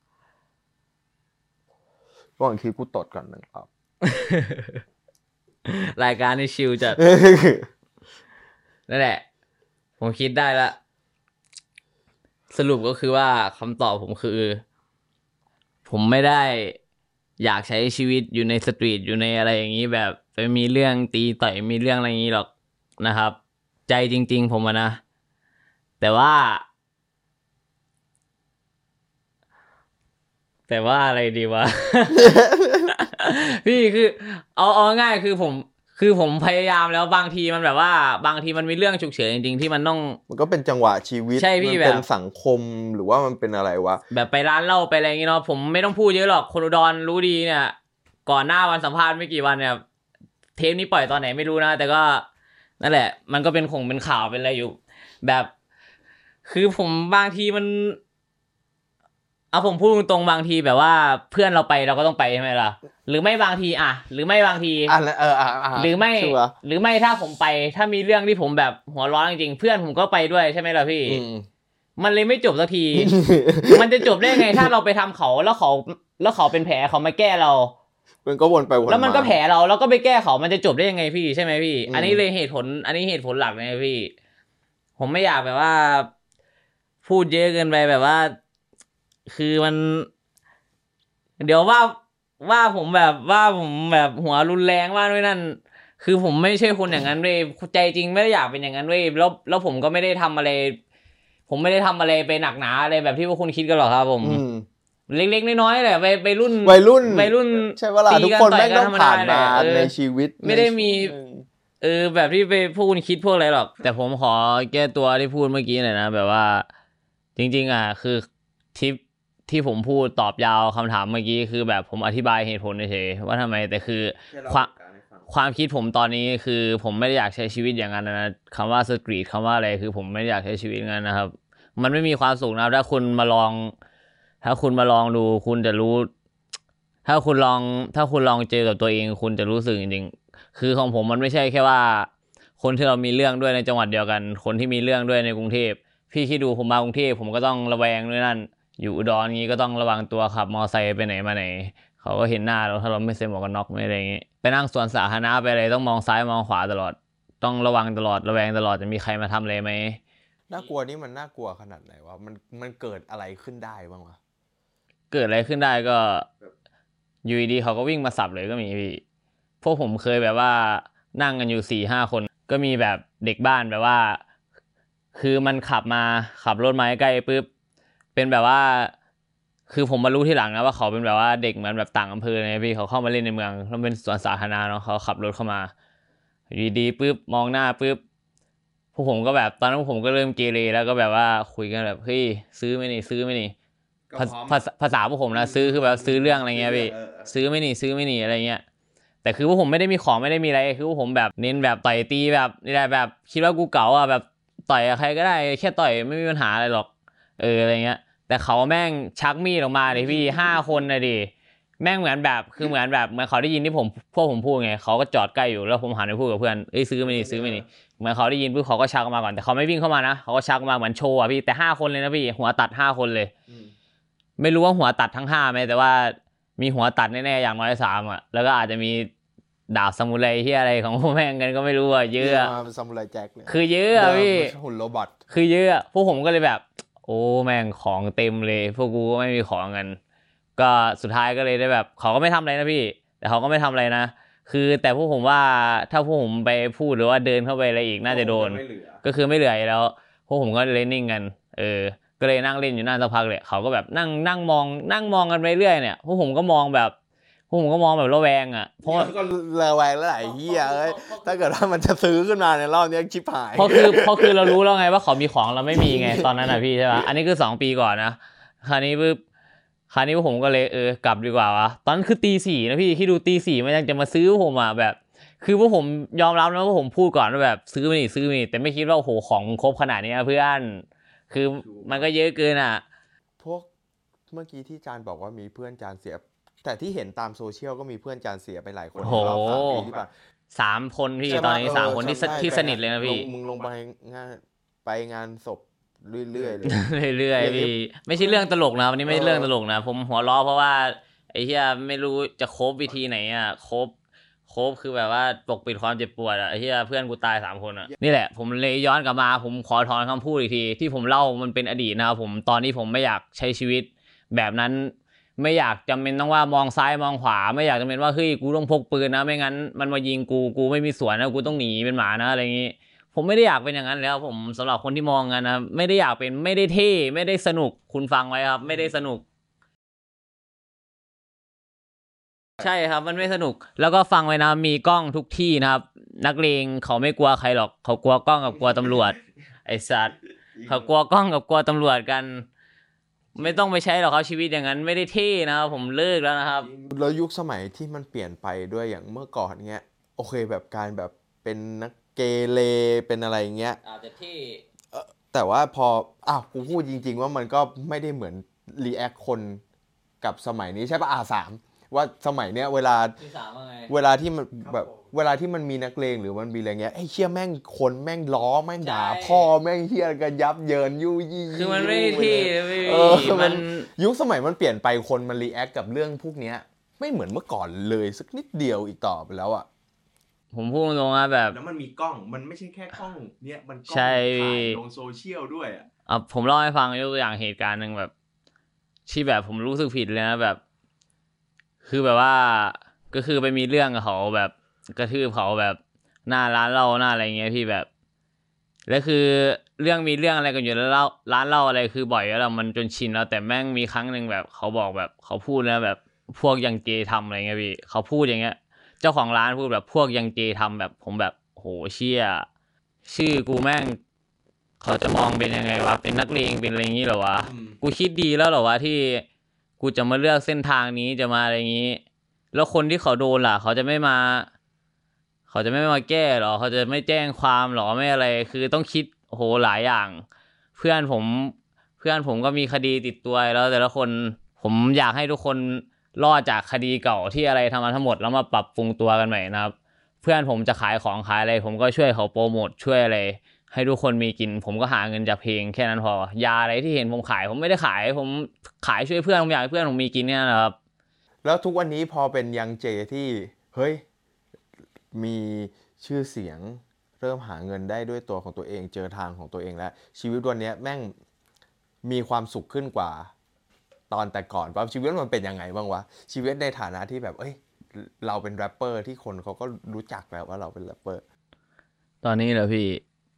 ก่อนคิดกูตดก่อนหนึ่งรอบรายการนี่ชิลจัด นั่นแหละ ผมคิดได้ละ สรุปก็คือว่าคำตอบผมคือ ผมไม่ได้อยากใช้ชีวิตอยู่ในสตรีทอยู่ในอะไรอย่างนี้แบบไปมีเรื่องตีต่อยมีเรื่องอะไรอย่างนี้หรอกนะครับ ใจจริงๆผมอะนะ แต่ว่า แต่ว่าอะไรดีวะ พี่คือเอาเอาง่ายคือผมคือผมพยายามแล้วบางทีมันแบบว่าบางทีมันมีเรื่องฉุกเฉินจริงๆที่มันต้องมันก็เป็นจังหวะชีวิตใช่พี่มันแบบเป็นสังคมหรือว่ามันเป็นอะไรวะแบบไปร้านเหล้าไปอะไรอย่างงี้เนาะผมไม่ต้องพูดเยอะหรอกคนอุดรรู้ดีเนี่ย ก่อนหน้าวันสัมภาษณ์ไม่กี่วันเนี่ยเทปนี้ปล่อยตอนไหนไม่รู้นะแต่ก็นั่นแหละ มันก็เป็นคงเป็นข่าวเป็นอะไรอยู่ แบบ คือผมบางทีมันเอาผมพูดตรงๆบางทีแบบว่าเพื่อนเราไปเราก็ต้องไปใช่ไหมล่ะหรือไม่บางทีอ่ะหรือไม่บางทีอ่ะแล้วเอออ่ะอ่ะหรือไม่ชัวร์หรือไม่ถ้าผมไปถ้ามีเรื่องที่ผมแบบหัวร้อนจริงๆเพื่อนผมก็ไปด้วยใช่ไหมล่ะพี่อืมมันเลยไม่จบสักที มันจะจบได้ไงถ้าเราไปทำเขาแล้วเขาแล้วเขาเป็นแผลเขามาแก้เรามันก็วนไปวนมาแล้วมันก็แผลเราแล้วก็ไปแก้เขามันจะจบได้ยังไงพี่ใช่ไหมพี่อืมอันนี้เลยเหตุผล อันนี้เหตุผลหลักเลยพี่ ผมไม่อยากแบบว่า พูดเยอะเกินไปแบบว่า คือมัน เดี๋ยวว่าว่าผมแบบว่าผมแบบหัวรุนแรงมากด้วยนั่น คือผมไม่ใช่คนอย่างนั้นเว้ยใจจริงไม่ได้อยากเป็นอย่างนั้นเว้ยแล้วแล้วผมก็ไม่ได้ทำอะไร ผมไม่ได้ทำอะไรไปหนักหนาอะไรแบบที่พวกคุณคิดกันหรอกครับผมอืมเล็กๆน้อยๆแหละไปไปรุ่นวัยรุ่นวัยรุ่นใช่เวลาทุกคนแม่งต้องผ่านมาเออในชีวิตไม่ได้มีเออเออแบบที่ไปพวกคุณคิดพวกอะไรหรอก แต่ผมขอแก้ตัวที่พูดเมื่อกี้หน่อยนะแบบว่า จริงๆอ่ะคือที่ที่ผมพูดตอบยาวคำถามเมื่อกี้คือแบบผมอธิบายเหตุผลเฉยๆว่าทำไมแต่คือแค่เล่าความเหตุการณ์ให้ฟังความคิดผมตอนนี้คือผมไม่ได้อยากใช้ชีวิตอย่างนั้นนะคำว่าสตรีทคำว่าอะไรคือผมไม่ได้อยากใช้ชีวิตอย่างนั้นนะครับ มันไม่มีความสุขนะถ้าคุณมาลอง ถ้าคุณมาลองดูคุณจะรู้ ถ้าคุณลองถ้าคุณลองเจอกับตัวเอง คุณจะรู้สึกจริงๆคือของผมมันไม่ใช่แค่ว่า คนที่เรามีเรื่องด้วยในจังหวัดเดียวกัน คนที่มีเรื่องด้วยในกรุงเทพพี่คิดดูผมมากรุงเทพผมก็ต้องระแวงด้วยนั่นอยู่อุดรงี้ก็ต้องระวังตัวขับมอไซค์ไปไหนมาไหนเขาก็เห็นหน้าเราถ้าเราไม่ใส่หมวกกันน็อกไม่อะไรอย่างงี้ไปนั่งสวนสาธารณะไปอะไรต้องมองซ้ายมองขวาตลอดต้องระวังตลอดระแวงตลอดจะมีใครมาทำอะไรไหมน่ากลัวนี่มันน่ากลัวขนาดไหนวะมันมันเกิดอะไรขึ้นได้บ้างวะเกิดอะไรขึ้นได้ก็อยู่ดีๆเขาก็วิ่งมาสับเลยก็มีพี่พวกผมเคยแบบว่านั่งกันอยู่สี่ห้าคนก็มีแบบเด็กบ้านแบบว่าคือมันขับมาขับรถมาใกล้ปุ๊บเป็นแบบว่าคือผมมารู้ทีหลังนะว่าเขาเป็นแบบว่าเด็กเหมือนแบบต่างอำเภอเลยพี่เขาเข้ามาเล่นในเมืองแล้วเป็นสวนสาธารณะเนาะเขาขับรถเข้ามาอยู่ดีๆปุ๊บมองหน้าปุ๊บพวกผมก็แบบตอนนั้นพวกผมก็เริ่มเกเรแล้วก็แบบว่าคุยกันแบบเฮ้ยซื้อไหมนี่ซื้อไหมนี่ภาภาษาภาษาพวกผมนะซื้อคือแบบซื้อเรื่องอะไรเงี้ยพี่ซื้อไหมนี่ซื้อไหมนี่อะไรเงี้ยแต่คือพวกผมไม่ได้มีของไม่ได้มีอะไรคือพวกผมแบบเน้นแบบต่อยตีแบบนี่แหละแบบคิดว่ากูเก๋าอ่ะแบบต่อยกับใครก็ได้แค่ต่อยไม่มีปัญหาอะไรหรอกเอออะไรเงี้ยแต่เขาแม่งชักมีดออกมาเลยพี่ห้าคนนะดิแม่งเหมือนแบบคือเหมือนแบบเหมือนเขาได้ยินที่ผมพวกผมพูดไงเขาก็จอดใกล้อยู่แล้วผมหันไปพูดกับเพื่อนเอ้ยซื้อไหมนี่ซื้อไหมนี่เหมือนเขาได้ยินปุ๊บเขาก็ชักออกมาก่อนแต่เขาไม่วิ่งเข้ามานะเขาก็ชักออกมาเหมือนโชว์อ่ะพี่แต่ห้าคนเลยนะพี่หัวตัดห้าคนเลยไม่รู้ว่าหัวตัดทั้งห้าไหมแต่ว่ามีหัวตัดแน่ๆอย่างน้อยสามอ่ะแล้วก็อาจจะมีดาบซามูไรที่อะไรของพวกแม่งกันก็ไม่รู้อ่ะเยอะมาเป็นซามูไรแจ็คเลยคือเยอะพี่หุ่นโรบอทคือเยอะพวกผมก็เลยแบบโอ้แม่งของเต็มเลยพวกกูก็ไม่มีของกันก็สุดท้ายก็เลยได้แบบเขาก็ไม่ทำอะไรนะพี่แต่เขาก็ไม่ทำอะไรนะคือแต่พวกผมว่าถ้าพวกผมไปพูดหรือว่าเดินเข้าไปอะไรอีกน่าจะโดนก็คือไม่เหลือแล้วพวกผมก็เลยนิ่งกันเออก็เลยนั่งเล่นอยู่หน้าสักพักเลยเขาก็แบบนั่งนั่งมองนั่งมองกันไปเรื่อยเนี่ยพวกผมก็มองแบบพวกผมก็มองแบบระแวงอ่ะเพราะก็ระแวงแล้วไอ้เหี้ยเอ้ยถ้าเกิดว่ามันจะซื้อขึ้นมาในรอบนี้ชิบหายเพราะคือเพราะคือเรารู้แล้วไงว่าเขามีของเราไม่มีไงตอนนั้นน่ะพี่ใช่ป่ะอันนี้คือสองปีก่อนนะคราวนี้ปุ๊บคราวนี้ผมก็เลยเออกลับดีกว่าวะตอนนั้นคือตีสี่นะพี่ที่ดูตีสี่มันยังจะมาซื้อผมอ่ะแบบคือพวกผมยอมรับนะว่าผมพูดก่อนว่าแบบซื้อไม่นี่ซื้อไม่นี่แต่ไม่คิดว่าโอ้โหของครบขนาดนี้เพื่อนคือมันก็เยอะเกินอ่ะพวกเมื่อกี้ที่จานบอกว่ามีเพื่อนจานเสียแต่ที่เห็นตามโซเชียลก็มีเพื่อนจานเสียไปหลายคนโอ้โหรอบสามปีที่ผ่านสามคนพี่ตอนนี้สามคนที่ที่สนิทเลยนะพี่มึงลงไปงานไปงานศพเรื่อยๆเลยเรื่อยๆพี่ไม่ใช่เรื่องตลกนะวันนี้ไม่ใช่เรื่องตลกนะผมหัวล้อเพราะว่าไอ้เหี้ยไม่รู้จะโคบวิธีไหนอ่ะโคบโคบคือแบบว่าปกปิดความเจ็บปวดอ่ะไอ้เหี้ยเพื่อนกูตายสามคนอ่ะนี่แหละผมเลยย้อนกลับมาผมขอถอนคำพูดอีกทีที่ผมเล่ามันเป็นอดีตนะครับผมตอนนี้ผมไม่อยากใช้ชีวิตแบบนั้นไม่อยากจำเป็นต้องว่ามองซ้ายมองขวาไม่อยากจำเป็นว่าเฮ้ยกูต้องพกปืนนะไม่งั้นมันมายิงกูกูไม่มีสวนนะกูต้องหนีเป็นหมานะอะไรอย่างงี้ผมไม่ได้อยากเป็นอย่างนั้นแล้วผมสำหรับคนที่มองกันนะไม่ได้อยากเป็นไม่ได้เท่ไม่ได้สนุกคุณฟังไว้ครับไม่ได้สนุกใช่ครับมันไม่สนุกแล้วก็ฟังไว้นะมีกล้องทุกที่นะครับนักเลงเขาไม่กลัวใครหรอกเขากลัวกล้องกับกลัวตำรวจไอ้สัตว์เขากลัวกล้องกับกลัวตำรวจกันไม่ต้องไปใช้หรอกครับชีวิตอย่างนั้นไม่ได้เท่นะครับผมเลิกแล้วนะครับแล้วยุคสมัยที่มันเปลี่ยนไปด้วยอย่างเมื่อก่อนเงี้ยโอเคแบบการแบบเป็นนักเกเรเป็นอะไรเงี้ยอาจจะที่แต่ว่าพออ้าวกูพูดจริงๆว่ามันก็ไม่ได้เหมือนรีแอคคนกับสมัยนี้ใช่ป่ะอ่าสามว่าสมัยเนี้ยเวลาเวลาที่มันแบบเวลาที่มันมีนักเลงหรือมันมีอะไรเงี้ยไอ้เชี่ยแม่งคนแม่งล้อแม่งด่าพ่อแม่งเชี่ยกันยับเยินยู่ยี่คือมันไม่ที่เออมันยุคสมัยมันเปลี่ยนไปคนมันรีแอคกับเรื่องพวกเนี้ยไม่เหมือนเมื่อก่อนเลยสักนิดเดียวอีกต่อไปแล้วอ่ะผมพูดตรงๆนะแบบแล้วมันมีกล้องมันไม่ใช่แค่กล้องเนี้ยมันกล้องถ่ายลงโซเชียลด้วยอ่ะอ่ะผมเล่าให้ฟังยกตัวอย่างเหตุการณ์นึงแบบที่แบบผมรู้สึกผิดเลยนะแบบคือแบบว่าก็คือไปมีเรื่องกับเขาแบบกระทืบเขาแบบหน้าร้านเหล้าหน้าอะไรเงี้ยพี่แบบแล้วคือเรื่องมีเรื่องอะไรกันอยู่แล้วร้านเหล้าอะไรคือบ่อยแล้วมันจนชินแล้วแต่แม่งมีครั้งนึงแบบเขาบอกแบบเขาพูดนะแบบพวกยังเกย์ทำอะไรเงี้ยพี่เขาพูดอย่างเงี้ยเจ้าของร้านพูดแบบพวกยังเกย์ทำแบบผมแบบโหเชี่ยชื่อกูแม่งเขาจะมองเป็นยังไงวะเป็นนักเลงเป็นอะไรอย่างงี้เหรอวะกูคิดดีแล้วเหรอวะที่กูจะมาเลือกเส้นทางนี้จะมาอะไรอย่างงี้แล้วคนที่เขาโดนล่ะเขาจะไม่มาเขาจะไม่มาแก้หรอเขาจะไม่แจ้งความหรอไม่อะไรคือต้องคิดโหหลายอย่างเพื่อนผมเพื่อนผมก็มีคดีติดตัวแล้วแต่ละคนผมอยากให้ทุกคนรอดจากคดีเก่าที่อะไรทำมาทั้งหมดแล้วมาปรับปรุงตัวกันใหม่นะครับเพื่อนผมจะขายของขายอะไรผมก็ช่วยเขาโปรโมทช่วยอะไรให้ทุกคนมีกินผมก็หาเงินจากเพลงแค่นั้นพอยาอะไรที่เห็นผมขายผมไม่ได้ขายผมขายช่วยเพื่อนผมอยากให้เพื่อนผมมีกินเนี่ยนะครับแล้วทุกวันนี้พอเป็นยังเจที่เฮ้ยมีชื่อเสียงเริ่มหาเงินได้ด้วยตัวของตัวเองเจอทางของตัวเองแล้วชีวิตวันนี้แม่งมีความสุขขึ้นกว่าตอนแต่ก่อนว่าชีวิตมันเป็นยังไงบ้างวะชีวิตในฐานะที่แบบเอ้ยเราเป็นแรปเปอร์ที่คนเขาก็รู้จักแล้วว่าเราเป็นแรปเปอร์ตอนนี้เหรอพี่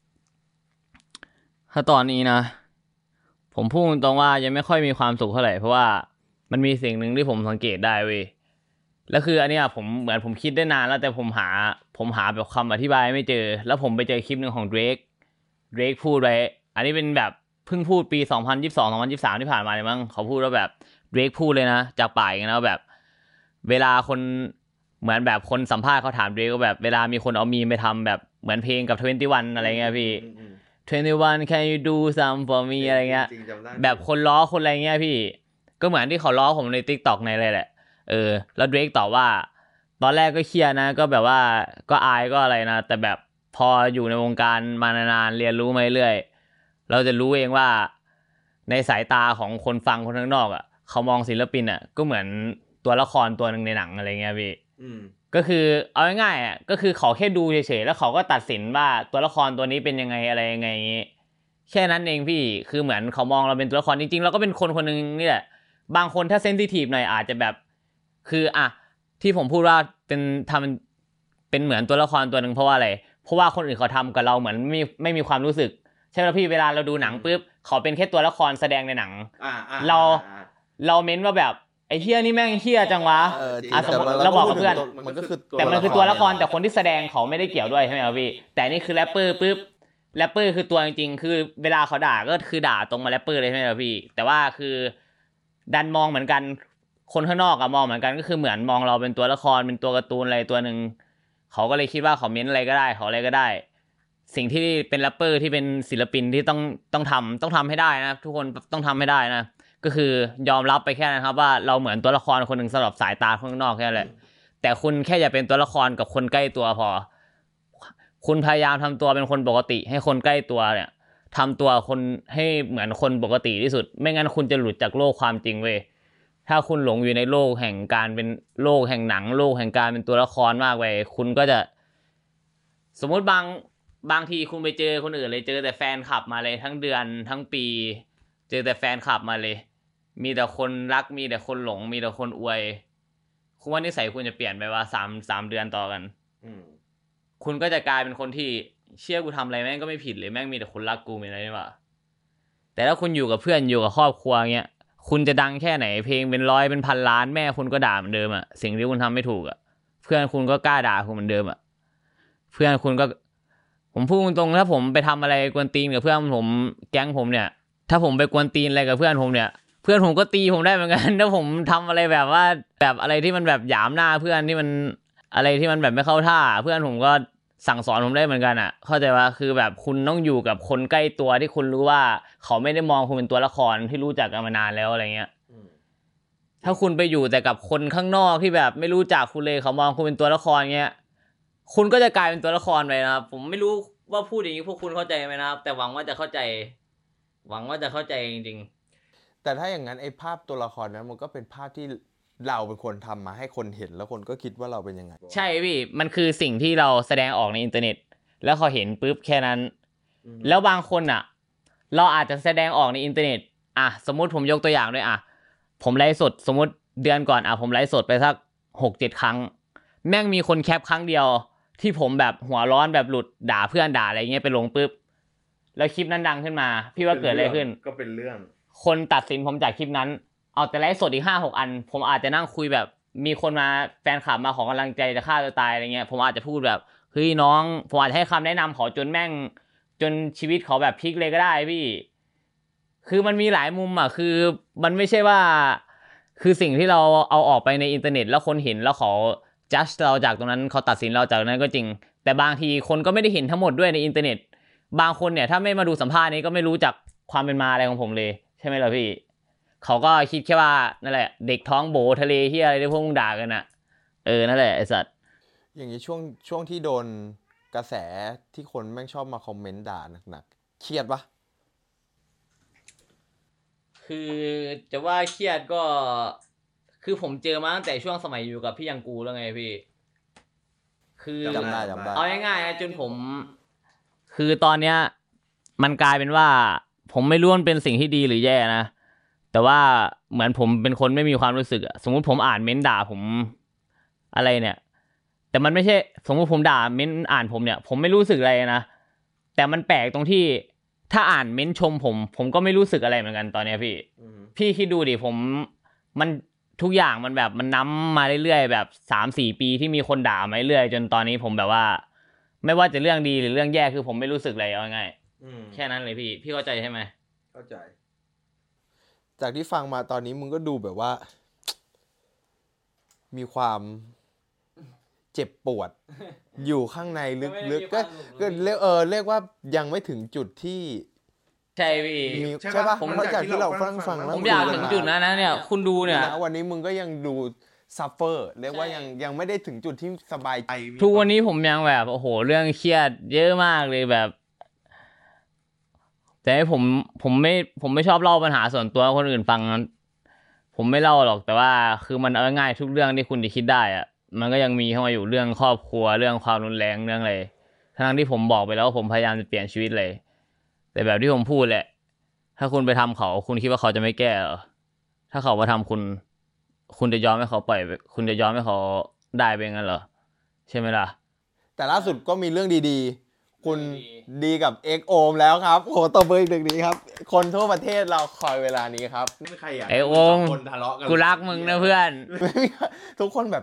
ถ้าตอนนี้นะผมพูดตรงว่ายังไม่ค่อยมีความสุขเท่าไหร่เพราะว่ามันมีสิ่งหนึ่งที่ผมสังเกตได้เว้ยแล้วคืออันเนี้ยผมเหมือนผมคิดได้นานแล้วแต่ผมหาผมหาแบบคำอธิบายไม่เจอแล้วผมไปเจอคลิปหนึ่งของ Drake Drake พูดไว้อันนี้เป็นแบบเพิ่งพูดปีสองพันยี่สิบสอง สองพันยี่สิบสามที่ผ่านมาเลยมั้งเขาพูดว่าแบบ Drake พูดเลยนะจากปากอย่างนั้นแล้วแบบเวลาคนเหมือนแบบคนสัมภาษณ์เขาถาม Drake ก็แบบเวลามีคนเอามีมไปทำแบบเหมือนเพลงกับทเวนตี้วันอะไรเงี้ยพี่ทเวนตี้วัน can you do some for me อะไรเงี้ยแบบคนล้อคนอะไรเงี้ยพี่ก็เหมือนที่เขาล้อผมใน TikTok ในอะไรแหละเออแล้ว Drake ตอบว่าตอนแรกก็เครียดนะก็แบบว่าก็อายก็อะไรนะแต่แบบพออยู่ในวงการมานานๆเรียนรู้มาเรื่อยเราจะรู้เองว่าในสายตาของคนฟังคนข้างนอกอ่ะเขามองศิลปินอ่ะก็เหมือนตัวละครตัวนึงในหนังอะไรเงี้ยพี่ก็คือเอาง่ายๆอ่ะก็คือเขาแค่ดูเฉยๆแล้วเขาก็ตัดสินว่าตัวละครตัวนี้เป็นยังไงอะไรยังไงอย่างงี้แค่นั้นเองพี่คือเหมือนเขามองเราเป็นตัวละครจริงๆเราก็เป็นคนคนนึงนี่แหละบางคนถ้าเซนซิทีฟหน่อยอาจจะแบบคืออ่ะที่ผมพูดว่าเป็นทำเป็นเหมือนตัวละครตัวนึงเพราะว่าอะไรเพราะว่าคนอื่นเขาทำกับเราเหมือนไม่ไม่มีความรู้สึกใช่ไหมพี่เวลาเราดูหนังปุ๊บเขาเป็นแค่ตัวละครแสดงในหนังเราเราเม้นว่าแบบไอ้เหี้ยนี่แม่งเหี้ยจังวะอ่ะสมมติเราบอกกับเพื่อนมันก็คือแต่มันคือตัวละครแต่คนที่แสดงเขาไม่ได้เกี่ยวด้วยใช่ไหมครับพี่แต่นี่คือแรปเปอร์ปุ๊บแรปเปอร์คือตัวจริงๆคือเวลาเขาด่าก็คือด่าตรงมาแรปเปอร์เลยใช่ไหมครับพี่แต่ว่าคือดันมองเหมือนกันคนข้างนอกอะมองเหมือนกันก็คือเหมือนมองเราเป็นตัวละครเป็นตัวการ์ตูนอะไรตัวนึงเขาก็เลยคิดว่าเขาเม้นอะไรก็ได้เขาอะไรก็ได้สิ่งที่เป็นแรปเปอร์ที่เป็นศิลปินที่ต้องต้องทำต้องทำให้ได้นะทุกคนต้องทำให้ได้นะก็คือยอมรับไปแค่นั้นครับว่าเราเหมือนตัวละครคนหนึ่งสำหรับสายตาข้างนอกแค่นั้นแหละแต่คุณแค่อย่าเป็นตัวละครกับคนใกล้ตัวพอคุณพยายามทำตัวเป็นคนปกติให้คนใกล้ตัวเนี่ยทำตัวคนให้เหมือนคนปกติที่สุดไม่งั้นคุณจะหลุดจากโลกความจริงเว้ยถ้าคุณหลงอยู่ในโลกแห่งการเป็นโลกแห่งหนังโลกแห่งการเป็นตัวละครมากไปคุณก็จะสมมติบางบางทีคุณไปเจอคนอื่นเลยเจอแต่แฟนคลับมาเลยทั้งเดือนทั้งปีเจอแต่แฟนคลับมาเลยมีแต่คนรักมีแต่คนหลงมีแต่คนอวยคุณว่านิสัยคุณจะเปลี่ยนไปว่าสามสามเดือนต่อกันคุณก็จะกลายเป็นคนที่เชื่อกูทำอะไรแม่งก็ไม่ผิดเลยแม่งมีแต่คนรักกูมีอะไรนี่หว่าแต่ถ้าคุณอยู่กับเพื่อนอยู่กับครอบครัวเงี้ยคุณจะดังแค่ไหนเพลงเป็นร้อยเป็นพันล้านแม่คุณก็ด่าเหมือนเดิมอ่ะสิ่งที่คุณทำไม่ถูกอ่ะเพื่อนคุณก็กล้าด่าคุณเหมือนเดิมอ่ะเพื่อนคุณก็ผมพูดตรงๆถ้าผมไปทำอะไรกวนตีนกับเพื่อนผมแก๊งผมเนี่ยถ้าผมไปกวนตีนอะไรกับเพื่อนผมเนี่ยเพื่อนผมก็ตีผมได้เหมือนกันถ้าผมทำอะไรแบบว่าแบบอะไรที่มันแบบหยามหน้าเพื่อนที่มันอะไรที่มันแบบไม่เข้าท่าเพื่อนผมก็สั่งสอนผมได้เหมือนกันอ่ะเข้าใจว่าคือแบบคุณต้องอยู่กับคนใกล้ตัวที่คุณรู้ว่าเขาไม่ได้มองคุณเป็นตัวละครที่รู้จักกันมานานแล้วอะไรเงี้ยถ้าคุณไปอยู่แต่กับคนข้างนอกที่แบบไม่รู้จักคุณเลยเขามองคุณเป็นตัวละครเงี้ยคุณก็จะกลายเป็นตัวละครไปนะครับผมไม่รู้ว่าพูดอย่างนี้พวกคุณเข้าใจไหมนะครับแต่หวังว่าจะเข้าใจหวังว่าจะเข้าใจจริงๆแต่ถ้าอย่างนั้นไอ้ภาพตัวละครนั้นมันก็เป็นภาพที่เราเป็นคนทำมาให้คนเห็นแล้วคนก็คิดว่าเราเป็นยังไงใช่พี่มันคือสิ่งที่เราแสดงออกในอินเทอร์เน็ตแล้วเขาเห็นปุ๊บแค่นั้นแล้วบางคนอ่ะเราอาจจะแสดงออกในอินเทอร์เน็ตอ่ะสมมุติผมยกตัวอย่างด้วยอ่ะผมไลฟ์สดสมมุติเดือนก่อนอ่ะผมไลฟ์สดไปสัก หกเจ็ด ครั้งแม่งมีคนแคปครั้งเดียวที่ผมแบบหัวร้อนแบบหลุดด่าเพื่อนด่าอะไรเงี้ยไปลงปุ๊บแล้วคลิปนั้นดังขึ้นมาพี่ว่าเกิดอะไรขึ้นก็เป็นเรื่องคนตัดสินผมจากคลิปนั้นเอาแต่ไลฟ์สดอีก ห้าหก อันผมอาจจะนั่งคุยแบบมีคนมาแฟนคลับมาขอกำลังใจจะฆ่าตัวตายอะไรเงี้ยผมอาจจะพูดแบบเฮ้ยน้องผมอาจจะให้คำแนะนำเขาจนแม่งจนชีวิตเขาแบบพลิกเลยก็ได้พี่คือมันมีหลายมุมอ่ะคือมันไม่ใช่ว่าคือสิ่งที่เราเอาออกไปในอินเทอร์เน็ตแล้วคนเห็นแล้วเขาจัดเราจากตรงนั้นเขาตัดสินเราจากนั้นก็จริงแต่บางทีคนก็ไม่ได้เห็นทั้งหมดด้วยในอินเทอร์เน็ตบางคนเนี่ยถ้าไม่มาดูสัมภาษณ์นี้ก็ไม่รู้จักความเป็นมาอะไรของผมเลยใช่ไหมล่ะพี่เขาก็คิดแค่ว่านั่นแหละเด็กท้องโบทะเลที่อะไรที่พวกมึงด่ากันน่ะเออนั่นแหละไอ้สัตว์อย่างนี้ช่วงช่วงที่โดนกระแสที่คนแม่งชอบมาคอมเมนต์ด่าหนักๆเครียดปะคือจะว่าเครียดก็คือผมเจอมาตั้งแต่ช่วงสมัยอยู่กับพี่ยังกูแล้วไงพี่คือจำได้จำได้เอาง่ายๆนะจนผมคือตอนเนี้ยมันกลายเป็นว่าผมไม่รู้มันเป็นสิ่งที่ดีหรือแย่นะแต่ว่าเหมือนผมเป็นคนไม่มีความรู้สึกอะสมมุติผมอ่านเม้นด่าผมอะไรเนี่ยแต่มันไม่ใช่สมมุติผมด่าเม้นอ่านผมเนี่ยผมไม่รู้สึกอะไรนะแต่มันแปลกตรงที่ถ้าอ่านเม้นชมผมผมก็ไม่รู้สึกอะไรเหมือนกันตอนเนี้ยพี่พี่คิดดูดิผมมันทุกอย่างมันแบบมันน้ำมาเรื่อยๆแบบ สามสี่ ปีที่มีคนด่ามาเรื่อยๆจนตอนนี้ผมแบบว่าไม่ว่าจะเรื่องดีหรือเรื่องแย่คือผมไม่รู้สึกอะไรเอาง่ายๆแค่นั้นเลยพี่พี่เข้าใจใช่ไหมเข้าใจจากที่ฟังมาตอนนี้มึงก็ดูแบบว่า มีความเจ็บปวด อยู่ข้างในลึกๆก็ก็เรียกเออเรียกว่ายังไม่ถึงจุดที่ใช่พี่ใช่ป่ะผมจากที่เราฟังฟังแล้วผมอยากถึงจุดนั้นนะเนี่ยคุณดูเนี่ยวันนี้มึงก็ยังดูซัฟเฟอร์เรียกว่ายังยังไม่ได้ถึงจุดที่สบายใจทุกวันนี้ผมยังแบบโอ้โหเรื่องเครียดเยอะมากเลยแบบแต่ผมผมไม่ผมไม่ชอบเล่าปัญหาส่วนตัวคนอื่นฟังผมไม่เล่าหรอกแต่ว่าคือมันเอาง่ายทุกเรื่องที่คุณจะคิดได้อะมันก็ยังมีเข้ามาอยู่เรื่องครอบครัวเรื่องความรุนแรงเรื่องอะไรทั้งที่ผมบอกไปแล้วผมพยายามจะเปลี่ยนชีวิตเลยแต่แบบที่ผมพูดแหละถ้าคุณไปทำเขาคุณคิดว่าเขาจะไม่แก้เหรอถ้าเขามาทำคุณคุณจะยอมให้เขาปล่อยคุณจะยอมให้เขาได้ไปงั้นเหรอใช่ไหมล่ะแต่ล่าสุดก็มีเรื่องดีๆคุณดีกับเอ็กโอมแล้วครับโหตบมืออีกหนึ่งนี้ครับคนทั่วประเทศเราคอยเวลานี้ครับไม่ใครอยากเอ็กโอมกูรักมึงนะเพื่อนทุกคนแบบ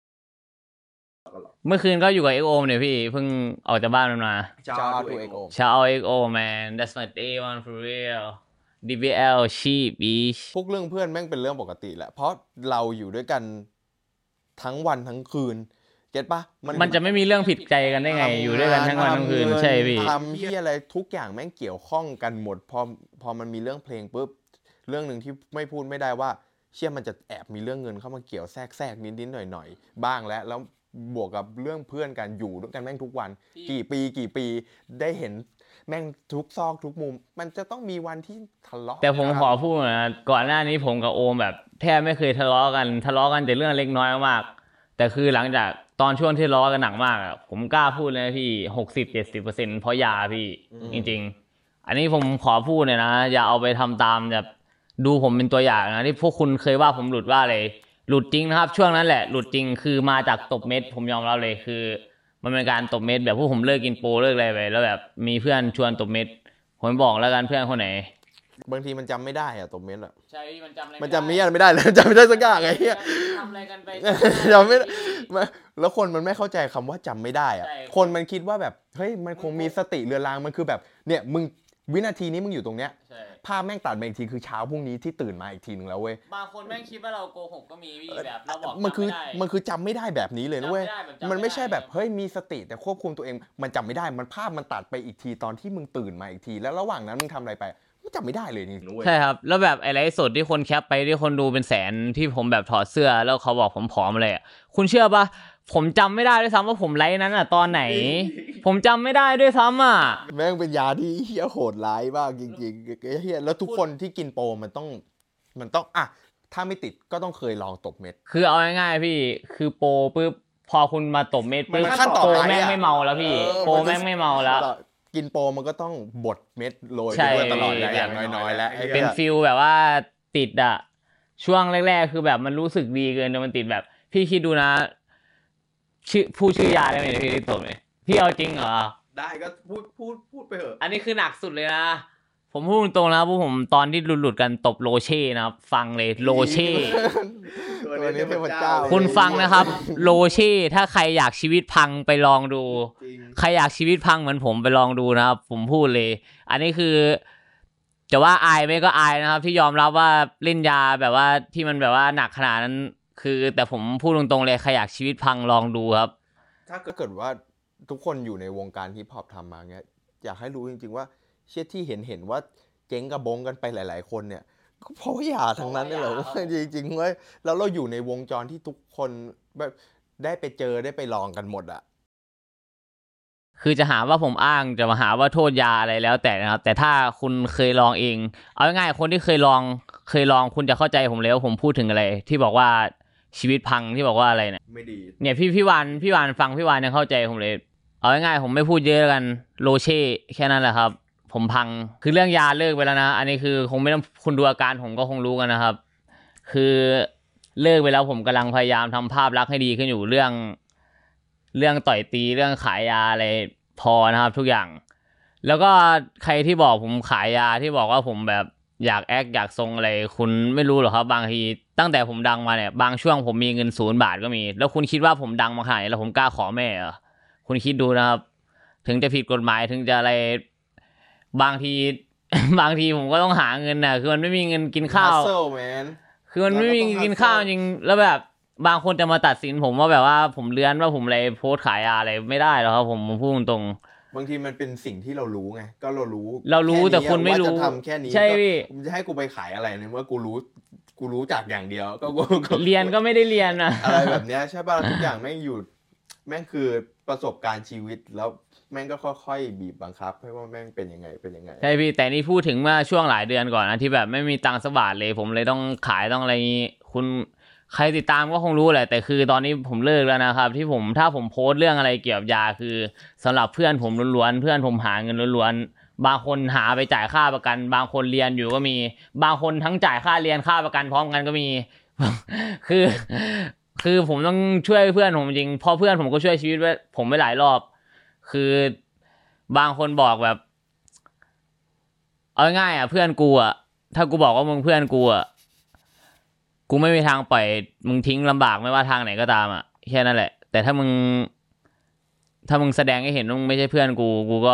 เมื่อคืนก็อยู่กับ เอ็ก โอ เนี่ยพี่เพิ่งออกจากบ้านมันมา Shout out to เอ็ก โอ Shout out เอ็ก โอ man that's my day one for real ดี บี แอล sheep bitch พวกเรื่องเพื่อนแม่งเป็นเรื่องปกติแหละเพราะเราอยู่ด้วยกันทั้งวันทั้งคืนเก็ตปะมันจะไม่มีเรื่องผิดใจกันได้ไงอยู่ด้วยกันทั้งวันทั้งคืนใช่พี่ทำที่อะไรทุกอย่างแม่งเกี่ยวข้องกันหมดพอพอมันมีเรื่องเพลงปุ๊บเรื่องนึงที่ไม่พูดไม่ได้ว่าเชื่อมันจะแอบมีเรื่องเงินเข้ามาเกี่ยวแทรกแทรกนิดๆหน่อยๆบ้างแล้วแล้วบวกกับเรื่องเพื่อนกันอยู่ด้วยกันแม่งทุกวันกี่ปีกี่ปีได้เห็นแม่งทุกซอกทุกมุมมันจะต้องมีวันที่ทะเลาะแต่ผมขอพูดนะก่อนหน้านี้ผมกับโอมแบบแทบไม่เคยทะเลาะกันทะเลาะกันแต่เรื่องเล็กน้อยมากแต่คือหลังจากตอนช่วงที่ทะเลาะกันหนักมากอ่ะผมกล้าพูดเลยนะพี่ หกสิบ เจ็ดสิบเปอร์เซ็นต์ เพราะยาพี่จริงๆอันนี้ผมขอพูดเลยนะอย่าเอาไปทำตามแบบดูผมเป็นตัวอย่างนะที่พวกคุณเคยว่าผมหลุดว่าอะไรหลุดจริงนะครับช่วงนั้นแหละหลุดจริงคือมาจากตบเม็ดผมยอมรับเลยคือมันเป็นการตบเม็ดแบบพวกผมเลิกกินโปรเลิกอะไรไปแล้วแบบมีเพื่อนชวนตบเม็ดผมบอกแล้วกันเพื่อนคนไหนบางทีมันจำไม่ได้อะตบเม็ดอะใช่มันจำอะไรมันจำไม่ได้ไม่ได้เลยจำไม่ได้สักอย่างไงเหี้ยทำอะไรกันไปจำไม่ได้แล้วคนมันไม่เข้าใจคำว่าจำไม่ได้อะคนมันคิดว่าแบบเฮ้ยมันคงมีสติเรือนรางมันคือแบบเนี่ยมึงวินาทีนี้มึงอยู่ตรงเนี้ยภาพแม่งตัดมาอีกทีคือเช้าพรุ่งนี้ที่ตื่นมาอีกทีนึงแล้วเว้ยบางคนแม่งคิดว่าเราโกหกก็มีพี่แบบเราบอกมันคือมันคือจำไม่ได้แบบนี้เลยนะเว้ยมันไม่ใช่แบบเฮ้ยมีสติแต่ควบคุมตัวเองมันจำไม่ได้มันภาพมันตัดไปอีกทีตอนที่มึงตื่นมาอีกทีแล้วระหว่างนั้นมึงทำอะไรไปมันจำไม่ได้เลยนี่ใช่ครับแล้วแบบไอ้ไลฟ์สดที่คนแคปไปที่คนดูเป็นแสนที่ผมแบบถอดเสื้อแล้วเขาบอกผมผอมเลยอ่ะคุณเชื่อปะผมจำไม่ได้ด้วยซ้ำว่าผมไลฟ์นั้นอ่ะตอนไหนผมจำไม่ได้ด้วยซ้ำอ่ะแม่งเป็นยาที่เหี้ยโหดร้ายมากจริงๆเหี้ยแล้วทุกคนที่กินโปรมันต้องมันต้องอ่ะถ้าไม่ติดก็ต้องเคยลองตบเม็ดคือเอาง่ายๆพี่คือโปรปุ๊บพอคุณมาตบเม็ดปุ๊บโปรแม่งไม่เมาแล้วพี่โปรแม่งไม่เมาแล้วกินโปรมันก็ต้องบดเม็ดโรยไปด้วยตลอดอย่างน้อยๆแล้วเป็นฟิลแบบว่าติดอ่ะช่วงแรกๆคือแบบมันรู้สึกดีเกินจนมันติดแบบพี่คิดดูนะชื่อผู้ชื่อยาได้ไหมพี่ตบเลยพี่เอาจริงเหรอได้ก็พูดพูดพูดไปเถอะอันนี้คือหนักสุดเลยนะผมพูดตรงนะพวกผมตอนที่หลุดๆกันตบโรเช่นะครับฟังเลยโรเช่ตัวนี้เทพเจ้าคุณฟังนะครับโรเช่ถ้าใครอยากชีวิตพังไปลองดูใครอยากชีวิตพังเหมือนผมไปลองดูนะครับผมพูดเลยอันนี้คือจะว่าอายไหมก็อายนะครับที่ยอมรับว่าเล่นยาแบบว่าที่มันแบบว่าหนักขนาดนั้นคือแต่ผมพูดตรงๆเลยใครอยากชีวิตพังลองดูครับถ้าเกิดว่าทุกคนอยู่ในวงการฮิปฮอปทำมาเงี้ยอยากให้รู้จริงๆว่าเชี่ยที่เห็นเห็นว่าเจ๊งกระบงกันไปหลายๆคนเนี่ยก็เพราะว่าอย่าทั้งนั้นนี่แหละจริงๆเว้ยแล้วเราอยู่ในวงจรที่ทุกคนแบบได้ไปเจอได้ไปลองกันหมดอ่ะคือจะหาว่าผมอ้างจะมาหาว่าโทษยาอะไรแล้วแต่นะครับแต่ถ้าคุณเคยลองเองเอาง่ายๆคนที่เคยลองเคยลองคุณจะเข้าใจผมแล้วผมพูดถึงอะไรที่บอกว่าชีวิตพังที่บอกว่าอะไรเนี่ยไม่ดีเนี่ยพี่พี่วานพี่วานฟังพี่วานยังเข้าใจผมเลยเอาง่ายๆผมไม่พูดเยอะแล้วกันโรเช่แค่นั้นแหละครับผมพังคือเรื่องยาเลิกไปแล้วนะอันนี้คือคงไม่ต้องคุณดูอาการผมก็คงรู้กันนะครับคือเลิกไปแล้วผมกำลังพยายามทำภาพลักษณ์ให้ดีขึ้นอยู่เรื่องเรื่องต่อยตีเรื่องขายยาอะไรพอนะครับทุกอย่างแล้วก็ใครที่บอกผมขายยาที่บอกว่าผมแบบอยากแอคอยากทรงอะไรคุณไม่รู้หรอกครับบางทีตั้งแต่ผมดังมาเนี่ยบางช่วงผมมีเงินศูนย์บาทก็มีแล้วคุณคิดว่าผมดังมาขนาดไหนแล้วผมกล้าขอแม่เหรอคุณคิดดูนะครับถึงจะผิดกฎหมายถึงจะอะไรบางที บางทีผมก็ต้องหาเงินน่ะคือมันไม่มีเงินกินข้าว Hustle man คือมันไม่มีเงินกินข้าวจริงแล้วแบบบางคนจะมาตัดสินผมว่าแบบว่าผมเลื้อนว่าผมอะไรโพสต์ขายอะไรไม่ได้หรอกครับผมผมพูดตรงบางทีมันเป็นสิ่งที่เรารู้ไงก็เรารู้เรารู้แต่คุณไม่รู้ว่าจะทำแค่นี้ใช่พี่ก็จะให้กูไปขายอะไรเนี่ยเมื่อกูรู้กูรู้จากอย่างเดียวก็กูก็เรียนก็ไม่ได้เรียนนะอะไรแบบเนี้ยใช่ป่ะทุกอย่างแม่งอยู่แม่งคือประสบการณ์ชีวิตแล้วแม่งก็ค่อยๆบีบบังคับให้ว่าแม่งเป็นยังไงเป็นยังไงใช่พี่แต่นี่พูดถึงเมื่อช่วงหลายเดือนก่อนนะที่แบบไม่มีตังค์สักบาทเลยผมเลยต้องขายต้องอะไรงี้คุณใครติดตามก็คงรู้แหละแต่คือตอนนี้ผมเลิกแล้วนะครับที่ผมถ้าผมโพสต์เรื่องอะไรเกี่ยวกับยาคือสำหรับเพื่อนผมล้วนๆเพื่อนผมหาเงินล้วนๆบางคนหาไปจ่ายค่าประกันบางคนเรียนอยู่ก็มีบางคนทั้งจ่ายค่าเรียนค่าประกันพร้อมกันก็มี คือคือผมต้องช่วยเพื่อนผมจริงเพราะเพื่อนผมก็ช่วยชีวิตไว้ผมไว้หลายรอบคือบางคนบอกแบบเอาง่ายอ่ะเพื่อนกูอ่ะถ้ากูบอกว่ามึงเพื่อนกูอ่ะกูไม่มีทางปล่อยมึงทิ้งลำบากไม่ว่าทางไหนก็ตามอ่ะแค่นั้นแหละแต่ถ้ามึงถ้ามึงแสดงให้เห็นว่ามึงไม่ใช่เพื่อนกูกูก็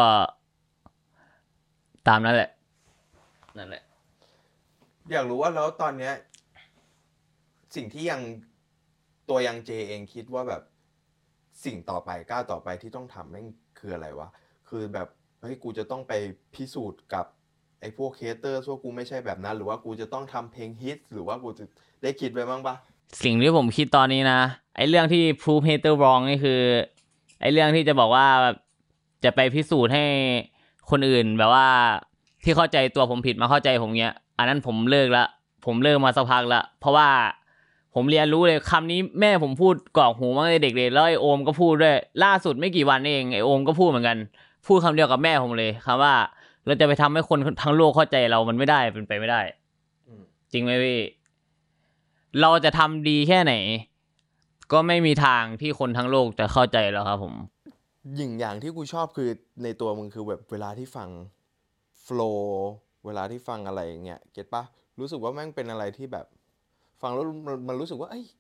ตามนั้นแหละนั่นแหละอยากรู้ว่าแล้วตอนเนี้ยสิ่งที่ยังตัวยังเจเองคิดว่าแบบสิ่งต่อไปก้าวต่อไปที่ต้องทำแม่งคืออะไรวะคือแบบเฮ้ยกูจะต้องไปพิสูจน์กับไอ้พวกเคเตอร์ว่ากูไม่ใช่แบบนั้นหรือว่ากูจะต้องทำเพลงฮิตหรือว่ากูจะได้คิดไว้บ้างปะสิ่งที่ผมคิดตอนนี้นะไอ้เรื่องที่ prove hater wrong นี่คือไอ้เรื่องที่จะบอกว่าจะไปพิสูจน์ให้คนอื่นแบบว่าที่เข้าใจตัวผมผิดมาเข้าใจผมเงี้ยอันนั้นผมเลิกละผมเลิกมาสักพักละเพราะว่าผมเรียนรู้เลยคำนี้แม่ผมพูดกรอกหูมาตั้งแต่เด็กเลยแล้วไอโอมก็พูดด้วยล่าสุดไม่กี่วันเองไอโอมก็พูดเหมือนกันพูดคำเดียวกับแม่ผมเลยคำว่าเราจะไปทำให้คนทั้งโลกเข้าใจเรามันไม่ได้เป็นไปไม่ได้จริงไหมพี่เราจะทำดีแค่ไหนก็ไม่มีทางที่คนทั้งโลกจะเข้าใจแล้วครับผมยิ่งอย่างที่กูชอบคือในตัวมึงคือแบบเวลาที่ฟังโฟลว์เวลาที่ฟังอะไรอย่างเงี้ยเก็ตปะรู้สึกว่าแม่งเป็นอะไรที่แบบฟังแล้วมันรู้สึกว่าเอ้ย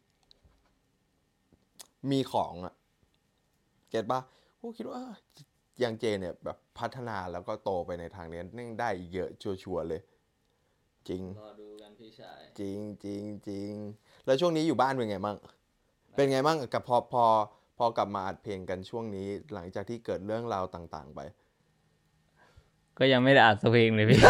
มีของอะเก็ตปะกูคิดว่าอย่างเจเนี่ยแบบพัฒนาแล้วก็โตไปในทางนี้นั่งได้เยอะชัวร์เลยจริงรอดูกันพี่ชายจริงจริงจริงแล้วช่วงนี้อยู่บ้านเป็นไงมั่งเป็นไงมั่งกับพอพอพอกลับมาอัดเพลงกันช่วงนี้หลังจากที่เกิดเรื่องราวต่างๆไปก็ยังไม่ได้อัดสักเพลงเลยพี่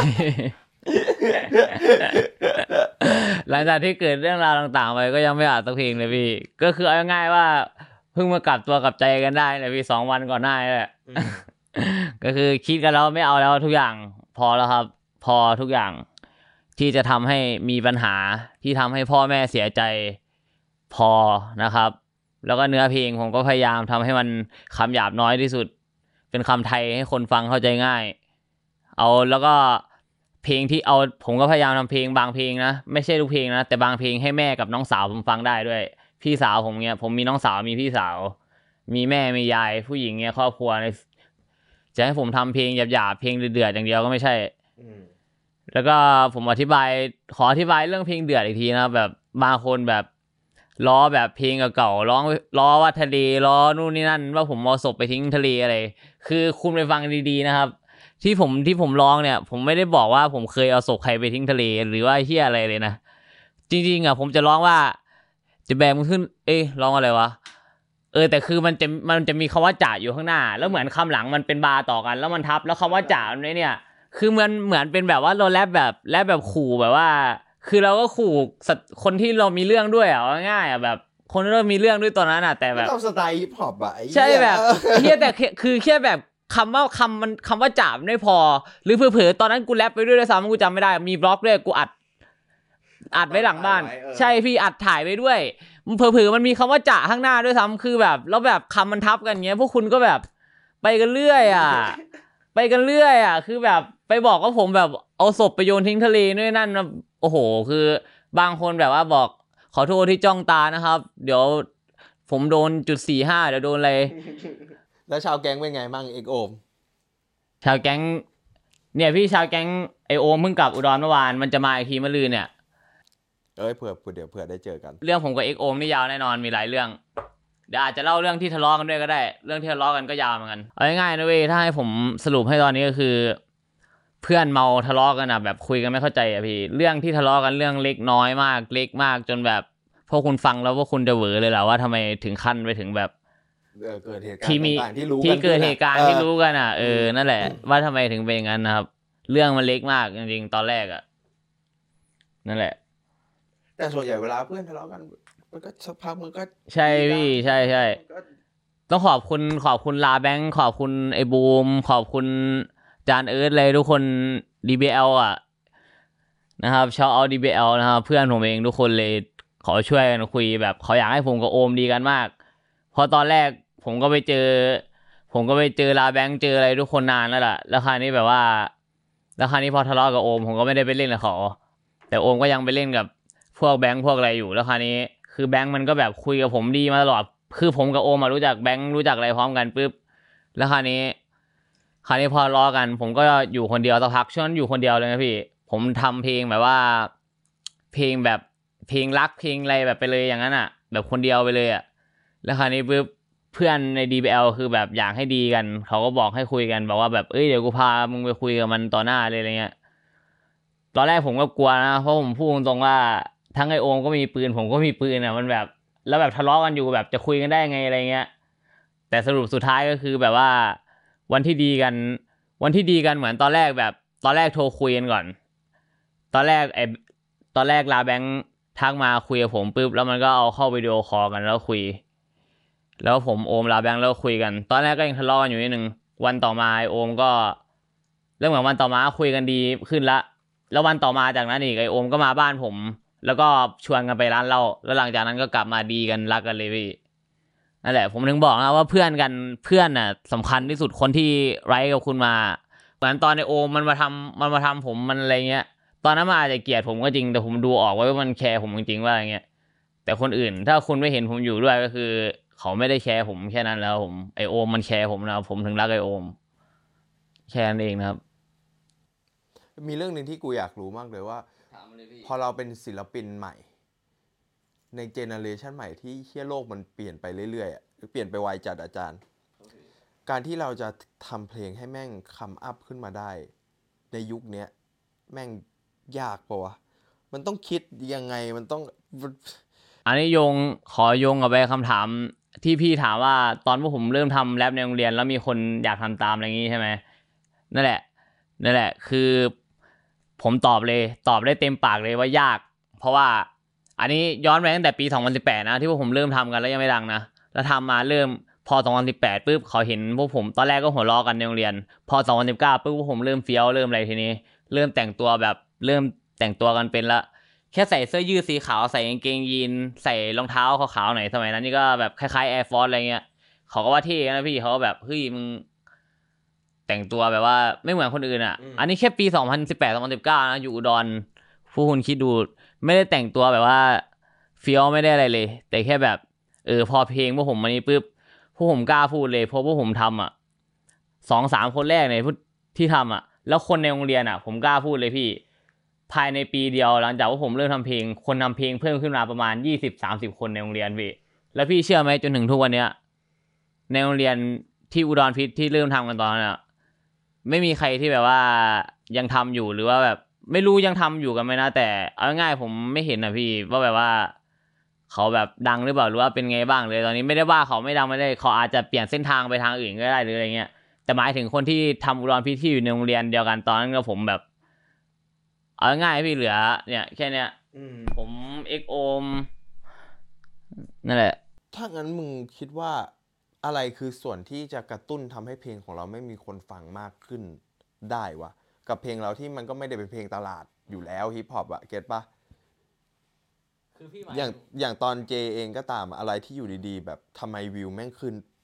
หลังจากที่เกิดเรื่องราวต่างๆไปก็ยังไม่อัดสักเพลงเลยพี่ก็คือเอาง่ายๆว่าเพิ่งมากลับตัวกลับใจกันได้เลยพี่สองวันก่อนหน้านี่แหละ ก็คือคิดกันแล้วไม่เอาแล้วทุกอย่างพอแล้วครับพอทุกอย่างที่จะทำให้มีปัญหาที่ทำให้พ่อแม่เสียใจพอนะครับแล้วก็เนื้อเพลงผมก็พยายามทำให้มันคำหยาบน้อยที่สุดเป็นคำไทยให้คนฟังเข้าใจง่ายเอาแล้วก็เพลงที่เอาผมก็พยายามทำเพลงบางเพลงนะไม่ใช่ทุกเพลงนะแต่บางเพลงให้แม่กับน้องสาวผมฟังได้ด้วยพี่สาวผมเงี้ยผมมีน้องสาวมีพี่สาวมีแม่มียายผู้หญิงเงี้ยครอบครัวในจะให้ผมทำเพลงหยาบๆเพลงเดือดๆอย่างเดียวก็ไม่ใช่แล้วก็ผมอธิบายขออธิบายเรื่องเพลงเดือดอีกทีนะแบบบางคนแบบล้อแบบเพลงเก่าๆร้องล้อว่าทะเลล้อนู่นนี่นั่นว่าผมเอาศพไปทิ้งทะเลอะไรคือคุณไปฟังดีๆนะครับที่ผมที่ผมร้องเนี่ยผมไม่ได้บอกว่าผมเคยเอาศพใครไปทิ้งทะเลหรือว่าเหี้ยอะไรเลยนะจริงๆอ่ะผมจะร้องว่าจะแบกมึงขึ้นเอ๊ะร้องอะไรวะเออแต่คือมันจะมันจะมีคำว่าจ่าอยู่ข้างหน้าแล้วเหมือนคำหลังมันเป็นบาร์ต่อกันแล้วมันทับแล้วคำว่าจ่าเนี่ยคือมันเหมือนเป็นแบบว่าเราแรปแบบแรปแบบขู่แบบว่าคือเราก็ขู่คนที่เรามีเรื่องด้วยอ่ะง่ายๆอ่ะแบบคนที่เรามีเรื่องด้วยตอนนั้นอ่ะแต่แบบต้องสไตล์ฮิปฮอปอ่ะใช่แบบเฮียแต่คือแค่แบบคำว่าคำมันคำว่าจ่าไม่พอหรือเผลอๆตอนนั้นกูแรปไปด้วยด้วยซ้ำกูจำไม่ได้มีบล็อกด้วยกูอัดอัดไว้หลังบ้านใช่พี่อัดถ่ายไว้ด้วยเผลอๆมันมีคำว่าจ่าข้างหน้าด้วยซ้ำคือแบบแล้วแบบคำมันทับกันเงี้ยพวกคุณก็แบบไปกันเรื่อยอ่ะ ไปกันเรื่อยอ่ะคือแบบไปบอกว่าผมแบบเอาศพไปโยนทิ้งทะเลนู่นนั่นนะโอ้โหคือบางคนแบบว่าบอกขอโทษที่จ้องตานะครับเดี๋ยวผมโดนจุดสี่ห้าเดี๋ยวโดนอะไรแล้วชาวแก๊งเป็นไงมั่งเอกโอมชาวแก๊งเนี่ยพี่ชาวแก๊งไอโอมเพิ่งกลับอุดรเมื่อวานมันจะมาอีกทีมะรืนเนี่ยเอ้ยเผื่อเผื่อเดี๋ยวเผื่อได้เจอกันเรื่องผมกับเอ็กโอมนี่ยาวแน่นอนมีหลายเรื่องเดี๋ยวอาจจะเล่าเรื่องที่ทะเลาะกันด้วยก็ได้เรื่องที่ทะเลาะกันก็ยาวเหมือนกันเอาง่ายๆนะเว้ยถ้าให้ผมสรุปให้ตอนนี้ก็คือ เพื่อนเมาทะเลาะกันอ่ะแบบคุยกันไม่เข้าใจอ่ะพี่เรื่องที่ทะเลาะกันเรื่องเล็กน้อยมากเล็กมากจนแบบพวกคุณฟังแล้วพวกคุณจะเหวอเลยแหละว่าทำไมถึงขั้นไปถึงแบบเออเกิดเหตุการณ์ที่มีต่างๆที่รู้ที่เกิดขึ้นเหตุการณ์อะที่เออรู้กันอ่ะเออนั่นแหละ ว่าทำไมถึงเป็นอย่างนั้นนะครับ เรื่องมันเล็กมากจริงๆตอนแรกอ่ะนั่นแหละแต่ส่วนใหญ่เวลาเพื่อนทะเลาะกันมันก็สักพักมันก็ใช่พี่ใช่ใช่มันก็ต้องขอบคุณขอบคุณลาแบงค์ขอบคุณไอ้บูมขอบคุณจานเอิร์ธเลยทุกคน ดี บี แอล อ่ะนะครับชาวเอา ดี บี แอล นะครับเพื่อนผมเองทุกคนเลยขอช่วยกันคุยแบบเขาอยากให้ผมกับโอมดีกันมากเพราะตอนแรกผมก็ไปเจอ ผมก็ไปเจอลาแบงค์เจออะไรทุกคนนานแล้วล่ะแล้วคราวนี้แบบว่าแล้วคราวนี้พอทะเลาะกับโอมผมก็ไม่ได้ไปเล่นกับเขาแต่โอมก็ยังไปเล่นกับพวกแบงค์พวกอะไรอยู่แล้วคราวนี้คือแบงค์มันก็แบบคุยกับผมดีมาตลอดคือผมกับโอมมารู้จักแบงค์รู้จักอะไรพร้อมกันปุ๊บแล้วคราวนี้คราวนี้พอทะเลาะกันผมก็อยู่คนเดียวสักพักช่วงนั้นอยู่คนเดียวเลยนะพี่ผมทำเพลงแบบว่าเพลงแบบเพลงรักเพลงอะไรแบบไปเลยอย่างนั้นอ่ะแบบคนเดียวไปเลยอ่ะแล้วคราวนี้ปุ๊บเพื่อนใน ดี บี แอล คือแบบอยากให้ดีกันเขาก็บอกให้คุยกันบอกว่าแบบเอ้ยเดี๋ยวกูพามึงไปคุยกับมันต่อหน้าเลยอะไรเงี้ยตอนแรกผมก็กลัวนะเพราะผมพูดตรงๆว่าทั้งไอโอมก็มีปืนผมก็มีปืนอ่ะมันแบบแล้วแบบทะเลาะกันอยู่แบบจะคุยกันได้ไงอะไรเงี้ยแต่สรุปสุดท้ายก็คือแบบว่าวันที่ดีกันวันที่ดีกันเหมือนตอนแรกแบบตอนแรกโทรคุยกันก่อนตอนแรกไอตอนแรกลาแบงค์ทักมาคุยกับผมปุ๊บแล้วมันก็เอาเข้าวิดีโอคอลกันแล้วคุยแล้วผมโอมลาแบงค์แล้วคุยกันตอนแรกก็ยังทะเลาะกันอยู่นิดนึงวันต่อมาไอโอมก็เรื่องเหมือนวันต่อมาคุยกันดีขึ้นละแล้ววันต่อมาจากนั้นอีกไอโอมก็มาบ้านผมแล้วก็ชวนกันไปร้านเหล้าแล้วหลังจากนั้นก็กลับมาดีกันรักกันเลยพี่นั่นแหละผมถึงบอกนะว่าเพื่อนกันเพื่อนน่ะสำคัญที่สุดคนที่ไร้กับคุณมาเหมือนตอนไอโอมมันมาทำมันมาทำผมมันอะไรเงี้ยตอนนั้นมันอาจจะเกลียดผมก็จริงแต่ผมดูออกว่ามันแคร์ผมจริงๆว่าอะไรเงี้ยแต่คนอื่นถ้าคุณไม่เห็นผมอยู่ด้วยก็คือเขาไม่ได้แคร์ผมแค่นั้นแล้วผมไอโอมมันแคร์ผมนะผมถึงรักไอโอมแค่นั้นเองนะครับมีเรื่องหนึ่งที่กูอยากรู้มากเลยว่าพอเราเป็นศิลปินใหม่ในเจเนอเรชันใหม่ที่เชี่ยโลกมันเปลี่ยนไปเรื่อยๆอ่ะเปลี่ยนไปไวจัดอาจารย์ การที่เราจะทำเพลงให้แม่งคัมอัพขึ้นมาได้ในยุคนี้แม่งยากปะวะมันต้องคิดยังไงมันต้องอันนี้โยงขอโยงกับไปคำถามที่พี่ถามว่าตอนพวกผมเริ่มทำแรปในโรงเรียนแล้วมีคนอยากทำตามอะไรอย่างนี้ใช่ไหมนั่นแหละนั่นแหละคือผมตอบเลยตอบได้เต็มปากเลยว่ายากเพราะว่าอันนี้ย้อนไปตั้งแต่ปีสองพันสิบแปดนะที่พวกผมเริ่มทำกันแล้วยังไม่ดังนะแล้วทำมาเริ่มพอสองพันสิบแปดปุ๊บเขาเห็นพวกผมตอนแรกก็หัวเราะกันในโรงเรียนพอสองพันสิบเก้าปุ๊บพวกผมเริ่มเฟี้ยวเริ่มอะไรทีนี้เริ่มแต่งตัวแบบเริ่มแต่งตัวกันเป็นละแค่ใส่เสื้อยืดสีขาวใส่กางเกงยีนใส่รองเท้าขาวๆหน่อยสมัยนั้นนี่ก็แบบคล้ายๆ Air Force อะไรเงี้ยเขาก็ว่าเท่นะพี่เขาก็แบบเฮ้ยมึงแต่งตัวแบบว่าไม่เหมือนคนอื่นอ่ะอันนี้แค่ปีสองพันสิบแปด สองพันสิบเก้านะอยู่อุดรผู้คุณคิดดูไม่ได้แต่งตัวแบบว่าเฟี้ยวไม่ได้อะไรเลยแต่แค่แบบเออพอเพลงพวกผมมานี้ปุ๊บพวกผมกล้าพูดเลยเพราะพวกผมทำอ่ะสองสามคนแรกเนี่ยที่ทำอ่ะแล้วคนในโรงเรียนอ่ะผมกล้าพูดเลยพี่ภายในปีเดียวหลังจากว่าผมเริ่มทำเพลงคนทำเพลงเพิ่มขึ้นมาประมาณ ยี่สิบถึงสามสิบ คนในโรงเรียนพี่แล้วพี่เชื่อไหมจนถึงทุกวันเนี้ยในโรงเรียนที่อุดรพิษที่เริ่มทำกันตอนนั้นอ่ะไม่มีใครที่แบบว่ายังทำอยู่หรือว่าแบบไม่รู้ยังทำอยู่กันไหมนะแต่เอาง่ายผมไม่เห็นนะพี่ว่าแบบว่าเขาแบบดังหรือเปล่าหรือว่าเป็นไงบ้างเลยตอนนี้ไม่ได้ว่าเขาไม่ดังไม่ได้เขาอาจจะเปลี่ยนเส้นทางไปทางอื่นก็ได้หรืออะไรเงี้ยแต่หมายถึงคนที่ทำอุดรพิษที่อยู่ในโรงเรียนเดียวกันตอนนั้นก็ผมแบบเอาง่ายพี่เหลือเนี่ยแค่เนี้ยผมเอ็กโอมนั่นแหละถ้างั้นมึงคิดว่าอะไรคือส่วนที่จะกระตุ้นทำให้เพลงของเราไม่มีคนฟังมากขึ้นได้วะกับเพลงเราที่มันก็ไม่ได้เป็นเพลงตลาดอยู่แล้วฮิปฮอปอะเก็ตปะอย่างอย่างตอนเจเองก็ตามอะไรที่อยู่ดีๆแบบทำไมวิวแม่งขึ้น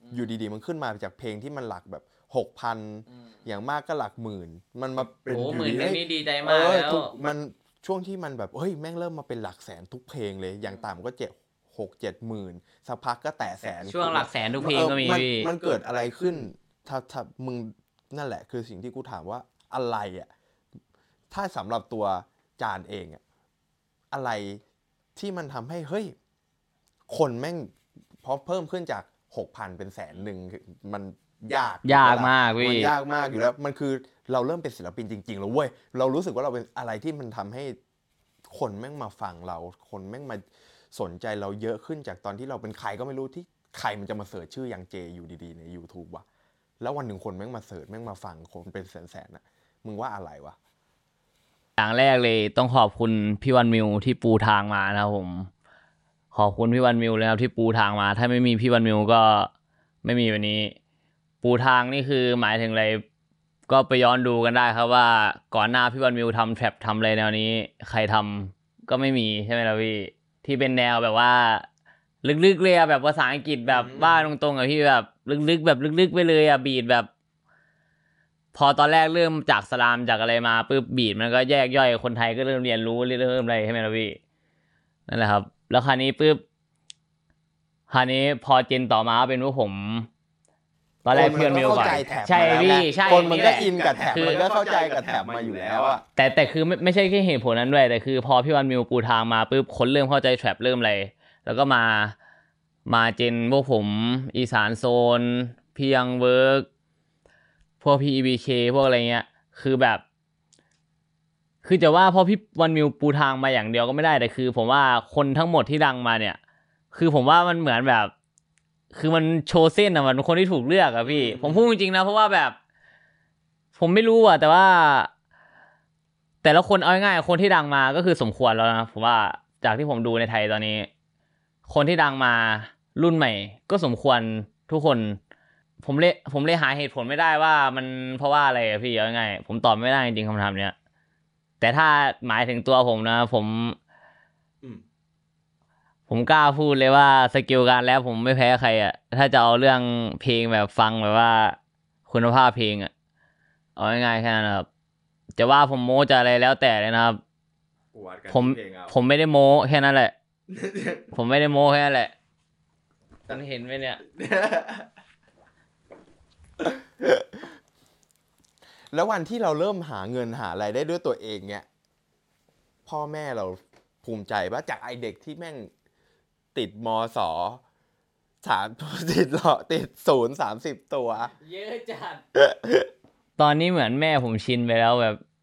อยู่ดีๆมันขึ้นมาจากเพลงที่มันหลักแบบหกพันอย่างมากก็หลักหมื่นมันมาเป็นโอ้อยู่หมื่นดีเรื่องๆนี้ดีใจเอมากอแล้วทุกมันช่วงที่มันแบบเฮ้ยแม่งเริ่มมาเป็นหลักแสนทุกเพลงเลยอย่างต่ำก็เจ็ดหกเจ็ดหมื่นสักพักก็แตะแสนช่วงหลักแสนทุกเพลงก็มีเออพี่มันเกิดอะไรขึ้นถ้าถ้ามึงนั่นแหละคือสิ่งที่กูถามว่าอะไรอ่ะถ้าสำหรับตัวจานเองอ่ะอะไรที่มันทำให้เฮ้ยคนแม่งพอเพิ่มขึ้นจากหกพันเป็นแสนหนึ่งมันยากยากมากพี่มันยากมากอยู่แล้วมันคือเราเริ่มเป็นศิลปินจริงๆแล้วเว้ยเรารู้สึกว่าเราเป็นอะไรที่มันทำให้คนแม่งมาฟังเราคนแม่งมาสนใจเราเยอะขึ้นจากตอนที่เราเป็นใครก็ไม่รู้ที่ใครมันจะมาเสิร์ชชื่อยังเจอยู่ดีๆใน YouTube วะแล้ววันหนึ่งคนแม่งมาเสิร์ชแม่งมาฟังคนเป็นแสนๆน่ะมึงว่าอะไรวะอย่างแรกเลยต้องขอบคุณพี่วันมิวที่ปูทางมานะครับผมขอบคุณพี่วันมิวเลยครับที่ปูทางมาถ้าไม่มีพี่วันมิวก็ไม่มีวันนี้ ปูทางนี่คือหมายถึงอะไรก็ไปย้อนดูกันได้ครับว่าก่อนหน้าพี่วันมิวทำแทร็ปทำอะไรแนวนี้ใครทำก็ไม่มีใช่ไหมล่ะพี่ที่เป็นแนวแบบว่าลึกๆเลยอะแบบภาษาอังกฤษแบบว่าตรงๆอะพี่แบบลึกๆแบบลึกๆไปเลยอะบีทแบบพอตอนแรกเริ่มจากสลามจากอะไรมาปุ๊บบีทมันก็แยกย่อยคนไทยก็เริ่มเรียนรู้เริ่มอะไรใช่ไหมล่ะพี่นั่นแหละครับแล้วคราวนี้ปุ๊บคราวนี้พอเจนต่อมาเป็นพวกผมตอนแรกเพื่อนมิวก่อนใช่พี่ใช่คนมันก็แหละอินกับแท็บมันก็เข้าใจกับแท็บมาอยู่แล้วอะแต่แต่คือไม่ไม่ใช่แค่เหตุผลนั้นด้วยแต่คือพอพี่วันมิวปูทางมาปุ๊บคนเริ่มเข้าใจแทร็ปเริ่มอะไรแล้วก็มามาเจนพวกผมอีสานโซนพี่ยังเวิร์กพวกพี่ อี บี เค พวกอะไรเงี้ยคือแบบคือจะว่าพอพี่วันมิวปูทางมาอย่างเดียวก็ไม่ได้แต่คือผมว่าคนทั้งหมดที่ดังมาเนี่ยคือผมว่ามันเหมือนแบบคือมันโชว์เส้นอะมันเป็นคนที่ถูกเลือกอะพี่ผมพูดจริงๆนะเพราะว่าแบบผมไม่รู้อะแต่ว่าแต่ละคนเอาง่ายๆคนที่ดังมาก็คือสมควรแล้วนะผมว่าจากที่ผมดูในไทยตอนนี้คนที่ดังมารุ่นใหม่ก็สมควรทุกคนผมเลยผมเลยหาเหตุผลไม่ได้ว่ามันเพราะว่าอะไรอะพี่เอาง่ายๆผมตอบไม่ได้จริงๆคำถามเนี้ยแต่ถ้าหมายถึงตัวผมนะผมผมกล้าพูดเลยว่าสกิลการแรปผมไม่แพ้ใครอ่ะถ้าจะเอาเรื่องเพลงแบบฟังแบบว่าคุณภาพเพลงอ่ะเอาง่ายๆแค่นั้นครับจะว่าผมโม้จะอะไรแล้วแต่เลยนะครับผมผมไม่ได้โม้แค่นั้นแหละ ผมไม่ได้โม้แค่นั้นแหละท่านเห็นไหมเนี่ยแล้ววันที่เราเริ่มหาเงินหาอะไรได้ด้วยตัวเองเนี่ยพ่อแม่เราภูมิใจว่าจากไอเด็กที่แม่งติดมสสามติดหลอติดศูนย์สามสิบตัวเยอะจัด ตอนนี้เหมือนแม่ผมชินไปแล้วแบบ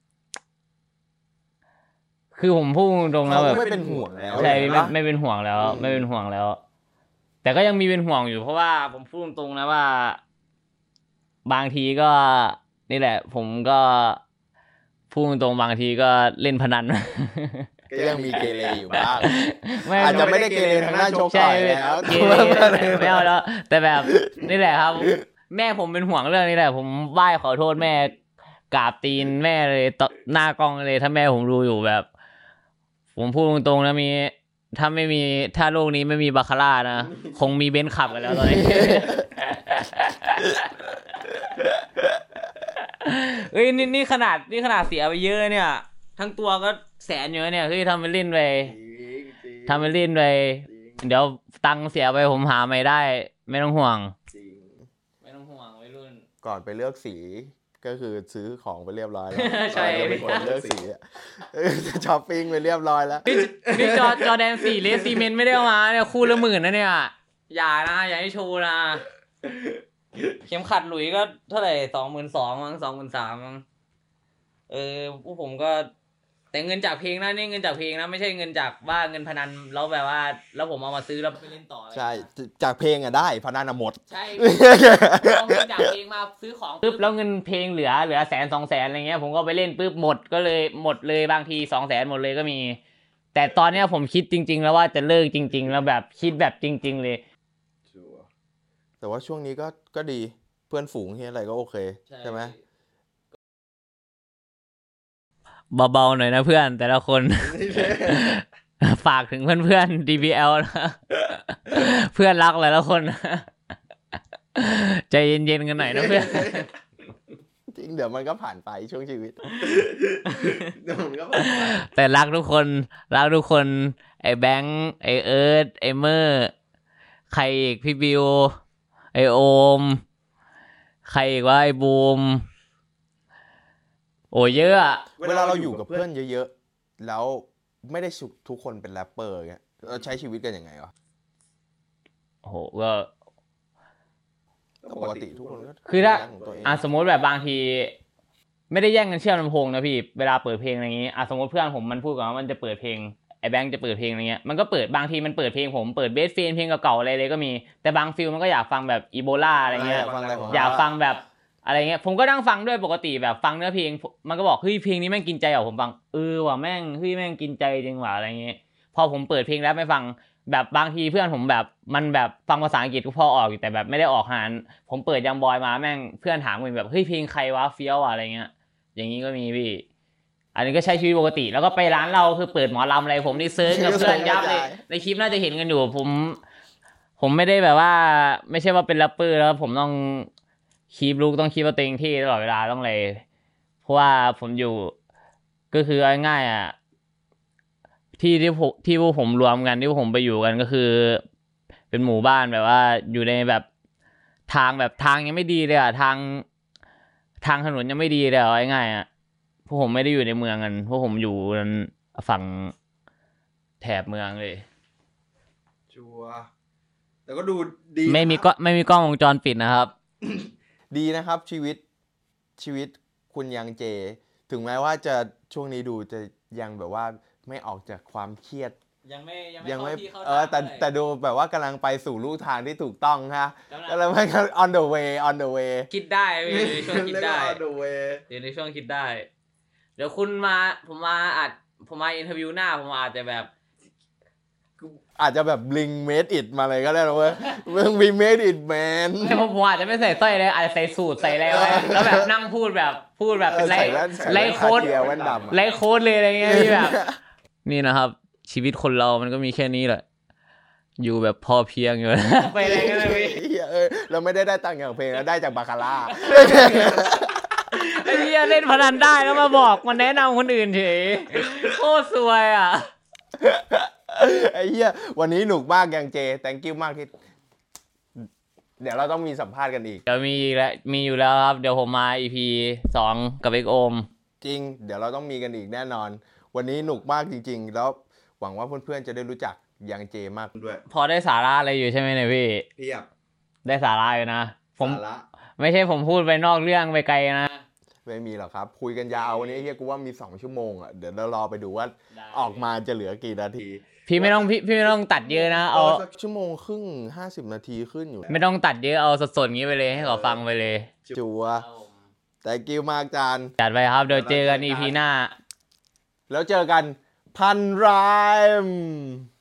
คือผมพูดตรงๆแล้วแบบไม่เป็นห่วงแล้วใช่ไม่ไม่เป็นห่วงแล้ว ไม่เป็นห่วงแล้ว แต่ก็ยังมีเป็นห่วงอยู่เพราะว่าผมพูดตรงๆนะว่า บางทีก็นี่แหละ ผมก็พูดตรงๆบางทีก็เล่นพนันก็ยังมีเกเรอยู่บ้างอาจจะไม่ได้เกเรทางด้านโชคต่อยแล้วเกเรไม่เอาแล้วแต่แบบนี่แหละครับ แม่ผมเป็นห่วงเรื่องนี้แหละผมไหว้ขอโทษแม่กราบตีนแม่เลยต่อหน้ากล้องเลยถ้าแม่ผมดูอยู่แบบ ผมพูดตรงๆนะมีถ้าไม่มีถ้าโลกนี้ไม่มีบาคาร่านะคงมีเบนซ์ขับกันแล้วตอนนี้ เอ้ยนี่นี่ขนาดนี่ขนาดเสียไปเยอะเนี่ยทั้งตัวก็แสนเยอะเนี่ยคือทำไปเล่นไปทำไปเล่นไปเดี๋ยวตังค์เสียไปผมหาไม่ได้ไม่ต้องห่วงไม่ต้องห่วงวัยรุ่นก่อนไปเลือกสีก็คือซื้อของไปเรียบร้อยแล้วใช่เป็นคนเลือกสีช้อปปิ้งไปเรียบร้อยแล้วนี่จอจอแดนสี่เลสซีเมนต์ไม่ได้เอามาเนี่ยคู่ละหมื่นนะเนี่ยอย่านะอย่าให้โชว์นะเข็มขัดหลุยก็เท่าไหร่สองหมื่นสองมั้งสองหมื่นสามมั้งเออพวกผมก็แต่เงินจากเพลงนะนี่เงินจากเพลงนะไม่ใช่เงินจากว่าเงินพนันแล้วแบบว่าแล้วผมเอามาซื้อแล้วไปเล่นต่อใช่จากเพลงอะได้พนันอะหมดใช่เอาเงินจากเพลงมาซื้อของปึ๊บแล้วเงินเพลงเหลือเหลือแสนสองแสนอะไรเงี้ยผมก็ไปเล่นปึ๊บหมดก็เลยหมดเลยบางทีสองแสนหมดเลยก็มีแต่ตอนเนี้ยผมคิดจริงๆแล้วว่าจะเลิกจริงๆแล้วแบบคิดแบบจริงๆเลยแต่ว่าช่วงนี้ก็ก็ดีเพื่อนฝูงที่อะไรก็โอเคใช่ไหมเบาๆหน่อยนะเพื่อนแต่ละคน ฝากถึงเพื่อนๆ ดี บี แอล นะ เพื่อนรักหลายละคนใจเย็นๆกันหน่อยนะเพื่อนจริงเดี๋ยวมันก็ผ่านไปช่วงชีวิตเดี๋ยวผมก็ผ่านไปแต่รักทุกคนรักทุกคน ไอ้แบงค์ไอ้เอิร์ธไอ้เมอร์ใครอีกพี่บิวไอ้โอมใครอีกว่าไอ้บูมโอ้เยอะอะเวลาเราอยู่กับเพื่อนเยอะๆแล้วไม่ได้ทุกคนเป็นแรปเปอร์เงี้ยเราใช้ชีวิตกันยังไงวะโอ้โหก็ปกติทุกคนก็คือถ้ามีงนของตัวเองอ่ะสมมติแบบบางที ไม่ได้แย่งกันเชื่อมลำโพงนะพี่เวลาเปิดเพลงอะไรอย่างงี้อ่ะสมมติเพื่อนผมมันพูดก่อนว่ามันจะเปิดเพลงไอ้แบงค์จะเปิดเพลงอะไรเงี้ยมันก็เปิดบางทีมันเปิดเพลงผมเปิดเบสเฟนเพลงเก่าๆอะไรเลยก็มีแต่บางฟิลมันก็อยากฟังแบบอีโบลาอะไรเงี้ยอยากฟังอะไรของอยากฟังแบบอะไรเงี้ยผมก็นั่งฟังด้วยปกติแบบฟังเนื้อเพลงมันก็บอกเฮ้ยเพลงนี้แม่งกินใจเหรอผมฟังเออว่ะแม่งเฮ้ยแม่งกินใจจริงว่ะอะไรเงี้ยพอผมเปิดเพลงแล้วไม่ฟังแบบบางทีเพื่อนผมแบบมันแบบฟังภาษาอังกฤษก็พอออกอยู่แต่แบบไม่ได้ออกหานผมเปิดยังบอยมาแม่งเพื่อนถามผมแบบเฮ้ยเพลงใครวะเฟี้ยวว่ะอะไรเงี้ยอย่างนี้ก็มีพี่อันนี้ก็ใช้ชีวิตปกติแล้วก็ไปร้านเราคือเปิดหมอลำอะไรผมนี่เซิร์ชกับเพื่อนยับเลยในคลิปน่าจะเห็นกันอยู่ผมผมไม่ได้แบบว่าไม่ใช่ว่าเป็นแรปเปอร์แล้วผมต้องคีปลุกต้องคีปตัวเองที่ตลอดเวลาต้องเลยเพราะว่าผมอยู่ก็คือง่ายๆอ่ะที่ที่ผมที่พวกผมรวมกันที่พวกผมไปอยู่กันก็คือ เป็นหมู่บ้านแบบว่าอยู่ในแบบทางแบบทางยังไม่ดีเลยอ่ะทางทางถนนยังไม่ดีเลยอ่ะง่ายๆอ่ะพวกผมไม่ได้อยู่ในเมืองกันพวกผมอยู่ฝั่งแถบเมืองเลยชัวร์แต่ก็ดูดีไม่มีนะก็ไม่มีกล้องวงจรปิดนะครับดีนะครับชีวิตชีวิตคุณยังเจ ถึงแม้ว่าจะช่วงนี้ดูจะยังแบบว่าไม่ออกจากความเครียดยังไม่ยังไม่เออแต่แต่ดูแบบว่ากำลังไปสู่ลู่ทางที่ถูกต้องฮะกำลังก็เลยมันก็ on the way on the way คิดได้พี่ในช่วงคิดได้เรียกว่า the way เดี๋ยวในช่วงคิดได้ เดี๋ยวคุณมาผมมาอาจผมมาอินเทอร์วิวหน้าผมอาจจะแบบอาจจะแบบลิง made it มาเลยก็ได้นะเว้ยมึง we made it man แต่ผมผมอาจจะไม่ใส่สร้อยเลยอาจจะใส่สูทใส่อะไรไว้แล้วแบบนั่งพูดแบบพูดแบบเป็นไลใส่ฟ์แว่นใส่ไลแว่นฟ์โค้ดคาเทียแว่นดำอะไลฟ์โค้ดเลยอะไรเงี้ยที่แบบ นี่นะครับ ชีวิตคนเรามันก็มีแค่นี้แหละ อยู่แบบพอเพียงอยู่ ไปอะไรกันเลยพี่เหี้ยเออเราไม่ได้ได้ตังค์จากเพลงเราได้จากบาคาร่าไอ้เหี้ยเล่นพนันได้แล้วมาบอกมาแนะนำคนอื่นเฉยโคตรซวยอ่ะไอ้เหี้ยวันนี้หนุกมากยังเจ thank you มากที่ เดี๋ยวเราต้องมีสัมภาษณ์กันอีกเดี๋ยวมีอีกแล้วมีอยู่แล้วครับ เดี๋ยวผมมา อี พี สองกับเอ็กโอมจริง เดี๋ยวเราต้องมีกันอีกแน่นอน วันนี้หนุกมากจริง ๆ แล้วหวังว่าเพื่อนๆจะได้รู้จักยังเจมากด้วยพอได้สาระอะไรอยู่ใช่ไหมเนี่ยพี่เพียบได้สาระอยู่นะผมสาระไม่ใช่ผมพูดไปนอกเรื่องไปไกลนะไม่มีหรอกครับ คุยกันยาววันนี้เฮียกูว่ามีสองชั่วโมงอ่ะ เดี๋ยวเรารอไปดูว่าออกมาจะเหลือกี่นาทีพี่ไม่ต้องพี่พี่ไม่ต้องตัดเยอะนะเอาสักชั่วโมงครึ่งห้าสิบนาทีขึ้นอยู่ไม่ต้องตัดเยอะเอาสดๆงี้ไปเลยให้เขาฟังไปเลยจัวแต่กิวมากจานจัดไปครับเดี๋ยวเจอกัน อี พี หน้าแล้วเจอกันพันรายม